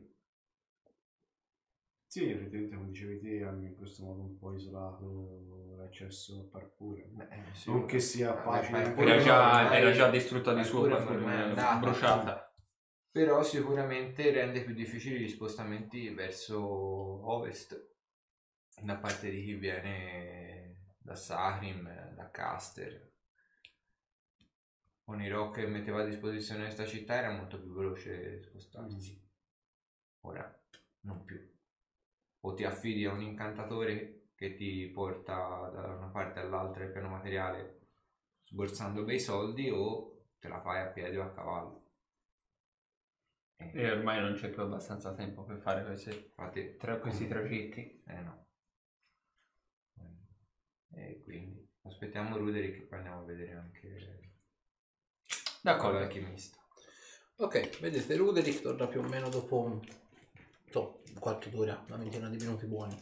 Sì, effettivamente come dicevi te hanno in questo modo un po' isolato l'accesso a Parpure. Sì, Non che sia facile. Era già distrutta di suo Parpure quando ormai è è andata. bruciata. Però sicuramente rende più difficili gli spostamenti verso ovest da parte di chi viene da Sahrim, da Caster. Con i rock che metteva a disposizione questa città era molto più veloce spostarsi. Ora non più. O ti affidi a un incantatore che ti porta da una parte all'altra il piano materiale sborsando bei soldi, o te la fai a piedi o a cavallo. E ormai non c'è più abbastanza tempo per fare questi tragitti. No. E quindi aspettiamo Ruderick e poi andiamo a vedere anche D'accordo. l'alchimista. Ok, vedete, Ruderick torna più o meno dopo un quarto d'ora, una ventina di minuti buoni.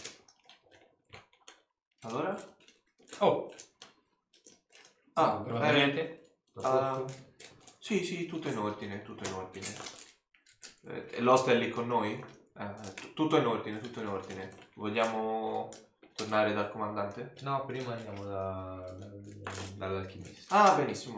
Allora? Oh, probabilmente. Sì, tutto in ordine, tutto in ordine. L'host è lì con noi? Tutto in ordine. Vogliamo tornare dal comandante? No, prima andiamo dall'alchimista. Ah, benissimo.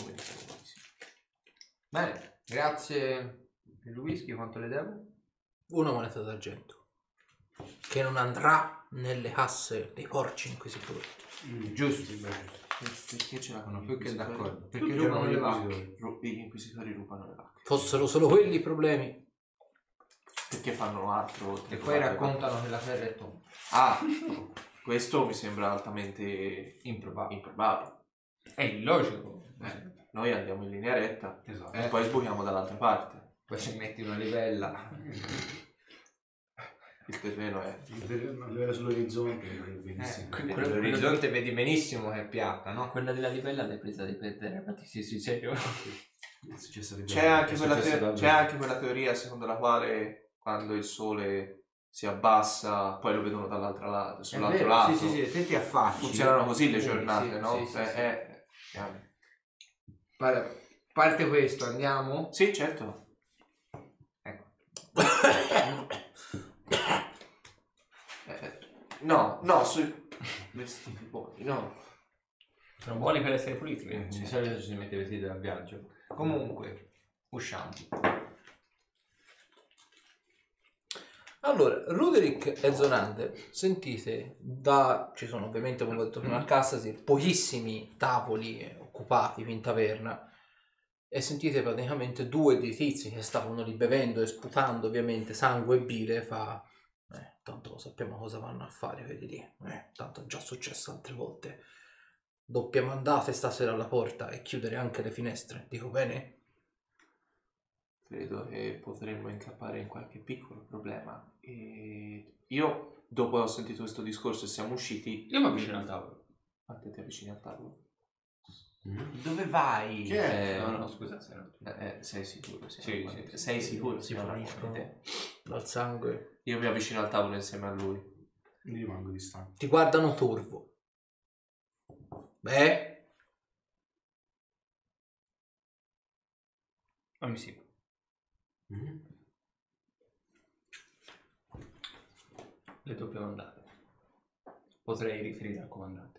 Bene, grazie per il whisky, quanto le devo? Una moneta d'argento che non andrà nelle casse dei porci inquisitori. Giusto, Perché ce la sono più che d'accordo. Perché Perché rubano le erano vacche. Gli inquisitori rubano le vacche. Fossero solo quelli i problemi. Perché fanno altro? oltre E a poi rubare le raccontano che la terra è tonda. vacche? Ah, questo mi sembra altamente improbabile. È illogico. Noi andiamo in linea retta Esatto. e poi sbuchiamo dall'altra parte. Poi ci metti una livella. Il terreno è... Il livello sull'orizzonte è benissimo. L'orizzonte vedi benissimo che è piatta, no? Quella della livella l'hai presa di perdere, infatti sì, sul serio. C'è anche quella teoria secondo la quale quando il sole si abbassa poi lo vedono dall'altro lato, sull'altro lato. Sì, te ti affacci. Funzionano così le Sì, giornate, sì, no? sì, Chiaro. Parte questo, andiamo? Sì, certo. Ecco. No, sui vestiti buoni, no. Sono buoni per essere puliti. Di solito ci si mette i vestiti da viaggio. Comunque, usciamo. Allora, Ruderick e Zonande, sentite, ci sono ovviamente, come ho detto prima, a Cassasi, pochissimi tavoli occupati in taverna, e sentite praticamente due dei tizi che stavano lì bevendo e sputando ovviamente sangue e bile, tanto lo sappiamo cosa vanno a fare quelli lì, tanto è già successo altre volte, doppie mandate stasera alla porta e chiudere anche le finestre, dico bene? Credo che potremmo incappare in qualche piccolo problema. E io, dopo che ho sentito questo discorso e siamo usciti... Io mi avvicino al tavolo. Quanto ti avvicini al tavolo? Dove vai? Che è? No, scusa. Sei sicuro? Sì. Sei sicuro? Si No, forniscono no. dal sangue. Io mi avvicino al tavolo insieme a lui. Io rimango distante. Ti guardano torvo. Beh, Fammi sì. Le doppie mandate. Potrei riferire al comandante.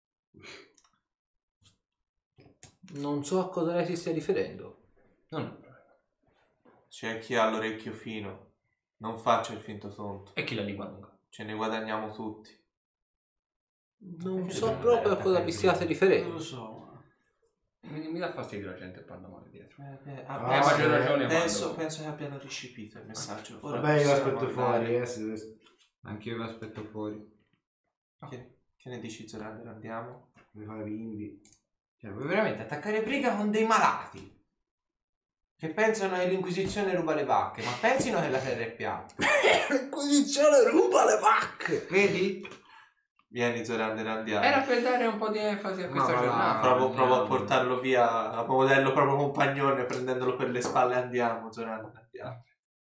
non so a cosa lei si stia riferendo. Non è un problema. C'è chi ha l'orecchio fino. Non faccia il finto tonto. E chi la lingua lunga? Ce ne guadagniamo tutti. Non Perché so dobbiamo proprio a andare cosa a vi attaccare stiate Non lo riferendo. so. Mi dà fastidio la gente parla male dietro. Maggior ragione penso quando- che abbiano recepito il messaggio. Vabbè, io possiamo aspetto andare. fuori, Anch'io vi aspetto fuori. Che ne dici, Zorander? Andiamo? Devi fare bimbi. Cioè, vuoi veramente attaccare briga con dei malati? Che pensano che l'Inquisizione ruba le vacche, ma pensino che la terra è piatta. L'Inquisizione ruba le vacche! Vedi? Vieni, Zorander, andiamo. Era per dare un po' di enfasi a questa va là. giornata. Provo a portarlo via a modello proprio compagnone, prendendolo per le spalle. Andiamo, Zorander, andiamo.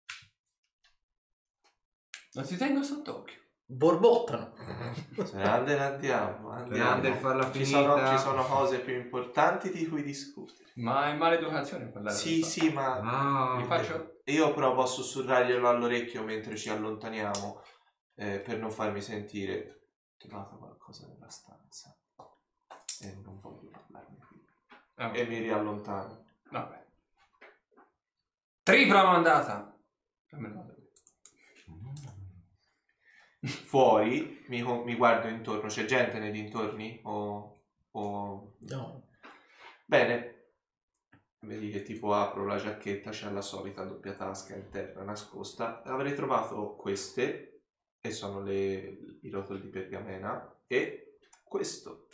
Non si tengo sott'occhio. Borbottano. Zorander, andiamo. Zorander, farla Ci finita. ci sono cose più importanti di cui discutere. Ma è maleducazione parlare. Sì, ma Ah, Li faccio? io provo a sussurrarglielo all'orecchio mentre ci allontaniamo, per non farmi sentire. Ho trovato qualcosa nella stanza e non voglio parlarne qui. Ok. E mi riallontano. Vabbè. Tripla mandata. Me lo vado. Fuori mi guardo intorno. C'è gente nei dintorni? O... No. Bene. Vedi che tipo apro la giacchetta, c'è la solita doppia tasca interna nascosta. Avrei trovato queste, e sono i rotoli di pergamena, e questo.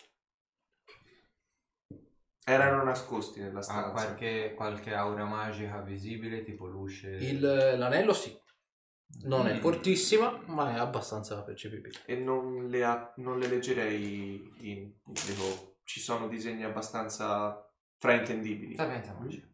Erano nascosti nella ha stanza. qualche aura magica visibile, tipo luce. L'anello sì. Non è fortissima, ma è abbastanza percepibile. E non le leggerei in pubblico. Ci sono disegni abbastanza fraintendibili. Sapienza magica.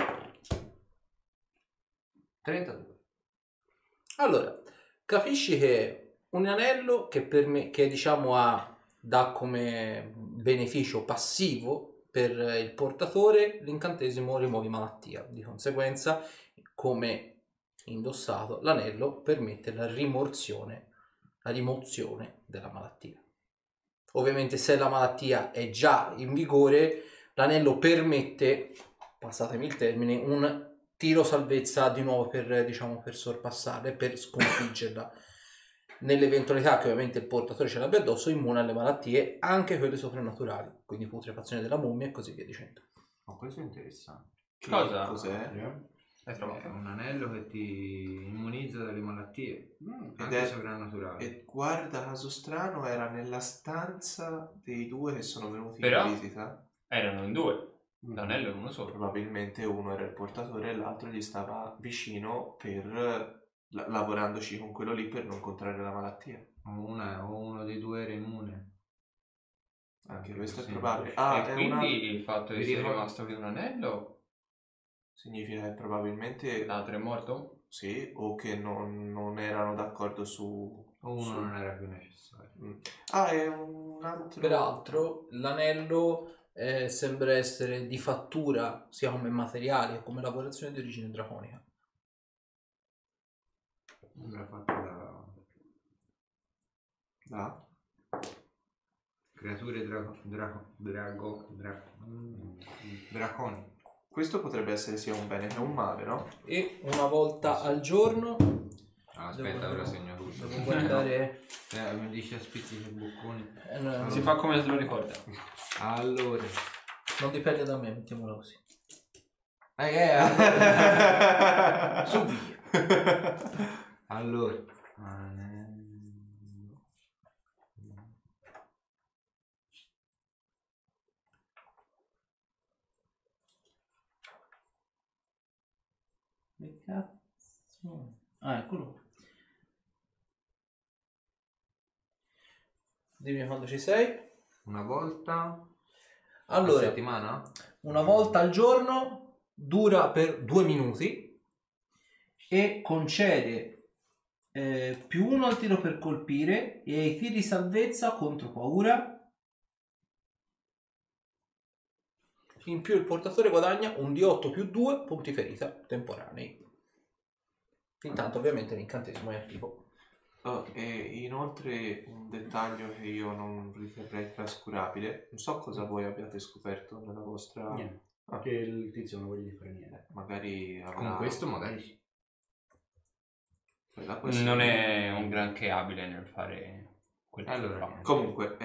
32. Allora, capisci che un anello che per me, che diciamo dà come beneficio passivo per il portatore l'incantesimo rimuovi malattia. Di conseguenza, come indossato, l'anello permette la rimozione della malattia. Ovviamente se la malattia è già in vigore, l'anello permette, passatemi il termine, un tiro salvezza di nuovo per sorpassarla e per sconfiggerla. Nell'eventualità che ovviamente il portatore ce l'abbia addosso, immune alle malattie, anche quelle soprannaturali, quindi putrefazione della mummia e così via dicendo. Oh, questo è interessante. Cosa? Cos'è? Hai È trovato? un anello che ti immunizza dalle malattie, Ed anche è- soprannaturali. E guarda, caso strano, era nella stanza dei due che sono venuti Però- in visita. Erano in due. L'anello è uno solo. Probabilmente uno era il portatore e l'altro gli stava vicino lavorandoci con quello lì per non contrarre la malattia. O uno dei due era immune. Anche questo è Sì. probabile. E È quindi il fatto di Vi essere ricordo- rimasto qui un anello, significa che probabilmente l'altro è morto? sì, o che non erano d'accordo su... O uno su- non era più necessario. è un altro... Peraltro l'anello sembra essere di fattura sia come materiale che come lavorazione di origine draconica. Sembra fatto da Da? creature draconi. Questo potrebbe essere sia un bene che un male, no? E una volta al giorno Aspetta, devo- ora segno tutto. devo guardare Mi dici a spizzichi i bocconi. no, Si fa come se lo ricorda. Allora. non dipende da me, mettiamola così. Su via. Allora. Che cazzo? Ah, eccolo. Dimmi quando ci sei. Una volta Allora, settimana? una volta al giorno, dura per 2 minuti e concede +1 al tiro per colpire e ai tiri di salvezza contro paura. In più il portatore guadagna un D8 più 2 punti ferita temporanei. Intanto ovviamente l'incantesimo è attivo. E inoltre un dettaglio che io non riterrei trascurabile, non so cosa voi abbiate scoperto nella vostra... Niente. Che il tizio non voglia di fare niente. Magari avrà... Con questo magari sì. Non è un granché abile nel fare quel che Allora, fa. Comunque,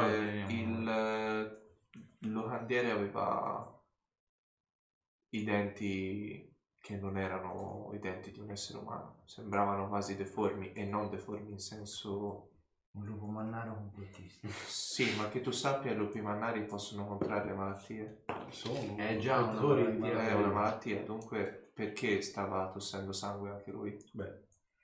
il locandiere aveva i denti che non erano i denti di un essere umano, sembravano quasi deformi e non deformi in senso... Un lupo mannaro complottista. Sì, ma che tu sappia, i lupi mannari possono contrarre malattie. Sono già portatori di una È malattie. una malattia, dunque perché stava tossendo sangue anche lui? Beh.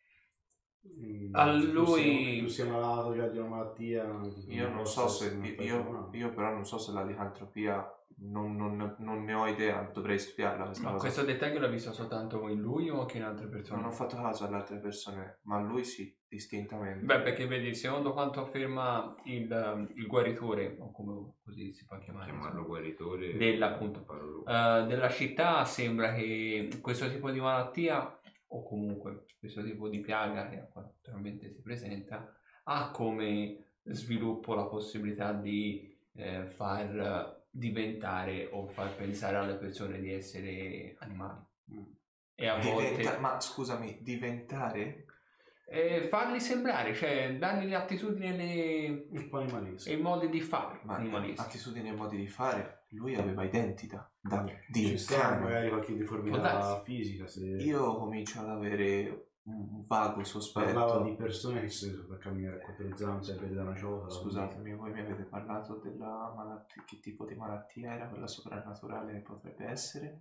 A lui- tu sei malato già di una malattia. Io non so se io però non so se la licantropia non ne ho idea, dovrei studiarla questa Ma cosa. questo dettaglio l'ha visto soltanto in lui o anche in altre persone? Non ho fatto caso alle altre persone, ma lui sì, distintamente. Beh, perché vedi, secondo quanto afferma il guaritore, o come così si può chiamare, Chiamarlo guaritore. della città, sembra che questo tipo di malattia, o comunque questo tipo di piaga che attualmente si presenta, ha come sviluppo la possibilità di far diventare o far pensare alle persone di essere animali. E a volte Ma scusami, diventare? farli sembrare, cioè dargli le attitudini Un po' animalista. e i modi di fare Ma animalisti. attitudini e modi di fare. Lui aveva i denti da Ci sta cane. magari qualche Può difformità darsi. fisica. Se Io comincio ad avere un vago sospetto. parlava di persone che si sono a camminare a quattro zampe e vede da una ciotola. Scusatemi, voi mi avete parlato della malattia, che tipo di malattia era quella soprannaturale che potrebbe essere?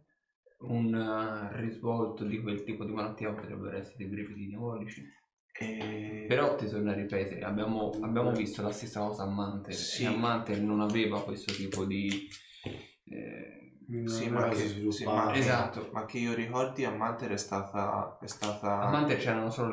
Un risvolto di quel tipo di malattia potrebbero essere i brividi neurologici. E... Però ti torno a ripetere, abbiamo visto la stessa cosa a Manter. Sì. E a Manter non aveva questo tipo di Sì, ma ma che che, si sì, sviluppava. esatto. ma che io ricordi, a Manter è stata A Manter c'erano solo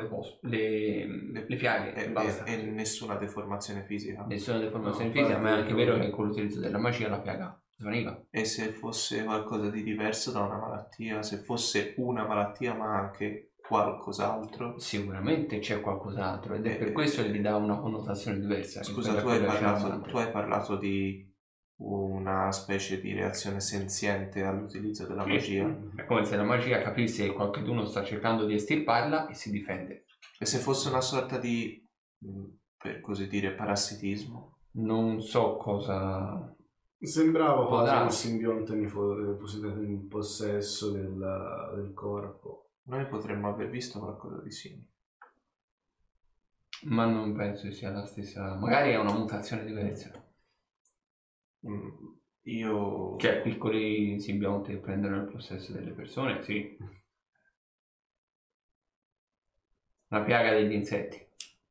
le piaghe e basta. e nessuna deformazione fisica. Nessuna deformazione No, fisica, ma è anche guarda, vero che con l'utilizzo della magia la piaga svaniva. E se fosse qualcosa di diverso da una malattia, se fosse una malattia ma anche qualcos'altro. Sicuramente c'è qualcos'altro ed è per questo che gli dà una connotazione diversa. Scusa, tu hai parlato di una specie di reazione senziente all'utilizzo della magia. È come se la magia capisse che qualcuno sta cercando di estirparla e si difende. E se fosse una sorta di, per così dire, parassitismo? Non so cosa... Sembrava Può quasi un darsi. simbionte ne fosse entrato in possesso del corpo. Noi potremmo aver visto qualcosa di simile. Ma non penso che sia la stessa... Magari è una mutazione diversa. Io... Cioè, piccoli simbionti che prendono il possesso delle persone, sì. La piaga degli insetti.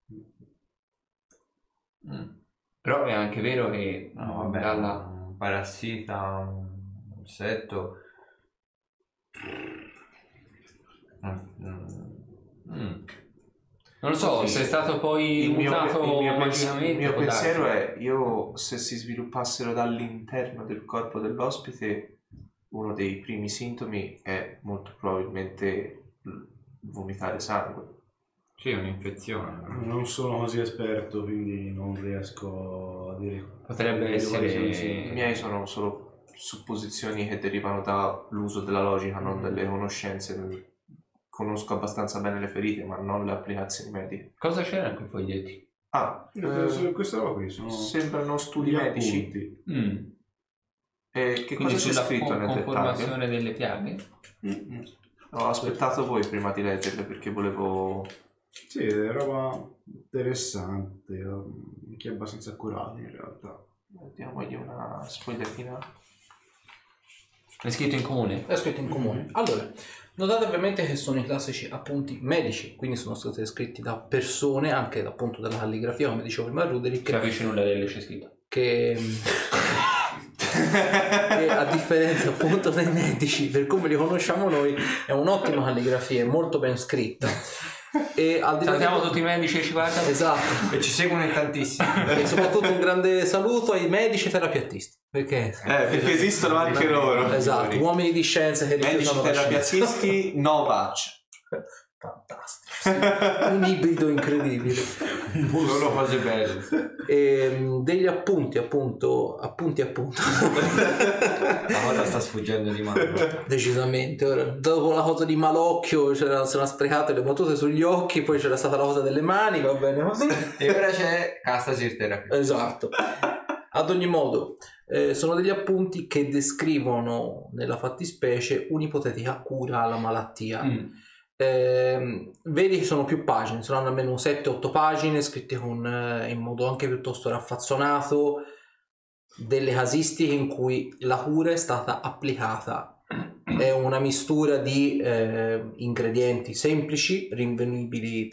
Però è anche vero che No, vabbè, dalla... un parassita, un insetto. Non lo so, Sì. se è stato poi mutato magicamente. il mio può darsi. pensiero è, io se si sviluppassero dall'interno del corpo dell'ospite, uno dei primi sintomi è molto probabilmente vomitare sangue. Sì, un'infezione. Non sono così esperto, quindi non riesco a dire. Potrebbe essere... I miei sono solo supposizioni che derivano dall'uso della logica, non dalle conoscenze. Conosco abbastanza bene le ferite, ma non le applicazioni mediche. Cosa c'era in quei foglietti? Questa roba qui sono sembrano studi gli medici. appunti. E che Quindi cosa c'è sulla scritto nel dettaglio? conformazione delle piaghe? Ho aspettato voi prima di leggerle perché volevo... Sì, è roba interessante, che è abbastanza accurata in realtà. Diamogli una sfogliatina. È scritto in comune? È scritto in comune. Allora, notate ovviamente che sono i classici appunti medici, quindi sono stati scritti da persone, anche appunto dalla calligrafia, come dicevo prima Ruderick, Capisci nulla delle c'è scritto? che che a differenza appunto dei medici, per come li conosciamo noi, è un'ottima calligrafia, è molto ben scritta. E al di là salutiamo tutti i medici che ci guardano, esatto, E ci seguono in tantissimi. e soprattutto un grande saluto ai medici terapeutisti, perché esistono anche loro. esatto, uomini di scienza che Medici rifiutano la scienza. terapiatisti no vac. Fantastico, sì. Un ibrido incredibile. Solo cose belle. Degli appunti La cosa sta sfuggendo di mano. decisamente. Ora, dopo la cosa di Malocchio sono sprecate le battute sugli occhi, poi c'era stata la cosa delle mani, va bene così. E ora c'è Castasir Therapy. Esatto. Ad ogni modo, sono degli appunti che descrivono nella fattispecie un'ipotetica cura alla malattia. Vedi che sono più pagine, saranno almeno 7-8 pagine scritte in modo anche piuttosto raffazzonato, delle casistiche in cui la cura è stata applicata. È una mistura di ingredienti semplici, rinvenibili,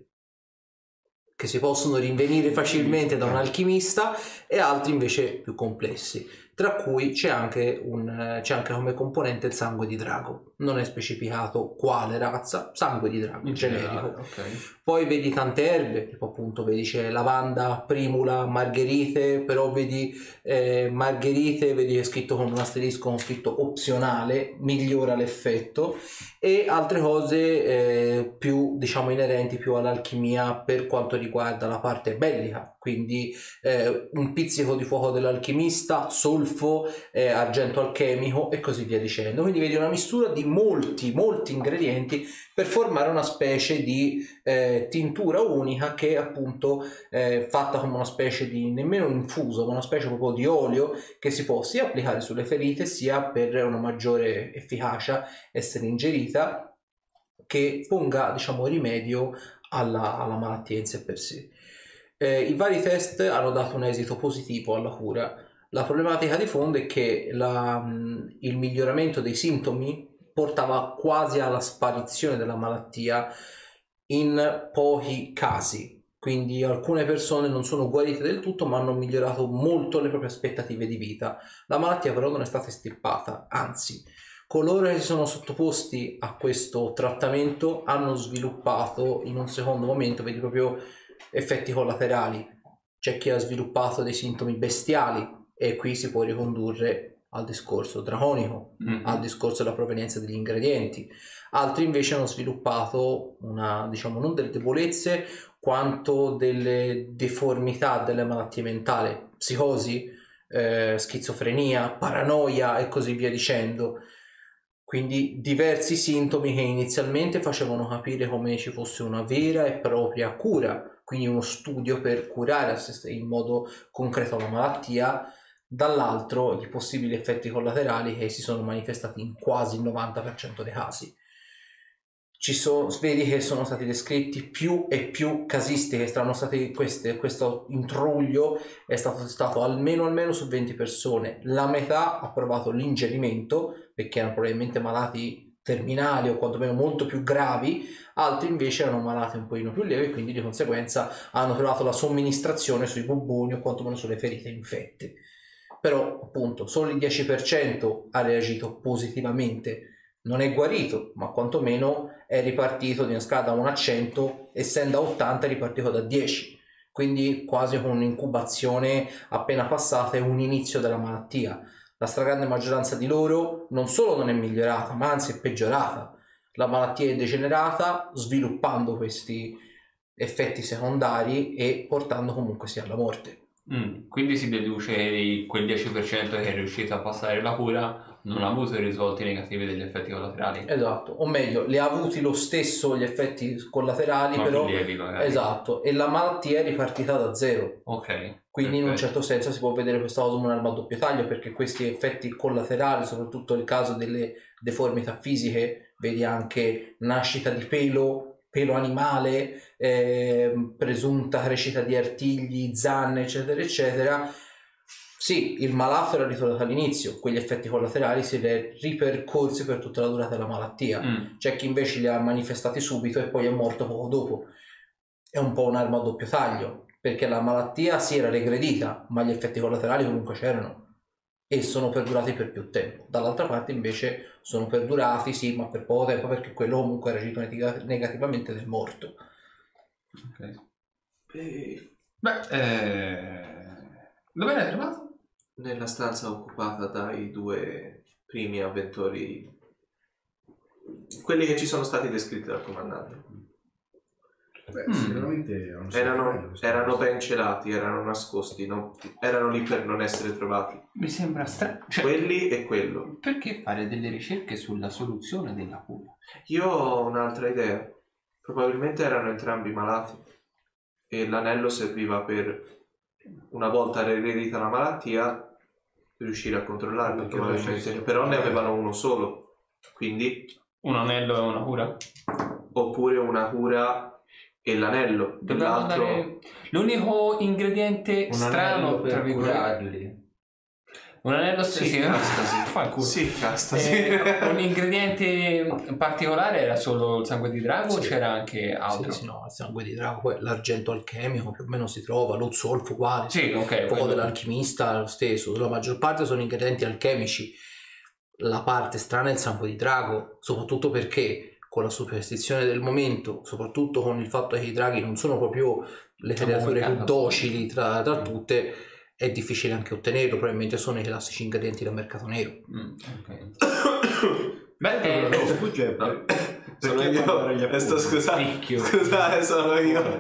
che si possono rinvenire facilmente da un alchimista, e altri invece più complessi, tra cui c'è anche come componente il sangue di drago. Non è specificato quale razza, sangue di drago, generico. ok. Poi vedi tante erbe, tipo appunto vedi c'è lavanda, primula, margherite, però vedi margherite, vedi che è scritto con un asterisco, con scritto opzionale, migliora l'effetto, e altre cose più diciamo inerenti più all'alchimia per quanto riguarda la parte bellica, quindi un pizzico di fuoco dell'alchimista, solfo, argento alchemico e così via dicendo. Quindi vedi una mistura di molti ingredienti per formare una specie di tintura unica che è appunto fatta come una specie di, nemmeno infuso, ma una specie proprio di olio che si può sia applicare sulle ferite sia per una maggiore efficacia essere ingerita, che ponga diciamo rimedio alla malattia in sé per sé. I vari test hanno dato un esito positivo alla cura. La problematica di fondo è che il miglioramento dei sintomi portava quasi alla sparizione della malattia in pochi casi, quindi alcune persone non sono guarite del tutto ma hanno migliorato molto le proprie aspettative di vita. La malattia però non è stata estirpata, anzi coloro che si sono sottoposti a questo trattamento hanno sviluppato in un secondo momento, vedi proprio effetti collaterali. C'è chi ha sviluppato dei sintomi bestiali, e qui si può ricondurre al discorso draconico, al discorso della provenienza degli ingredienti. Altri invece hanno sviluppato diciamo non delle debolezze quanto delle deformità, delle malattie mentali, psicosi, schizofrenia, paranoia e così via dicendo. Quindi diversi sintomi che inizialmente facevano capire come ci fosse una vera e propria cura, quindi uno studio per curare in modo concreto la malattia, dall'altro i possibili effetti collaterali che si sono manifestati in quasi il 90% dei casi. Vedi che sono stati descritti più e più casistiche, saranno state questo intruglio è stato testato almeno su 20 persone, la metà ha provato l'ingerimento perché erano probabilmente malati terminali o quantomeno molto più gravi, altri invece erano malati un pochino più lievi e quindi di conseguenza hanno trovato la somministrazione sui bubboni o quantomeno sulle ferite infette. Però appunto solo il 10% ha reagito positivamente, non è guarito, ma quantomeno è ripartito di una scala da 1 a 100, essendo a 80 è ripartito da 10, quindi quasi con un'incubazione appena passata e un inizio della malattia. La stragrande maggioranza di loro non solo non è migliorata, ma anzi è peggiorata. La malattia è degenerata, sviluppando questi effetti secondari e portando comunque sia alla morte. Quindi si deduce che quel 10% che è riuscito a passare la cura non ha avuto i risvolti negativi degli effetti collaterali. Esatto, o meglio, li ha avuti lo stesso gli effetti collaterali, ma però più lievi magari. Esatto, e la malattia è ripartita da zero. Ok. Quindi in un certo senso si può vedere questa cosa come un'arma a doppio taglio, perché questi effetti collaterali, soprattutto nel caso delle deformità fisiche, vedi anche nascita di pelo animale, presunta crescita di artigli, zanne, eccetera eccetera. Sì, il malato era ritornato all'inizio, quegli effetti collaterali si è ripercorsi per tutta la durata della malattia. C'è chi invece li ha manifestati subito e poi è morto poco dopo. È un po' un'arma a doppio taglio, perché la malattia si era regredita, ma gli effetti collaterali comunque c'erano. e sono perdurati per più tempo. Dall'altra parte invece sono perdurati, sì, ma per poco tempo, perché quello comunque ha reagito negativamente del morto. Ok. Beh, dove l'hai trovato? nella stanza occupata dai 2 primi avventori, quelli che ci sono stati descritti dal comandante. Sicuramente Erano ben celati, erano nascosti, erano lì per non essere trovati. Mi sembra strano. Quelli e quello. Perché fare delle ricerche sulla soluzione della cura? Io ho un'altra idea. Probabilmente erano entrambi malati e l'anello serviva per, una volta eredita la malattia, riuscire a controllarla, probabilmente. Però ne avevano uno solo, quindi Un anello e una cura? oppure una cura e l'anello. Dobbiamo andare... L'unico ingrediente Un strano, anello tra per virgolette... curarli. Un anello Sì, castasi. Fa il culo. Sì, castasi. Un ingrediente particolare era solo il sangue di drago o c'era anche altro? Sì, no, il sangue di drago, poi l'argento alchemico più o meno si trova, lo zolfo uguale, Sì, ok. il fuoco dell'alchimista è lo stesso, la maggior parte sono ingredienti alchemici. La parte strana è il sangue di drago, soprattutto perché con la superstizione del momento, soprattutto con il fatto che i draghi non sono proprio le creature più docili tra tutte, è difficile anche ottenerlo, probabilmente sono i classici ingredienti del mercato nero. Ok. Beh, sfugge Sono io. Scusate, sono io.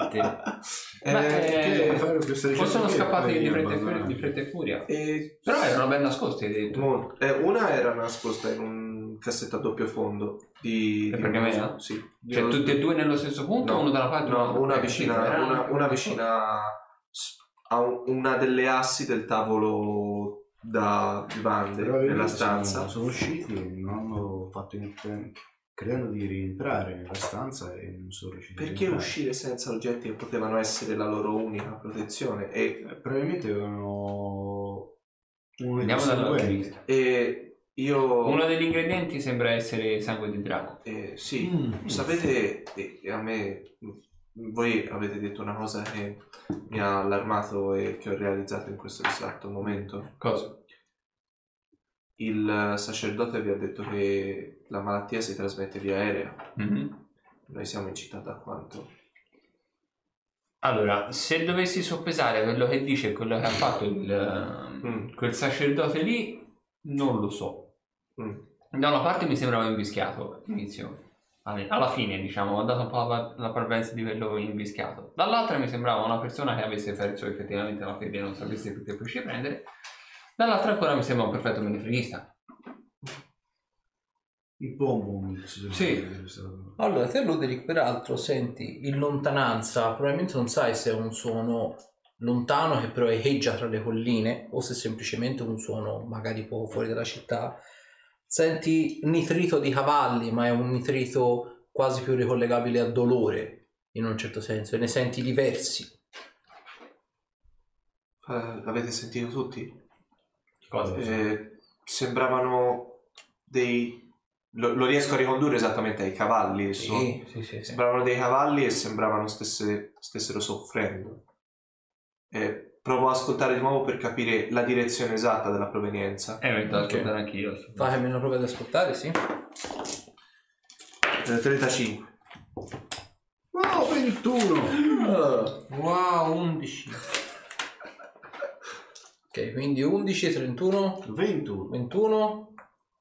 Possono scappare di fretta e furia. Però erano ben nascosti, hai detto. Una era nascosta in un cassetto a doppio fondo di pergamena? Sì. Cioè tutti e due nello stesso punto? No, uno dalla parte? no, una vicina a una delle assi del tavolo da vivande nella stanza. Sono usciti e non hanno fatto creando di rientrare nella stanza e non sono riusciti Perché a rientrare. uscire senza oggetti che potevano essere la loro unica protezione? Probabilmente avevano Andiamo dall'alchimista. E io... Uno degli ingredienti sembra essere sangue di drago. Sì, sapete, a me... Voi avete detto una cosa che mi ha allarmato e che ho realizzato in questo esatto momento. Cosa? Il sacerdote vi ha detto che la malattia si trasmette via aerea. Noi siamo in città da quanto? Allora, se dovessi soppesare quello che dice e quello che ha fatto quel sacerdote lì, non lo so. Da una parte mi sembrava invischiato all'inizio. Alla fine, diciamo, ho dato un po' la parvenza di quello invischiato. Dall'altra mi sembrava una persona che avesse perso effettivamente la fede e non sapesse più che pesci prendere. Dall'altra ancora mi sembra un perfetto menefreghista. Il bombo. Sì. Allora, te Luderick peraltro senti in lontananza, probabilmente non sai se è un suono lontano che però echeggia tra le colline o se è semplicemente un suono magari poco fuori dalla città. Senti nitrito di cavalli, ma è un nitrito quasi più ricollegabile al dolore, in un certo senso, e ne senti diversi. L'avete sentito tutti? Cosa? Sembravano dei... Lo riesco a ricondurre esattamente ai cavalli. Sì. Sembravano dei cavalli e sembravano stessero soffrendo. Provo ad ascoltare di nuovo per capire la direzione esatta della provenienza. Metto ad ascoltare anch'io. Fatemi una prova ad ascoltare, sì. 35. Wow, 21! Wow, 11. Ok, quindi 11, 31, 21,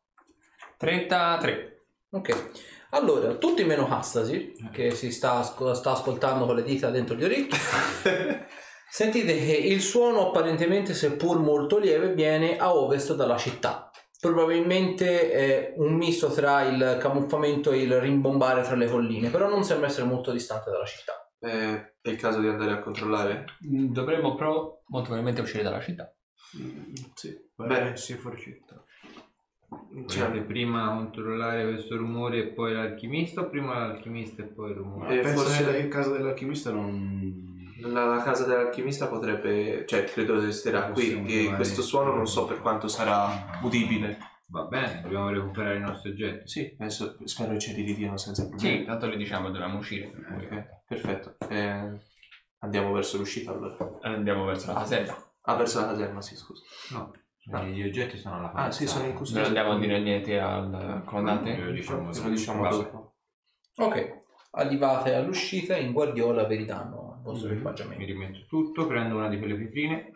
33. ok. Allora, tutti meno Castasi, che si sta ascoltando con le dita dentro gli orecchi. Sentite che il suono apparentemente, seppur molto lieve, viene a ovest dalla città. Probabilmente è un misto tra il camuffamento e il rimbombare tra le colline, però non sembra essere molto distante dalla città. È il caso di andare a controllare? Dovremmo però molto probabilmente uscire dalla città. Sì. Beh, sì, fuori città. Volete prima controllare questo rumore e poi l'alchimista o prima l'alchimista e poi il rumore? Penso forse che in casa dell'alchimista non... La casa dell'alchimista potrebbe, cioè credo resterà qui e questo suono non so per quanto sarà udibile. Va bene, dobbiamo recuperare i nostri oggetti. Sì, spero che ce li ridiano senza problemi. Sì, tanto le diciamo dobbiamo uscire. Ok, perfetto. Andiamo verso l'uscita allora. Andiamo verso la caserma. Verso la caserma, sì, scusa. No, Gli oggetti sono alla parte. Sì, sono in Non custodia. andiamo a dire niente al comandante? Lo diciamo Lo diciamo dopo. Ok, arrivate all'uscita e in Guardiola vi ridanno il vostro Mi equipaggiamento. rimetto tutto, prendo una di quelle vetrine.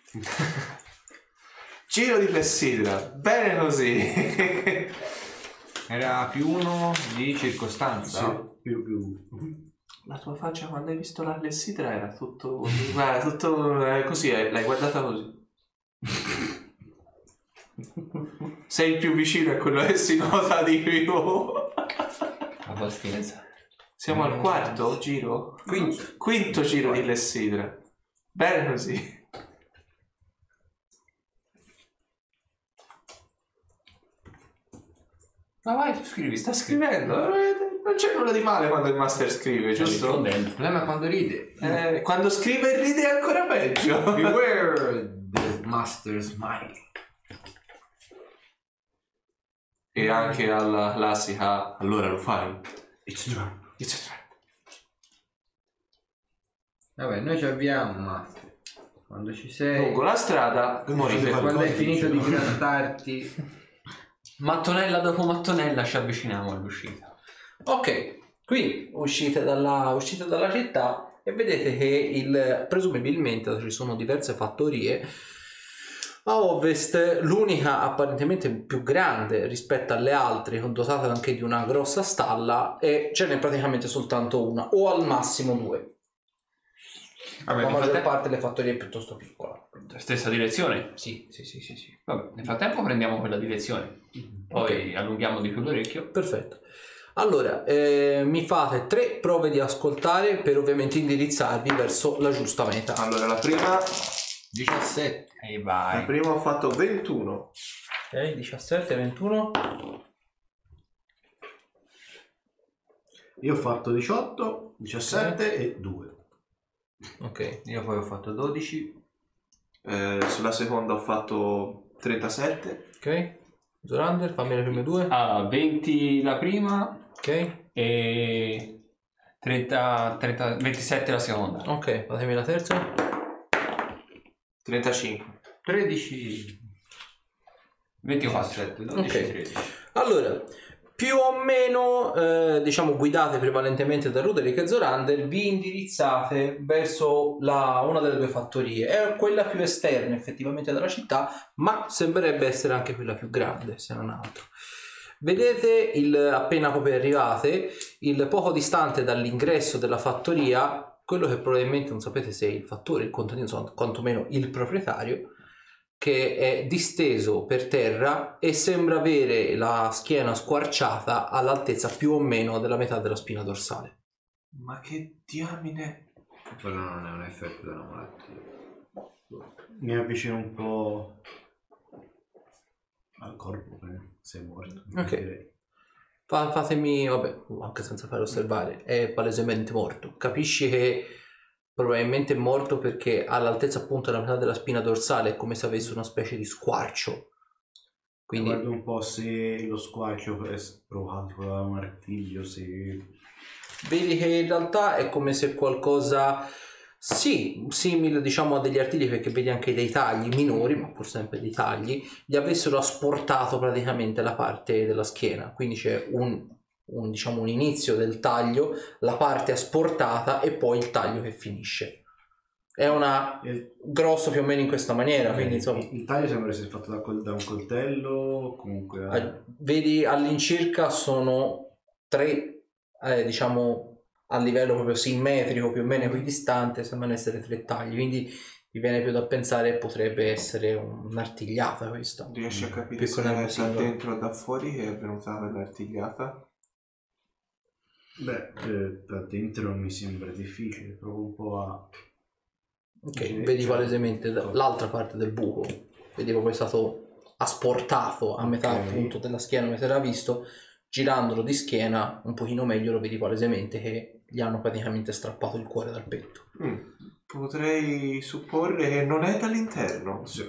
Giro di clessidra, bene così. Era +1 di circostanza. Più. La tua faccia quando hai visto la clessidra era tutto... guarda, tutto così, l'hai guardata così. Sei il più vicino a quello che si nota di più. Abbastanza. Siamo al quarto giro? Quinto giro di clessidra. Bene così. Ma vai, tu scrivi. Sta scrivendo. Non c'è nulla di male quando il master scrive, giusto? Il problema è quando ride. Quando scrive e ride è ancora peggio. Beware the master smile. E anche alla classica, allora lo fai. It's true. It's a trap. Vabbè, noi ci abbiamo, master. Quando ci sei... Lungo la strada, morite. Quando hai finito di grattarti... Mattonella dopo mattonella ci avviciniamo all'uscita. Ok, quindi uscite dalla città e vedete che presumibilmente ci sono diverse fattorie. A ovest l'unica apparentemente più grande rispetto alle altre, dotata anche di una grossa stalla, e ce n'è praticamente soltanto una o al massimo due. Vabbè, La nel maggior frattempo... parte delle fattorie è piuttosto piccola. Stessa direzione? Sì. Vabbè, nel frattempo prendiamo quella direzione. Poi allunghiamo di più l'orecchio. Perfetto. Allora, mi fate 3 prove di ascoltare per ovviamente indirizzarvi verso la giusta meta. Allora, la prima 17. E vai. ho fatto 21. Ok, 17, 21. Io ho fatto 18, 17 e 2. Ok. Io poi ho fatto 12. Sulla seconda ho fatto 37. Ok. Zorander, fammi le prime due. 20 la prima Ok. e 27 la seconda. Ok, fatemi la terza. 35. 13. 24. 17, 12, Ok. 13. Allora, più o meno, diciamo, guidate prevalentemente da Ruderick e Zorander, vi indirizzate verso una delle due fattorie. È quella più esterna effettivamente dalla città, ma sembrerebbe essere anche quella più grande, se non altro. Vedete, appena proprio arrivate, il poco distante dall'ingresso della fattoria, quello che probabilmente non sapete se è il fattore, il contadino, insomma, quantomeno il proprietario, che è disteso per terra e sembra avere la schiena squarciata all'altezza più o meno della metà della spina dorsale. Ma che diamine. Quello non è un effetto della malattia. Mi avvicino un po' al corpo, se è morto. Ok. direi. Fatemi, vabbè, anche senza fare osservare, è palesemente morto. Capisci che probabilmente è morto perché all'altezza appunto della metà della spina dorsale è come se avesse una specie di squarcio. Quindi Guardo un po' se lo squarcio è provocato da un artiglio, se... vedi che in realtà è come se qualcosa, sì, simile diciamo a degli artigli, perché vedi anche dei tagli minori, ma pur sempre dei tagli, gli avessero asportato praticamente la parte della schiena. Quindi c'è diciamo un inizio del taglio, la parte asportata e poi il taglio che finisce. È grosso più o meno in questa maniera, quindi insomma Il taglio sembra essere fatto da un coltello, comunque... vedi all'incirca sono 3, diciamo a livello proprio simmetrico, più o meno equidistante, sembrano essere 3 tagli, quindi mi viene più da pensare potrebbe essere un'artigliata questa. Riesci a capire se Piccola è da singola. dentro o da fuori che è venuta quell'artigliata? Beh, da dentro mi sembra difficile, provo un po' a... Ok, Sì, vedi cioè- palesemente l'altra parte del buco, vedi proprio è stato asportato a metà Ok. appunto della schiena come si era visto, girandolo di schiena un pochino meglio lo vedi palesemente che gli hanno praticamente strappato il cuore dal petto. Potrei supporre che non è dall'interno. Sì.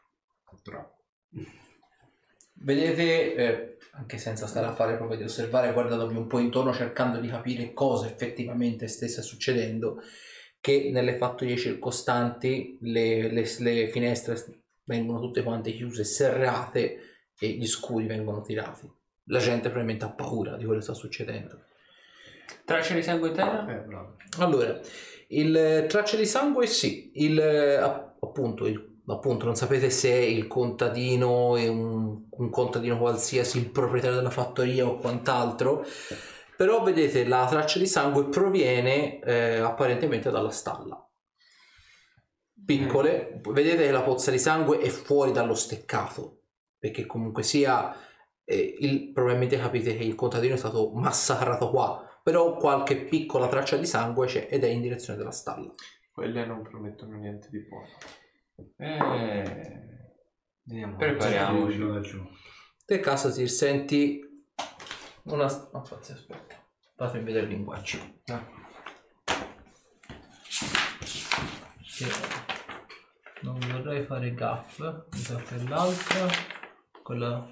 Vedete, anche senza stare a fare prove di osservare, guardandovi un po' intorno cercando di capire cosa effettivamente stesse succedendo, che nelle fattorie circostanti le finestre vengono tutte quante chiuse, serrate e gli scudi vengono tirati. La gente probabilmente ha paura di quello che sta succedendo. Tracce di sangue in terra? Bravo. Allora, il tracce di sangue sì, appunto non sapete se il contadino è un contadino qualsiasi, il proprietario della fattoria o quant'altro, però vedete la traccia di sangue proviene apparentemente dalla stalla. Piccole, vedete che la pozza di sangue è fuori dallo steccato, perché comunque sia probabilmente capite che il contadino è stato massacrato qua, però qualche piccola traccia di sangue c'è ed è in direzione della stalla. Quelle non promettono niente di buono. Vediamo. Prepariamoci. Te Casasir senti una... aspetta, fatemi vedere il linguaggio. Sì. Non vorrei fare gaff, mi sa per l'altra, quella...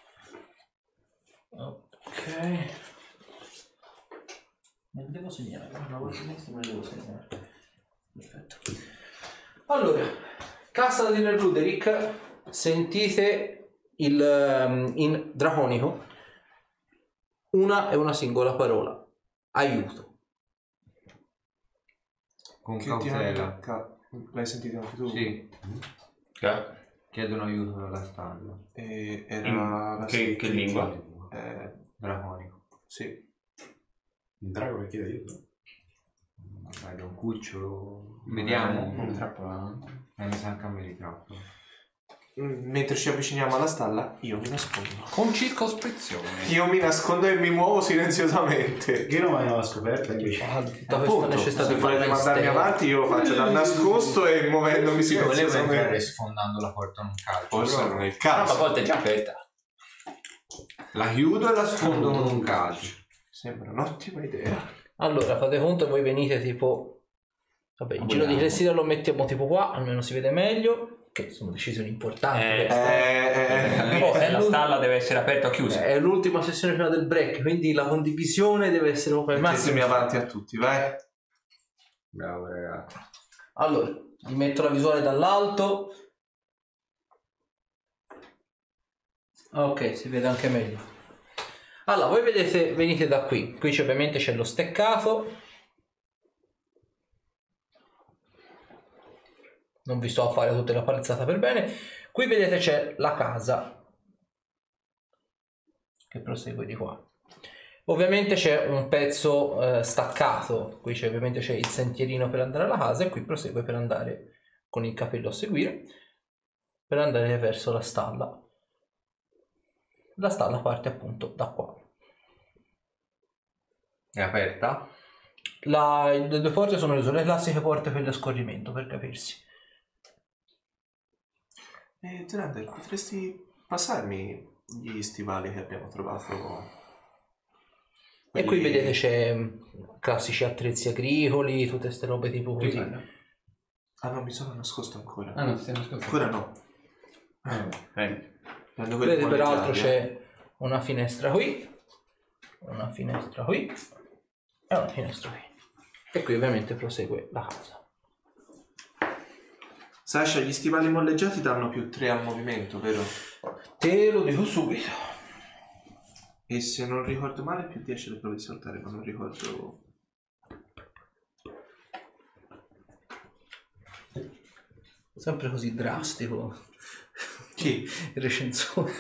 ok, me lo devo segnare, una volta questo me lo devo segnare, perfetto. Allora, Casa di Ruderick, sentite in draconico una e una singola parola: aiuto. Con Che cautela. L'hai sentito anche tu? Sì. Chiedono aiuto dalla stalla. E era la Che lingua? Draconico. Sì. Il drago che chiede aiuto? Vai da un cucciolo. Vediamo. Un trappola. Mi sa anche a me di trappola. Mentre ci avviciniamo alla stalla, io mi nascondo. Con circospezione. Io mi nascondo e mi muovo silenziosamente. Che non vai alla scoperta invece. Appunto, se volete mandarmi avanti io lo faccio dal nascosto e muovendomi Sì, volevo entrare silenziosamente. sfondando la porta con un calcio. Forse non è il Ma caso. a volte è già aperta. La chiudo e la sfondo con un calcio. Sembra un'ottima idea. Allora, fate conto, voi venite tipo... Vabbè, il giro di clessidra lo mettiamo tipo qua, almeno si vede meglio. Che sono decisioni importanti. La stalla deve essere aperta o chiusa. È l'ultima sessione prima del break, quindi la condivisione deve essere proprio al massimo. Mettimi avanti a tutti, vai. Bravo ragazzi. Allora, vi metto la visuale dall'alto. Ok, si vede anche meglio. Allora, voi vedete, venite da qui. Qui ovviamente c'è lo steccato. Non vi sto a fare tutta la palizzata per bene. Qui vedete c'è la casa che prosegue di qua. Ovviamente c'è un pezzo staccato. Qui ovviamente c'è il sentierino per andare alla casa e qui prosegue per andare con il capello a seguire per andare verso la stalla. La stalla parte appunto da qua. È aperta? Le due porte sono le classiche porte per lo scorrimento, per capirsi. Zorander, potresti passarmi gli stivali che abbiamo trovato? E qui vedete c'è classici attrezzi agricoli, tutte queste robe tipo così. Ah no, mi sono nascosto ancora. Ah no, ti sei nascosto. Ancora no. Prendo quelli Vedete peraltro molleggiati, c'è una finestra qui, una finestra qui e una finestra qui. E qui ovviamente prosegue la casa. Sasha, gli stivali molleggiati danno più 3 al movimento, vero? Te lo dico subito. E se non ricordo male più 10 le prove di saltare, ma non ricordo... Sempre così drastico. Chi? Il recensore.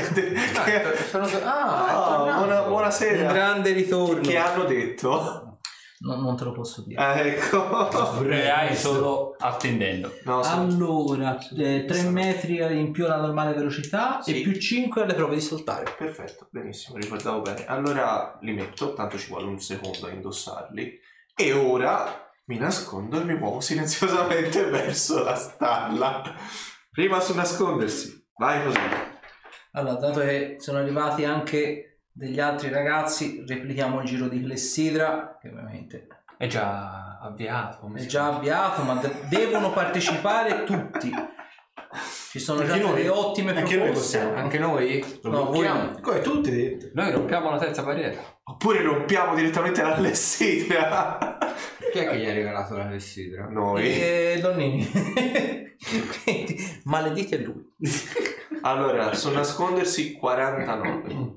Buonasera. Un grande ritorno. Che hanno detto? Non te lo posso dire. Ah, ecco. Hai solo attendendo. No, Allora, 3 metri in più alla normale velocità Sì. e più 5 alle prove di saltare. Perfetto, benissimo, ricordavo bene. Allora li metto, tanto ci vuole un secondo a indossarli. E ora mi nascondo e mi muovo silenziosamente verso la stalla. Prima su nascondersi. Vai così. Allora, dato che sono arrivati anche degli altri ragazzi, replichiamo il giro di clessidra, che ovviamente È già avviato. è già avviato, ma devono partecipare tutti. Ci sono già delle ottime Anche noi proposte. possiamo. Anche noi? No, voi no. Come tutti dentro. Noi rompiamo la terza barriera. Oppure rompiamo direttamente la clessidra. Chi è che gli ha regalato la clessidra? Noi. Nonnini. Quindi, maledite lui. Allora, su nascondersi 49.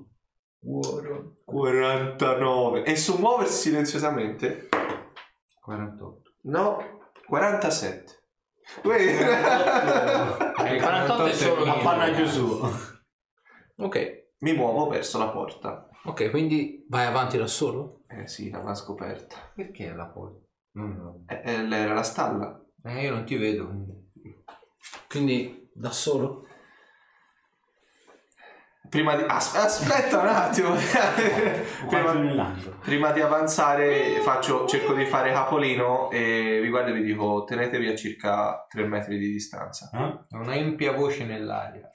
49. E su muoversi silenziosamente? 48. No, 47. Il 48 è solo appannaggio suo. Ok. Mi muovo verso la porta. Ok, quindi vai avanti da solo? Sì, l'avevo scoperta. Perché è la porta? No. Era la stalla. Io non ti vedo. Quindi da solo? Prima di... aspetta un attimo. prima di avanzare cerco di fare capolino e vi guardo e vi dico tenetevi a circa 3 metri di distanza. Una ampia voce nell'aria.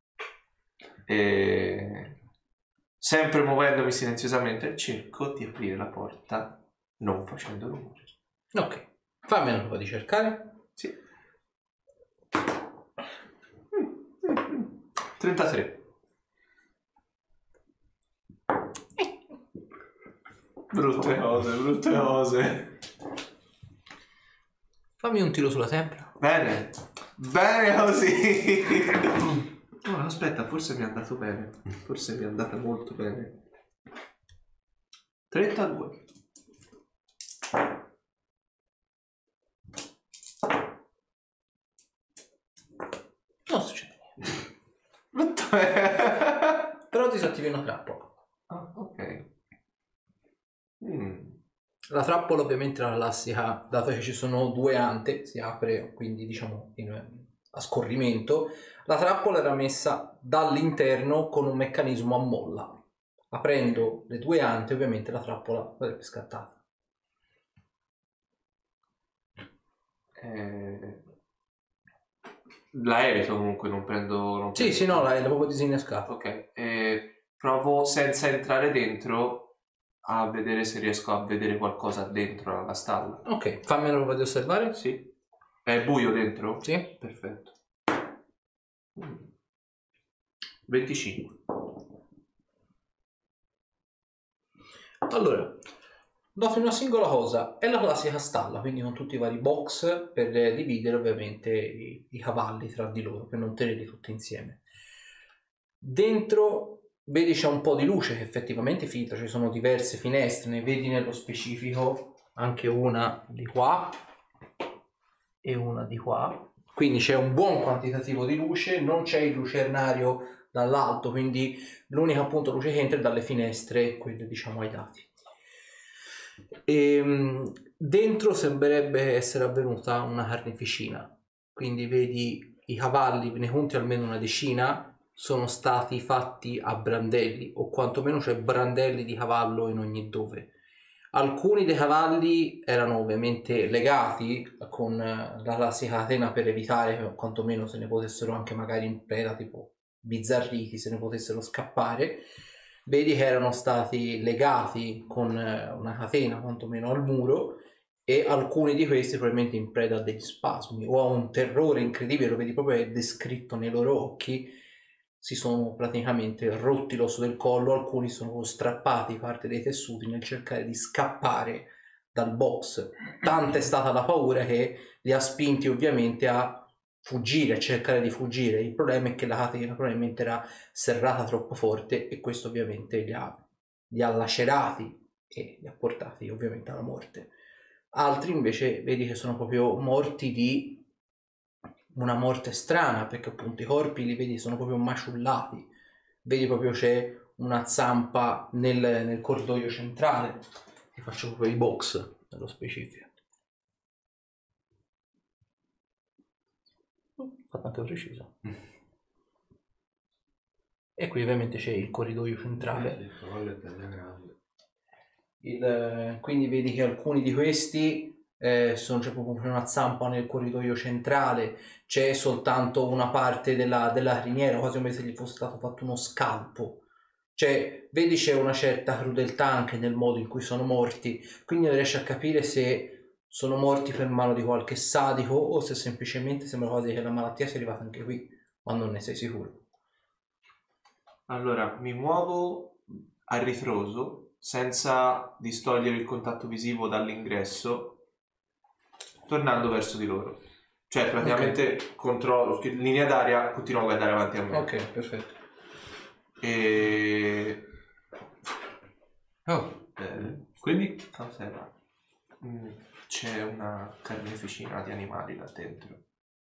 E... sempre muovendomi silenziosamente cerco di aprire la porta non facendo rumore. Ok. Fammi una prova di cercare. Sì. 33. Brutte cose. Fammi un tiro sulla tempra. Bene così. No, aspetta, forse mi è andato bene. Forse mi è andata molto bene. 32. Non succede niente. Brutto. Però disattivi una trappola. Ok. La trappola ovviamente la classica, dato che ci sono 2 ante, si apre quindi diciamo a scorrimento. La trappola era messa dall'interno con un meccanismo a molla. Aprendo le 2 ante ovviamente la trappola sarebbe scattata. La evito comunque, non prendo... Sì, no, la proprio disinnescata. Ok, provo senza entrare dentro a vedere se riesco a vedere qualcosa dentro la stalla. Ok, fammi una prova di osservare. Sì. È buio dentro? Sì. Perfetto. 25. Allora, noti una singola cosa, è la classica stalla, quindi con tutti i vari box per dividere ovviamente i cavalli tra di loro, per non tenerli tutti insieme. Dentro vedi c'è un po' di luce che effettivamente filtra, ci sono diverse finestre, ne vedi nello specifico anche una di qua e una di qua, quindi c'è un buon quantitativo di luce, non c'è il lucernario dall'alto, quindi l'unica appunto luce che entra è dalle finestre, quelle diciamo ai lati. Dentro sembrerebbe essere avvenuta una carneficina, quindi vedi i cavalli, ne conti almeno una decina, sono stati fatti a brandelli, o quantomeno c'è brandelli di cavallo in ogni dove. Alcuni dei cavalli erano ovviamente legati con la classica catena per evitare che quantomeno se ne potessero anche magari in preda tipo bizzarriti, se ne potessero scappare. Vedi che erano stati legati con una catena quantomeno al muro, e alcuni di questi probabilmente in preda a degli spasmi o a un terrore incredibile, lo vedi proprio, è descritto nei loro occhi, si sono praticamente rotti l'osso del collo, alcuni sono strappati parte dei tessuti nel cercare di scappare dal box. Tanta è stata la paura che li ha spinti ovviamente a fuggire, a cercare di fuggire. Il problema è che la catena probabilmente era serrata troppo forte e questo ovviamente li ha lacerati e li ha portati ovviamente alla morte. Altri invece vedi che sono proprio morti di una morte strana, perché appunto i corpi li vedi sono proprio maciullati, vedi proprio c'è una zampa nel corridoio centrale. Ti faccio proprio i box nello specifico. Fatto anche preciso. E qui ovviamente c'è il corridoio centrale. Quindi vedi che alcuni di questi c'è proprio una zampa nel corridoio centrale, c'è soltanto una parte della criniera, quasi come se gli fosse stato fatto uno scalpo. Cioè, vedi c'è una certa crudeltà anche nel modo in cui sono morti, quindi non riesci a capire se sono morti per mano di qualche sadico o se semplicemente sembra quasi che la malattia sia arrivata anche qui, ma non ne sei sicuro. Allora, mi muovo a ritroso senza distogliere il contatto visivo dall'ingresso tornando verso di loro. Cioè praticamente controllo, in linea d'aria continuo a guardare avanti a me. Ok, perfetto. E... Quindi? Osserva. C'è una carneficina di animali là dentro.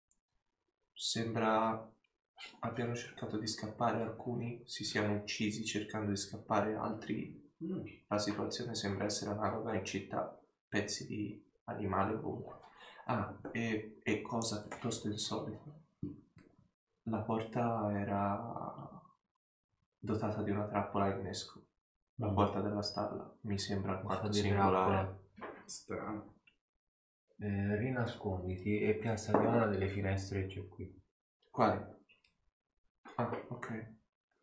Sembra abbiano cercato di scappare, alcuni si siano uccisi cercando di scappare, altri la situazione sembra essere analoga in città, pezzi di animali ovunque. E cosa piuttosto insolita, la porta era dotata di una trappola a innesco. La porta della stalla mi sembra alquanto singolare. Strano. Rinasconditi e piazzati una delle finestre che c'è qui. Quali? Ah, ok.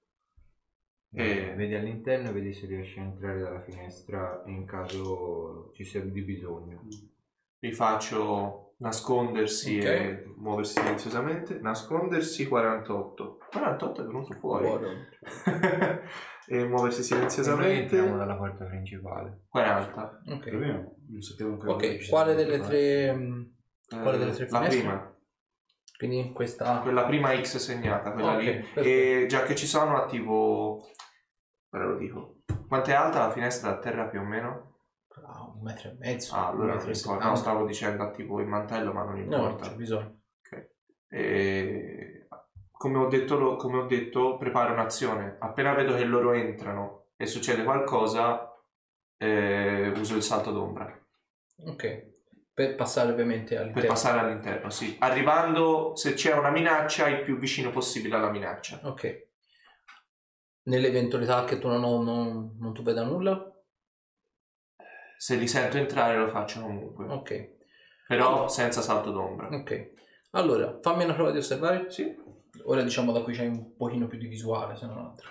Vedi all'interno e vedi se riesci a entrare dalla finestra in caso ci sia di bisogno. Rifaccio nascondersi e muoversi silenziosamente. Nascondersi 48. 48 è venuto fuori. E muoversi silenziosamente. E noi entriamo dalla porta principale. 40. Ok. Non sapevo ancora. Ok, quale delle tre La finestre? prima. Quindi questa... Quella prima X segnata, quella Ok, lì. perfetto. E già che ci sono attivo... Ora lo dico. Quanto è alta la finestra da terra più o meno? 1,5 metri. Allora non importa. No, stavo dicendo attivo il mantello, ma non No, importa. non c'è bisogno. Ok. E... Come ho detto, preparo un'azione. Appena vedo che loro entrano e succede qualcosa, uso il salto d'ombra. Ok. Per passare ovviamente all'interno. Per passare all'interno, sì. Arrivando, se c'è una minaccia, il più vicino possibile alla minaccia. Ok. Nell'eventualità che tu non tu veda nulla? Se li sento entrare lo faccio comunque. Ok. Però senza salto d'ombra. Ok. Allora, fammi una prova di osservare. Sì. Ora diciamo da qui c'è un pochino più di visuale, se non altro.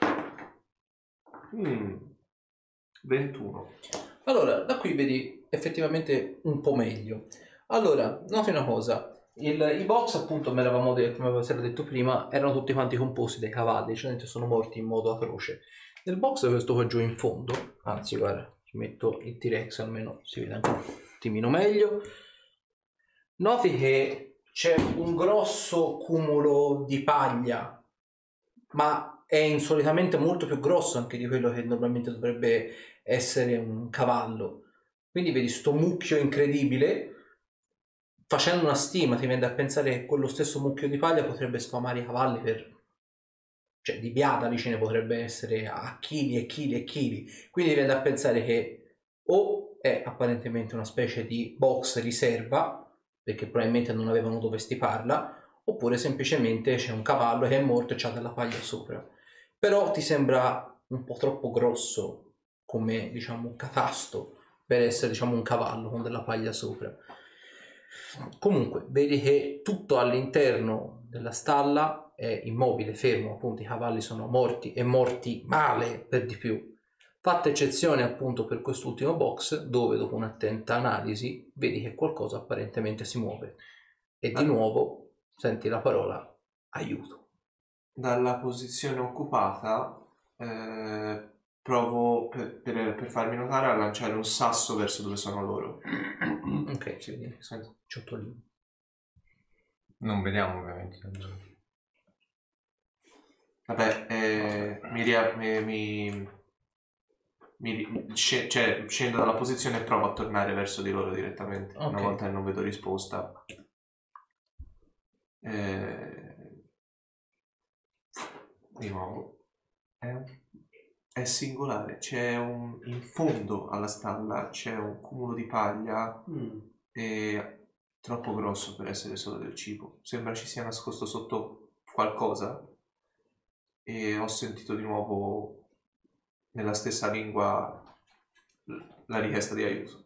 21. Allora, da qui vedi effettivamente un po' meglio. Allora, noti una cosa. I box, appunto, come avevamo detto, come si era detto prima, erano tutti quanti composti dai cavalli, cioè sono morti in modo atroce. Nel box questo qua giù in fondo, anzi guarda, ci metto il T-Rex almeno si vede anche un attimino meglio. Noti che c'è un grosso cumulo di paglia, ma è insolitamente molto più grosso anche di quello che normalmente dovrebbe essere un cavallo. Quindi vedi sto mucchio incredibile. Facendo una stima ti viene da pensare che quello stesso mucchio di paglia potrebbe sfamare i cavalli cioè di biadali ce ne potrebbe essere a chili e chili e chili. Quindi viene da pensare che o è apparentemente una specie di box riserva, perché probabilmente non avevano dove stiparla, oppure semplicemente c'è un cavallo che è morto e c'ha della paglia sopra. Però ti sembra un po' troppo grosso come, diciamo, catasto per essere, diciamo, un cavallo con della paglia sopra. Comunque vedi che tutto all'interno della stalla è immobile, fermo, appunto i cavalli sono morti e morti male per di più, fatta eccezione appunto per quest'ultimo box dove dopo un'attenta analisi vedi che qualcosa apparentemente si muove e di nuovo senti la parola aiuto. Dalla posizione occupata provo per farmi notare a lanciare un sasso verso dove sono loro. Ok, ci vedi, ciottolino. Non vediamo ovviamente. Vabbè, scendo dalla posizione e provo a tornare verso di loro direttamente. Ok. Una volta che non vedo risposta. Di nuovo. È singolare. In fondo alla stalla c'è un cumulo di paglia e troppo grosso per essere solo del cibo. Sembra ci sia nascosto sotto qualcosa. E ho sentito di nuovo nella stessa lingua la richiesta di aiuto.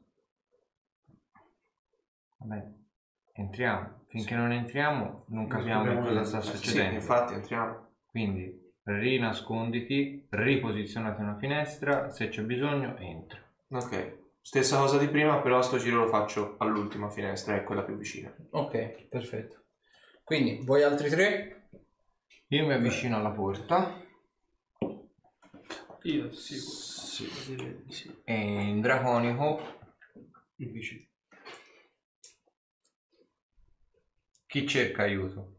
Vabbè, entriamo. Finché non entriamo non capiamo cosa sta succedendo. Sì, infatti entriamo. Quindi rinasconditi, riposizionati una finestra, se c'è bisogno entra. Ok, stessa cosa di prima, però sto giro lo faccio all'ultima finestra, è quella più vicina. Ok, perfetto. Quindi, voi altri tre? Io mi avvicino alla porta. Io sì. E in draconico Invece. Chi cerca aiuto?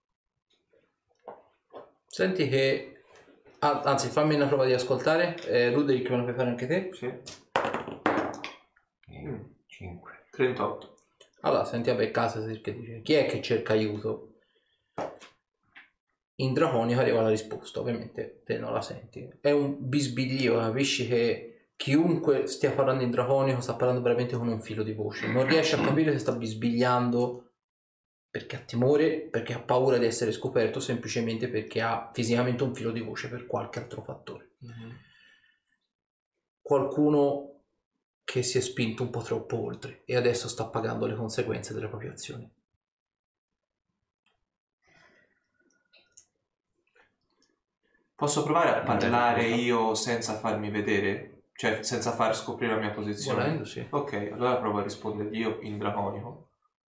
Senti che... anzi, fammi una prova di ascoltare. Ruderick, me lo puoi fare anche te? Sì. 5. 38. Allora, senti a per caso che dice chi è che cerca aiuto? In draconico arriva la risposta, ovviamente te non la senti. È un bisbiglio, capisci che chiunque stia parlando in draconico sta parlando veramente con un filo di voce. Non riesce a capire se sta bisbigliando perché ha timore, perché ha paura di essere scoperto, semplicemente perché ha fisicamente un filo di voce per qualche altro fattore. Qualcuno che si è spinto un po' troppo oltre e adesso sta pagando le conseguenze delle proprie azioni. Posso provare a parlare io senza farmi vedere? Cioè senza far scoprire la mia posizione? Volendo, sì. Ok, allora provo a rispondergli io in draconico.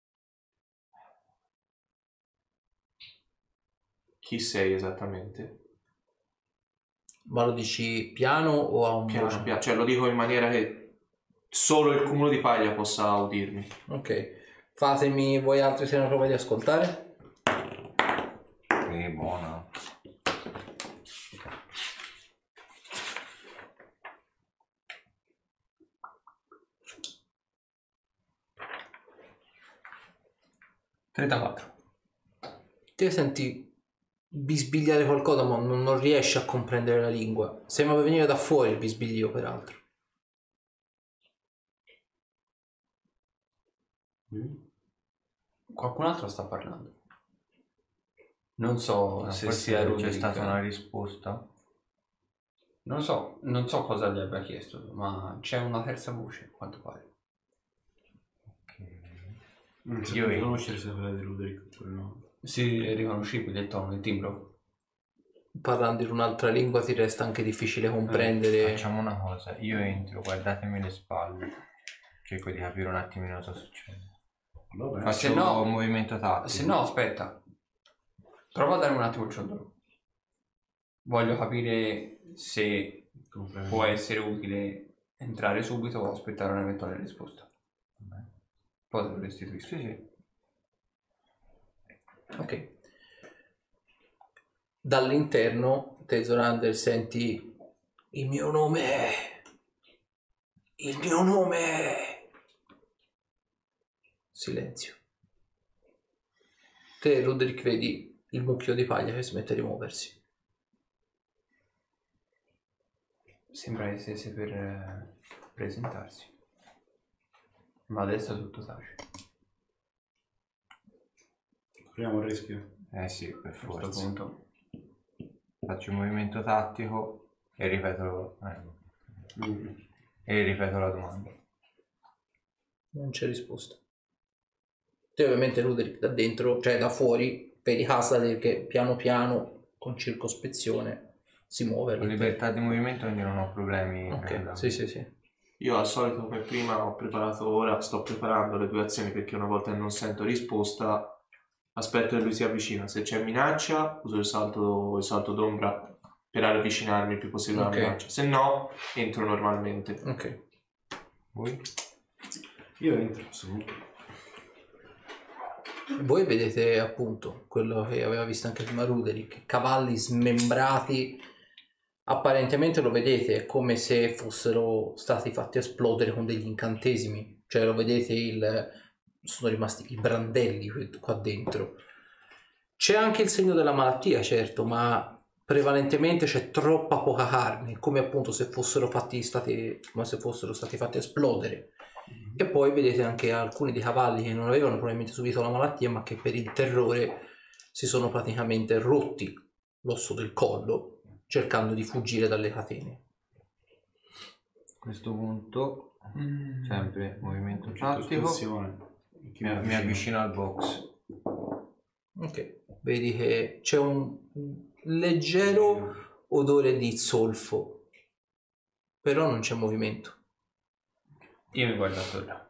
Chi sei esattamente? Ma lo dici piano o a un Piano voce? piano, cioè lo dico in maniera che solo il cumulo di paglia possa udirmi. Ok, fatemi voi altri se una prova di ascoltare. Buona. Te senti bisbigliare qualcosa ma non riesci a comprendere la lingua. Sembra venire da fuori il bisbiglio, peraltro. Qualcun altro sta parlando. Non so se Forse sia c'è Ruderick. stata una risposta. Non so cosa gli abbia chiesto, ma c'è una terza voce, a quanto pare. Non so Io riconoscere se quella di Ruderick oppure no. Sì, è riconoscibile il tono, il timbro. Parlando in un'altra lingua ti resta anche difficile comprendere. Facciamo una cosa, io entro, guardatemi le spalle. Cerco di capire un attimino cosa succede. Vabbè. Faccio se no- un movimento tattico. Se no, aspetta. Prova a darmi un attimo il ciondolo. Voglio capire se può essere utile entrare subito o aspettare un'eventuale risposta. Poi te lo restituisco. Sì. Ok. Dall'interno te Zorander senti il mio nome. Silenzio. Te Ruderick vedi il mucchio di paglia che smette di muoversi. Sembra che stesse per presentarsi. Ma adesso tutto tace. Corriamo il rischio. Sì, per A questo forza. punto. Faccio un movimento tattico e ripeto la domanda. Non c'è risposta. Te ovviamente Ruderick da dentro, cioè da fuori, vedi Hasladir che piano piano, con circospezione, si muove. Con libertà di movimento, quindi non ho problemi. Ok, sì. Io al solito come prima ho preparato, ora sto preparando le due azioni perché una volta che non sento risposta aspetto che lui si avvicina. Se c'è minaccia uso il salto d'ombra per avvicinarmi il più possibile alla minaccia. Se no entro normalmente. Ok. Voi? Io entro su. Voi vedete appunto quello che aveva visto anche prima Ruderick, cavalli smembrati. Apparentemente lo vedete, è come se fossero stati fatti esplodere con degli incantesimi, cioè lo vedete, sono rimasti i brandelli qua dentro. C'è anche il segno della malattia, certo, ma prevalentemente c'è troppa poca carne, come appunto se fossero stati fatti esplodere. E poi vedete anche alcuni dei cavalli che non avevano probabilmente subito la malattia, ma che per il terrore si sono praticamente rotti l'osso del collo cercando di fuggire dalle catene. A questo punto, sempre movimento tattico, Circospezione. mi avvicino al box. Ok, vedi che c'è un leggero odore di zolfo, però non c'è movimento. Io mi guardo attorno.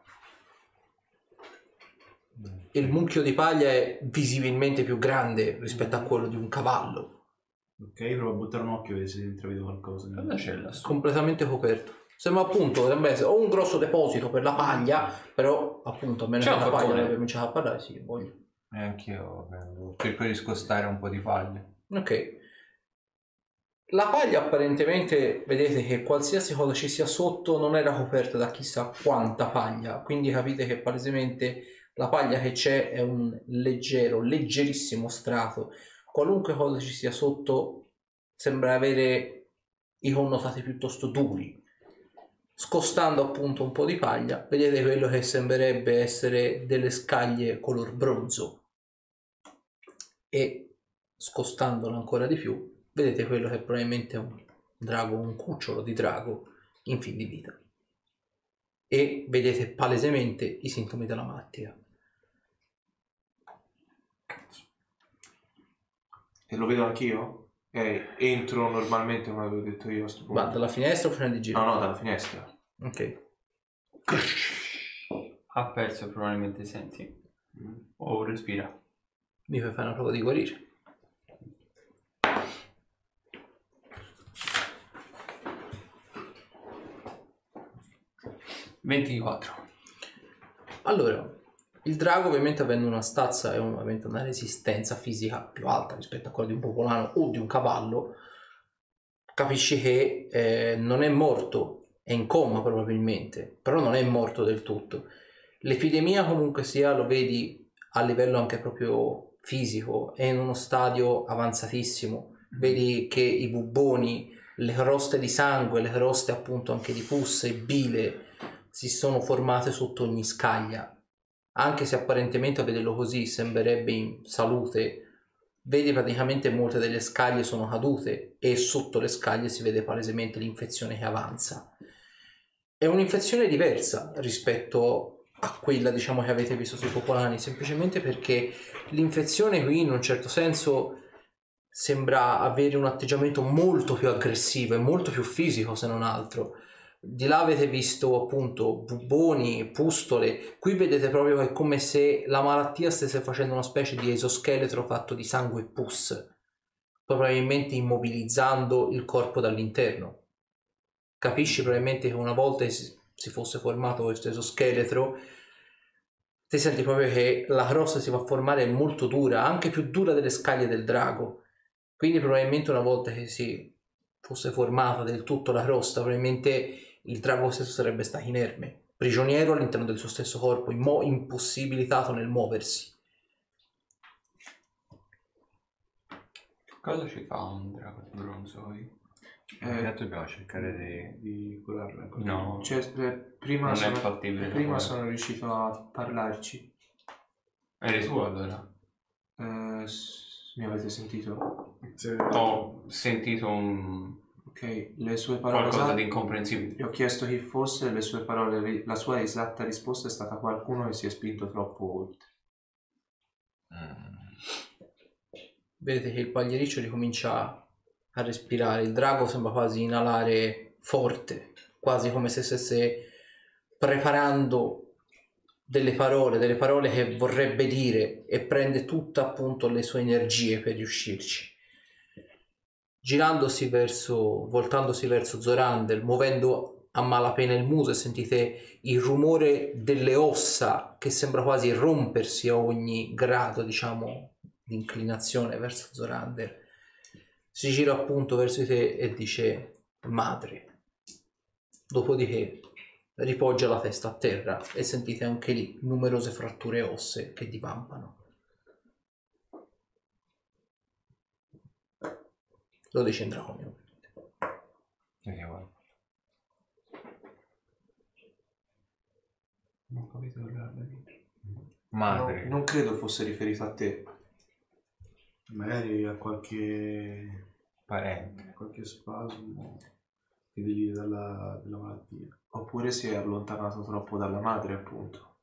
Il mucchio di paglia è visibilmente più grande rispetto a quello di un cavallo. Ok, provo a buttare un occhio e se intravedo qualcosa. Cosa c'è lassù? Completamente coperto. Sembra appunto potrebbe essere o un grosso deposito per la paglia, però appunto a meno C'è che un la paglia forcone. avrebbe cominciato a parlare, sì, voglio. E anch'io cerco di scostare un po' di paglia. Ok. La paglia apparentemente, vedete che qualsiasi cosa ci sia sotto non era coperta da chissà quanta paglia, quindi capite che palesemente la paglia che c'è è un leggerissimo strato. Qualunque cosa ci sia sotto sembra avere i connotati piuttosto duri. Scostando appunto un po' di paglia, vedete quello che sembrerebbe essere delle scaglie color bronzo. E scostandolo ancora di più, vedete quello che è probabilmente un drago, un cucciolo di drago in fin di vita. E vedete palesemente i sintomi della malattia. E lo vedo anch'io? Entro normalmente come avevo detto io a sto punto. Va dalla finestra o prima di girare? No, dalla finestra. Ok. Ha perso probabilmente i sensi. O respira. Mi fai fare una prova di guarire. (24). Allora, il drago ovviamente avendo una stazza e ovviamente una resistenza fisica più alta rispetto a quella di un popolano o di un cavallo, capisci che non è morto, è in coma probabilmente, però non è morto del tutto. L'epidemia comunque sia, lo vedi a livello anche proprio fisico, è in uno stadio avanzatissimo. Vedi che i bubboni, le croste di sangue, le croste appunto anche di pus e bile si sono formate sotto ogni scaglia. Anche se apparentemente a vederlo così sembrerebbe in salute, vedi praticamente molte delle scaglie sono cadute e sotto le scaglie si vede palesemente l'infezione che avanza. È un'infezione diversa rispetto a quella, diciamo, che avete visto sui popolani, semplicemente perché l'infezione qui in un certo senso sembra avere un atteggiamento molto più aggressivo e molto più fisico, se non altro. Di là avete visto appunto bubboni, pustole, qui vedete proprio che è come se la malattia stesse facendo una specie di esoscheletro fatto di sangue e pus, probabilmente immobilizzando il corpo dall'interno. Capisci probabilmente che una volta si fosse formato questo esoscheletro, ti senti proprio che la crosta si va a formare molto dura, anche più dura delle scaglie del drago. Quindi probabilmente una volta che si fosse formata del tutto la crosta, probabilmente il drago stesso sarebbe stato inerme, prigioniero all'interno del suo stesso corpo, impossibilitato nel muoversi. Cosa ci fa un drago di bronzo qui? Dobbiamo cercare di curarla. No, Prima non è fattibile. Prima sono riuscito a parlarci. Eri tu allora? Mi avete sentito? Ho sentito un... Ok, le sue parole qualcosa di incomprensibile. Gli ho chiesto chi fosse, le sue parole, la sua esatta risposta è stata qualcuno che si è spinto troppo oltre. Vedete che il pagliericcio ricomincia a respirare, il drago sembra quasi inalare forte, quasi come se stesse preparando delle parole che vorrebbe dire, e prende tutta appunto le sue energie per riuscirci. Voltandosi verso Zorander, muovendo a malapena il muso, e sentite il rumore delle ossa che sembra quasi rompersi a ogni grado, diciamo, di inclinazione verso Zorander. Si gira appunto verso di te e dice: madre. Dopodiché ripoggia la testa a terra e sentite anche lì numerose fratture ossee che divampano. Lo dice in draconio. Non ho capito madre. Non credo fosse riferito a te. Magari a qualche Parente. qualche spasmo che derivi dalla malattia. Oppure si è allontanato troppo dalla madre, appunto.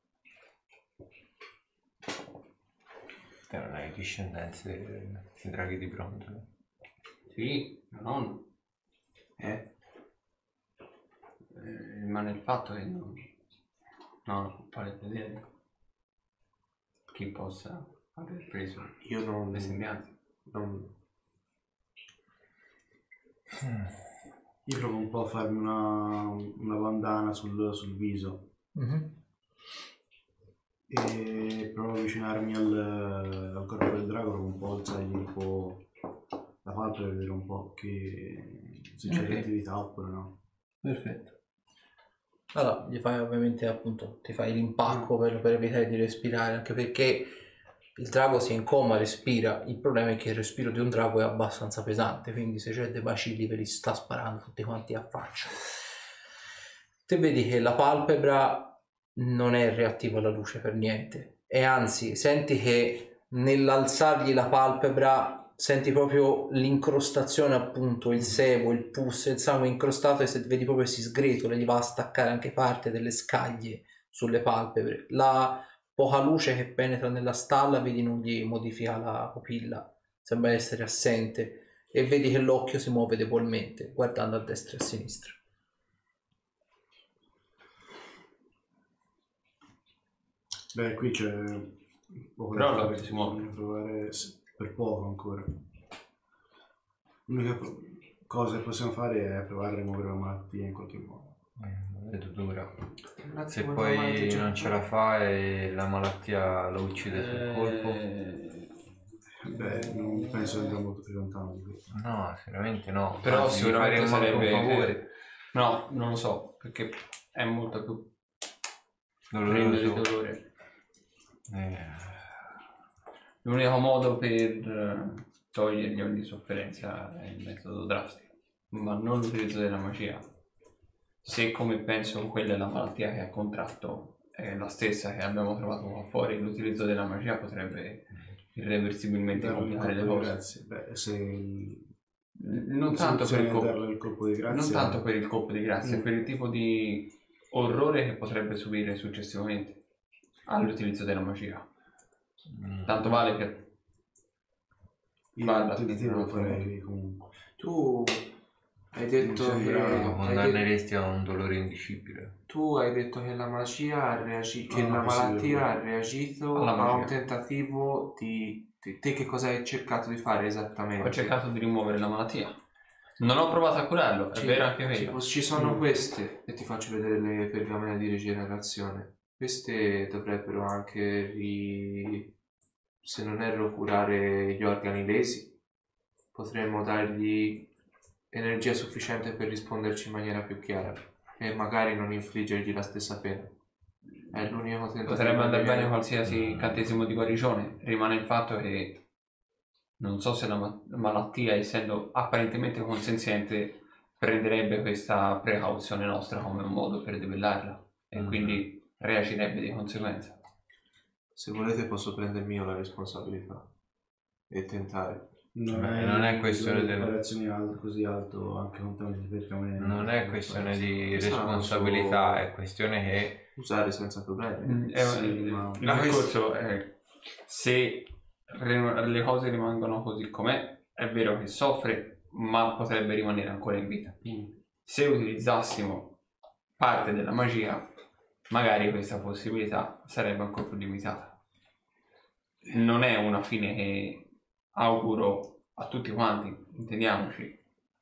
Te non hai discendenze di draghi di bronzo? Sì, mio nonno. Ma nel fatto che non ho palese idea chi possa aver preso Io non... le sembianze. Io provo un po' a farmi una bandana sul viso. e provo ad avvicinarmi al corpo del drago per un po' alzargli un po' la palpebra per vedere un po' se c'è attività oppure no. Perfetto. Allora, gli fai ovviamente appunto, ti fai l'impacco per evitare di respirare, anche perché il drago si è in coma, respira. Il problema è che il respiro di un drago è abbastanza pesante, quindi se c'è dei bacilli ve li sta sparando tutti quanti a faccia. Te vedi che la palpebra non è reattiva alla luce per niente, e anzi senti che nell'alzargli la palpebra senti proprio l'incrostazione, appunto il sebo, il pus, il sangue incrostato, e se vedi proprio si sgretola, gli va a staccare anche parte delle scaglie sulle palpebre. La poca luce che penetra nella stalla vedi non gli modifica la pupilla, sembra essere assente, e vedi che l'occhio si muove debolmente guardando a destra e a sinistra. Beh, qui c'è poco Però da fare, l'occhio si muove. bisogna provare per poco ancora. L'unica cosa che possiamo fare è provare a rimuovere la malattia in qualche modo. Vedo dura. Se attimo, poi non ce la fa e la malattia lo uccide sul colpo. Beh, non penso che andrà molto più lontano di qui. No, sicuramente no. Però Anzi, sicuramente faremo anche sarebbe un favore. No, non lo so, perché è molto più Doloroso. prendere dolore. L'unico modo per togliergli ogni sofferenza è il metodo drastico, ma non l'utilizzo della magia. Se, come penso, quella è la malattia che ha contratto, è la stessa che abbiamo trovato qua fuori, l'utilizzo della magia potrebbe irreversibilmente complicare le cose. Grazie. Beh, se Non tanto per il colpo di grazia, non tanto per il colpo di grazia, per il tipo di orrore che potrebbe subire successivamente all'utilizzo della magia. Tanto vale che il tentativo lo farei comunque. Tu hai detto Lo condanneresti a un dolore indicibile. Tu hai detto che la magia ha reagito, che la malattia ha reagito a un tentativo di te. Che cosa hai cercato di fare esattamente? Ho cercato di rimuovere la malattia. Non ho provato a curarlo, è vero anche vero. Ci sono queste, e ti faccio vedere le pergamene di rigenerazione. Queste dovrebbero anche, se non erro, curare gli organi lesi. Potremmo dargli energia sufficiente per risponderci in maniera più chiara e magari non infliggergli la stessa pena. È l'unico tentativo. Potrebbe andare bene qualsiasi incantesimo di guarigione. Rimane il fatto che non so se la malattia, essendo apparentemente consenziente, prenderebbe questa precauzione nostra come un modo per debellarla e quindi reagirebbe di conseguenza. Se volete posso prendermi io la responsabilità e tentare. Non è questione di operazioni così alto, anche con tanti pergamene. Non è questione di responsabilità, è questione che usare senza problemi. Il discorso è, se le cose rimangono così com'è, è vero che soffre, ma potrebbe rimanere ancora in vita. Se utilizzassimo parte della magia, magari questa possibilità sarebbe ancora più limitata. Non è una fine che auguro a tutti quanti, intendiamoci.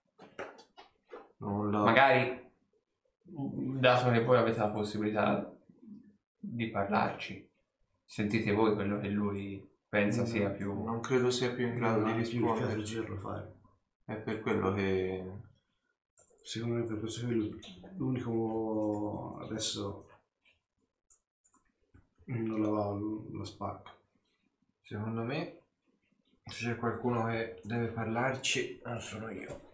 Magari, dato che voi avete la possibilità di parlarci, sentite voi quello che lui pensa sia più... Non credo sia più in grado di rispondere. È per quello che... Secondo me per questo l'unico adesso non la va, la spacca. secondo me se c'è qualcuno che deve parlarci non sono io.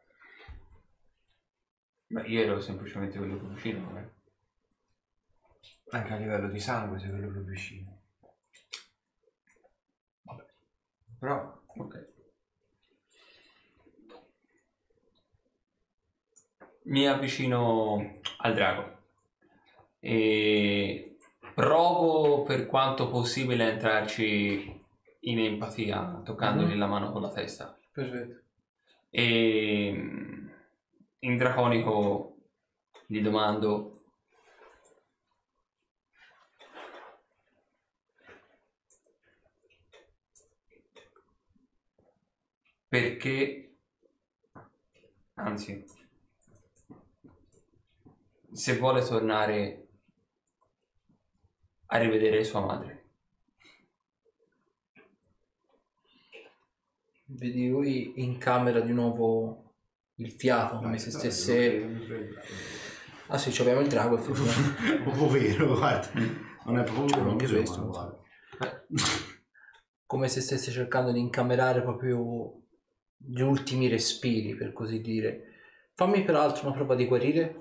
Beh, io ero semplicemente quello più vicino. Anche a livello di sangue sei quello più vicino. Vabbè. Però ok. Mi avvicino al drago e provo per quanto possibile a entrarci in empatia, toccandogli la mano con la testa. Perfetto. E in draconico gli domando: perché, anzi, se vuole tornare a rivedere sua madre. Vedi lui in camera di nuovo il fiato, come se stesse... Ah sì, abbiamo il drago. Un po' vero, guarda. Non è proprio vero, anche non questo, so, insomma. guarda. Come se stesse cercando di incamerare proprio gli ultimi respiri, per così dire. Fammi peraltro una prova di guarire.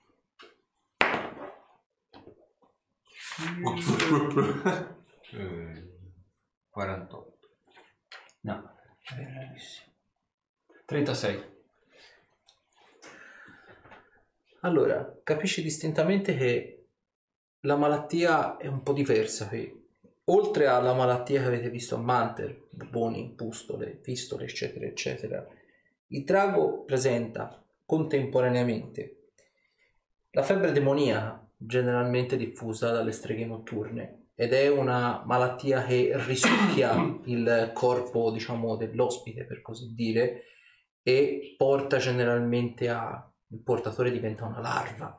48. No. 36. Allora, capisci distintamente che la malattia è un po' diversa qui. Oltre alla malattia che avete visto a Manter, bubboni, pustole, fistole, eccetera, eccetera, il drago presenta contemporaneamente la febbre demoniaca, generalmente diffusa dalle streghe notturne, ed è una malattia che risucchia il corpo, diciamo, dell'ospite, per così dire, e porta generalmente il portatore diventa una larva.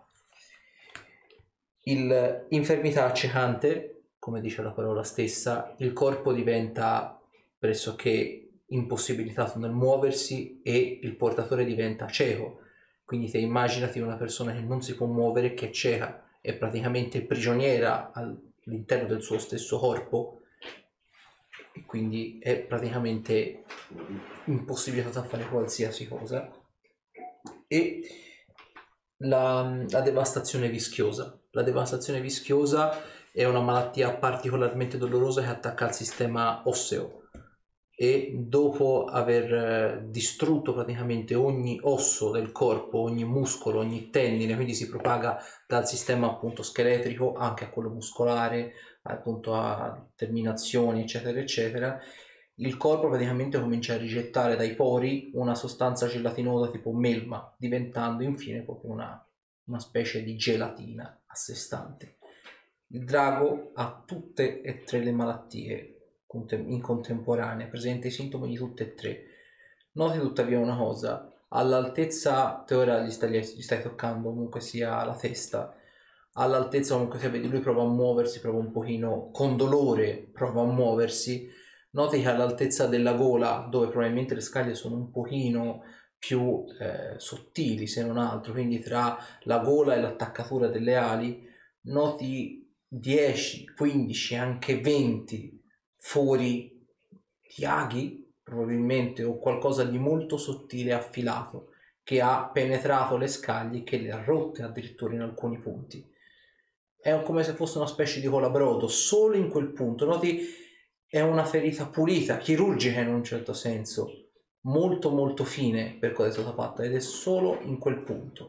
L'infermità accecante, come dice la parola stessa, il corpo diventa pressoché impossibilitato nel muoversi e il portatore diventa cieco. Quindi te immaginati una persona che non si può muovere, che è cieca, è praticamente prigioniera all'interno del suo stesso corpo e quindi è praticamente impossibilitata a fare qualsiasi cosa. E la devastazione vischiosa. La devastazione vischiosa è una malattia particolarmente dolorosa che attacca al sistema osseo e dopo aver distrutto praticamente ogni osso del corpo, ogni muscolo, ogni tendine, quindi si propaga dal sistema appunto scheletrico anche a quello muscolare, appunto a terminazioni eccetera eccetera, il corpo praticamente comincia a rigettare dai pori una sostanza gelatinosa tipo melma, diventando infine proprio una specie di gelatina a sé stante. Il drago ha tutte e tre le malattie in contemporanea, presenta i sintomi di tutte e tre. Noti tuttavia una cosa: all'altezza, te ora gli stai toccando comunque sia la testa, all'altezza comunque sia, vedi lui prova a muoversi, prova un pochino con dolore, prova a muoversi. Noti che all'altezza della gola, dove probabilmente le scaglie sono un pochino più sottili se non altro, quindi tra la gola e l'attaccatura delle ali, noti 10, 15, anche 20 fori di aghi probabilmente, o qualcosa di molto sottile e affilato che ha penetrato le scaglie, che le ha rotte addirittura in alcuni punti. È come se fosse una specie di colabrodo solo in quel punto. Noti è una ferita pulita, chirurgica in un certo senso, molto molto fine per cosa è stata fatta, ed è solo in quel punto.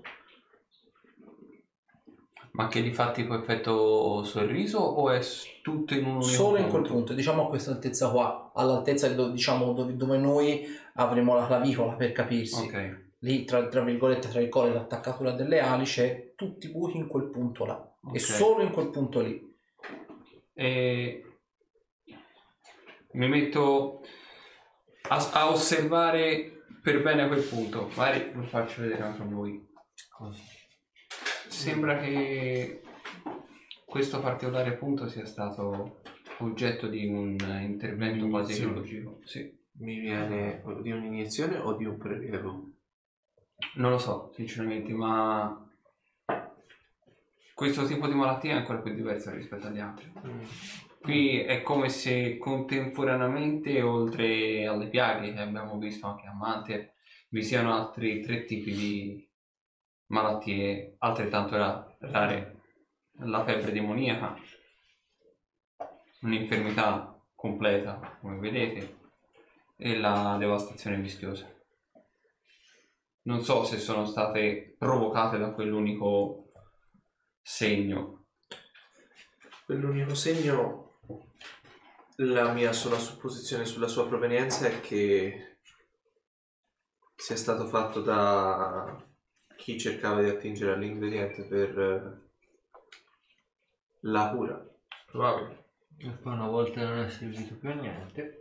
Ma che di fatti tipo effetto sorriso o è tutto in un unico solo in punto? quel punto, diciamo a questa altezza qua, all'altezza diciamo dove noi avremo la clavicola, per capirsi. Ok. Lì tra virgolette tra il collo e l'attaccatura delle ali c'è tutti i buchi in quel punto là, e solo in quel punto lì. E mi metto a osservare per bene quel punto, magari lo faccio vedere anche a voi. Cosa? Sembra che questo particolare punto sia stato oggetto di un intervento quasi chirurgico. Sì. Mi viene di un'iniezione o di un prelievo? Non lo so, sinceramente, ma questo tipo di malattia è ancora più diversa rispetto agli altri. Qui è come se contemporaneamente, oltre alle piaghe che abbiamo visto anche a Manter, vi siano altri 3 tipi di malattie altrettanto rare: la febbre demoniaca, un'infermità completa come vedete, e la devastazione vischiosa. Non so se sono state provocate da quell'unico segno. Quell'unico segno, la mia sola supposizione sulla sua provenienza è che sia stato fatto da chi cercava di attingere all'ingrediente per la cura. Probabile. E poi una volta non è servito più a niente.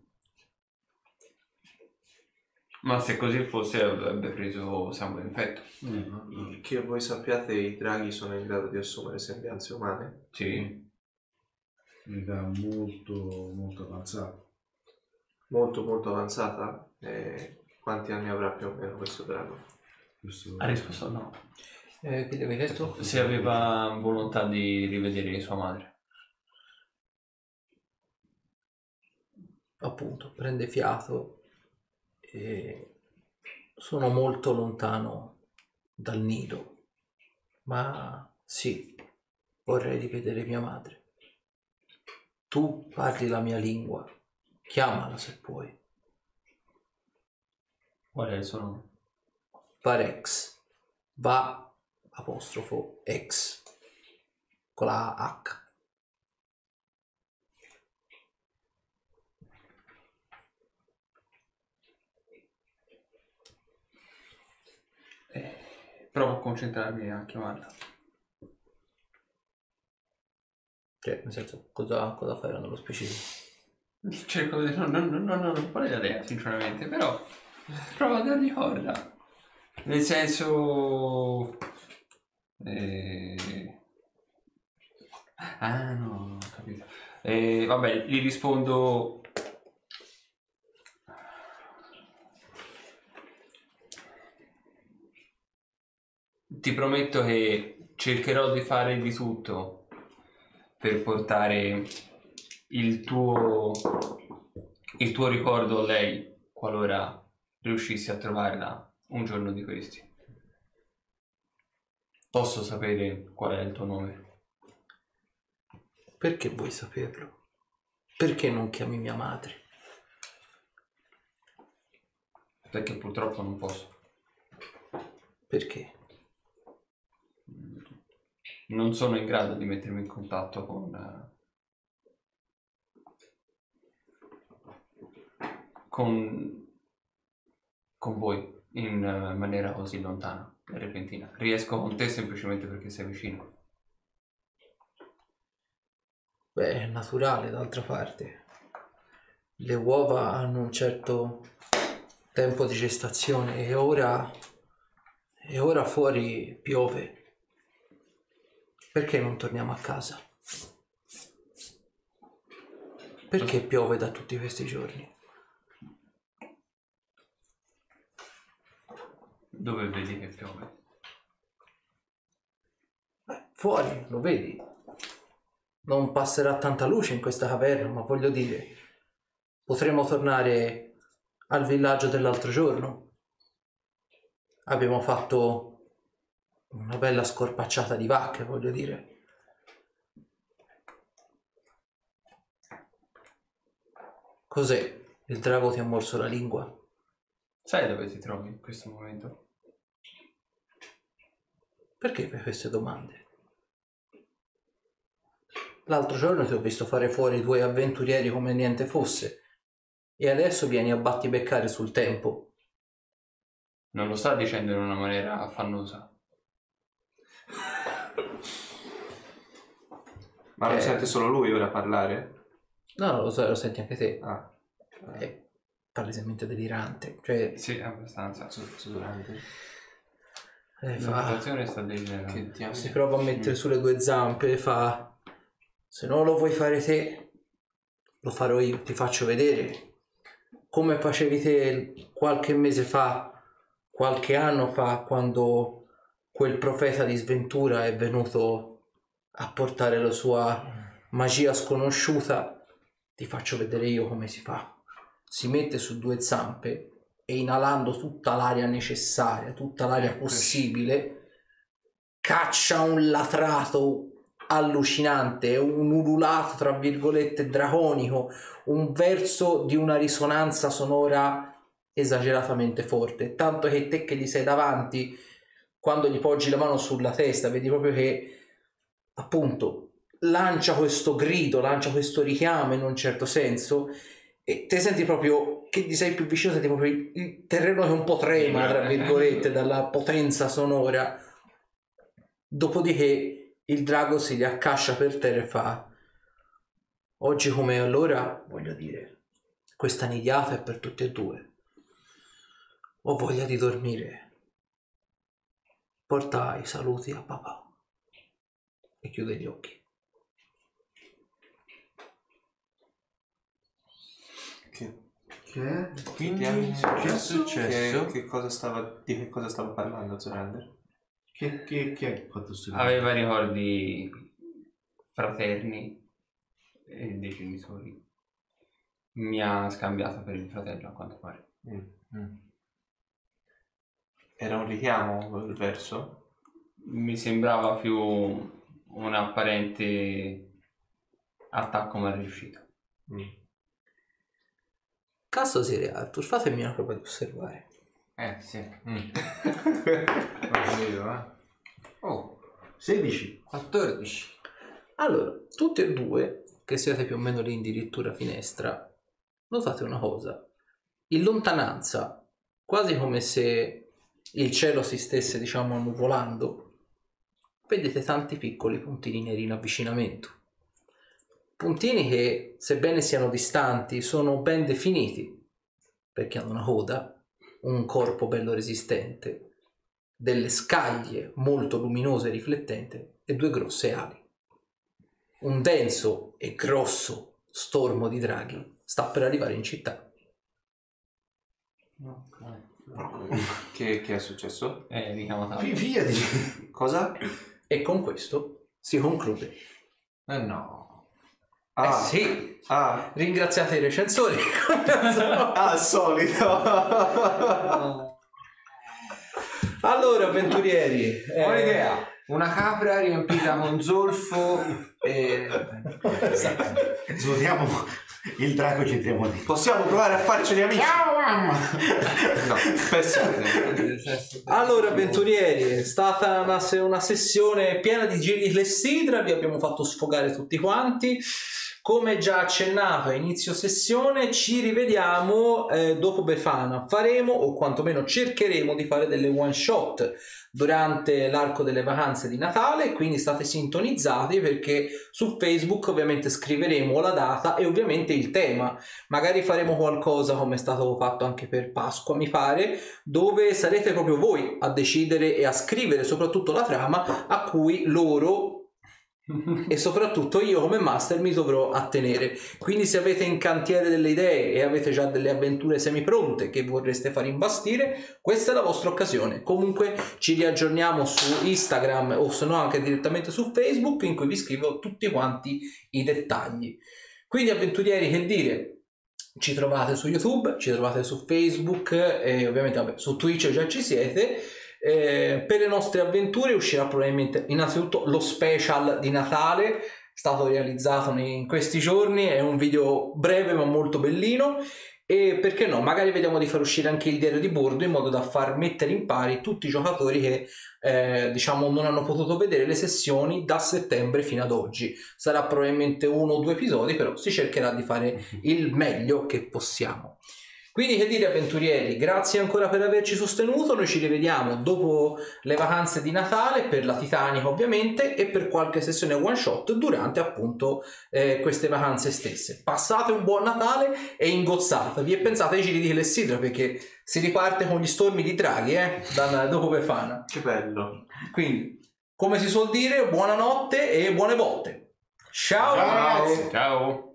Ma se così fosse avrebbe preso sangue infetto. Che voi sappiate, i draghi sono in grado di assumere sembianze umane? Sì. un'età molto avanzata. Molto avanzata. Quanti anni avrà più o meno questo drago? Ha risposto no. Che ti avevi chiesto? Se aveva volontà di rivedere sua madre. Appunto, prende fiato e sono molto lontano dal nido, ma sì, vorrei rivedere mia madre. Tu parli la mia lingua, chiamala se puoi. Qual è il suo nome? Varex, va apostrofo ex con la H. Provo a concentrarmi a chiamarla. Cioè, nel senso, cosa fai nello specifico? Cerco di... non ho idea, sinceramente, però provo a dargli corda. Nel senso... Ah, no, ho capito. Vabbè, gli rispondo... Ti prometto che cercherò di fare di tutto per portare il tuo ricordo a lei, qualora riuscissi a trovarla un giorno di questi. Posso sapere qual è il tuo nome? Perché vuoi saperlo? Perché non chiami mia madre? Perché purtroppo non posso. Perché? Non sono in grado di mettermi in contatto con voi in maniera così lontana e repentina. Riesco con te semplicemente perché sei vicino. Beh, è naturale, d'altra parte. Le uova hanno un certo tempo di gestazione e ora fuori piove. Perché non torniamo a casa? Perché piove da tutti questi giorni? Dove vedi che piove? Fuori, lo vedi? Non passerà tanta luce in questa caverna, ma voglio dire, potremo tornare al villaggio dell'altro giorno. Abbiamo fatto una bella scorpacciata di vacche, voglio dire. Cos'è? Il drago ti ha morso la lingua? Sai dove ti trovi in questo momento? Perché fai queste domande? L'altro giorno ti ho visto fare fuori 2 avventurieri come niente fosse e adesso vieni a battibeccare sul tempo. Non lo sta dicendo in una maniera affannosa. Ma lo sente solo lui ora parlare? No, lo senti anche te. Ah. È palesemente delirante. Cioè, Sì, abbastanza. Zuzzurante. La fa, situazione sta delineando. Che diavolo. si prova a mettere sulle 2 zampe e fa: se non lo vuoi fare te, lo farò io, ti faccio vedere. Come facevi te qualche mese fa, qualche anno fa, quando quel profeta di sventura è venuto a portare la sua magia sconosciuta, ti faccio vedere io come si fa. Si mette su 2 zampe e inalando tutta l'aria necessaria, tutta l'aria possibile, caccia un latrato allucinante, un ululato tra virgolette draconico, un verso di una risonanza sonora esageratamente forte, tanto che te che gli sei davanti, quando gli poggi la mano sulla testa, vedi proprio che appunto lancia questo grido, lancia questo richiamo in un certo senso e te senti proprio che gli sei più vicino, senti proprio il terreno che un po' trema tra virgolette dalla potenza sonora. Dopodiché il drago si riaccascia per terra e fa: oggi come allora, voglio dire, questa nidiata è per tutti e 2. Ho voglia di dormire. Porta i saluti a papà e chiude gli occhi. Quindi che è successo? Di che cosa stava parlando Zorander? Che ha fatto questo? Aveva ricordi fraterni e dei genitori. Mi ha scambiato per il fratello, a quanto pare. Era un richiamo quel verso? Mi sembrava più un apparente attacco mal riuscito. Caso Sire Arthur, fatemi una prova di osservare. Sì. Oh, 16. 14. Allora, tutti e due, che siete più o meno lì addirittura finestra, notate una cosa. In lontananza, quasi come se il cielo si stesse, diciamo, annuvolando, vedete tanti piccoli puntini neri in avvicinamento. Puntini che, sebbene siano distanti, sono ben definiti, perché hanno una coda, un corpo bello resistente, delle scaglie molto luminose e riflettenti e due grosse ali. Un denso e grosso stormo di draghi sta per arrivare in città. Che è successo? Richiamato. Figliati. Cosa? E con questo si conclude. No. Sì, Ah, ringraziate i recensori. al solito. Allora, avventurieri, Buona idea. Una capra riempita con zolfo e... Svuotiamo il drago e ci entriamo dentro. Possiamo provare a farceli amici? Ciao mamma! No, pessimo idea. Allora, avventurieri, è stata una sessione piena di giri di clessidra, vi abbiamo fatto sfogare tutti quanti. Come già accennato a inizio sessione, ci rivediamo dopo Befana. Faremo, o quantomeno cercheremo di fare delle one shot durante l'arco delle vacanze di Natale, quindi state sintonizzati perché su Facebook ovviamente scriveremo la data e ovviamente il tema. Magari faremo qualcosa come è stato fatto anche per Pasqua, mi pare, dove sarete proprio voi a decidere e a scrivere soprattutto la trama a cui loro e soprattutto io come master mi dovrò attenere. Quindi se avete in cantiere delle idee e avete già delle avventure semipronte che vorreste far imbastire, questa è la vostra occasione. Comunque ci riaggiorniamo su Instagram o se no anche direttamente su Facebook, in cui vi scrivo tutti quanti i dettagli. Quindi avventurieri, che dire, ci trovate su YouTube, ci trovate su Facebook e ovviamente su Twitch già ci siete. Per le nostre avventure uscirà probabilmente innanzitutto lo special di Natale, stato realizzato in questi giorni, è un video breve ma molto bellino, e perché no, magari vediamo di far uscire anche il diario di bordo in modo da far mettere in pari tutti i giocatori che diciamo non hanno potuto vedere le sessioni da settembre fino ad oggi. Sarà probabilmente 1 o 2 episodi, però si cercherà di fare il meglio che possiamo. Quindi che dire avventurieri, grazie ancora per averci sostenuto, noi ci rivediamo dopo le vacanze di Natale per la Titanica ovviamente e per qualche sessione one shot durante appunto queste vacanze stesse. Passate un buon Natale e ingozzatevi e pensate ai giri di clessidra perché si riparte con gli stormi di draghi dopo Befana. Che bello. Quindi come si suol dire, buonanotte e buone volte. Ciao! Ciao!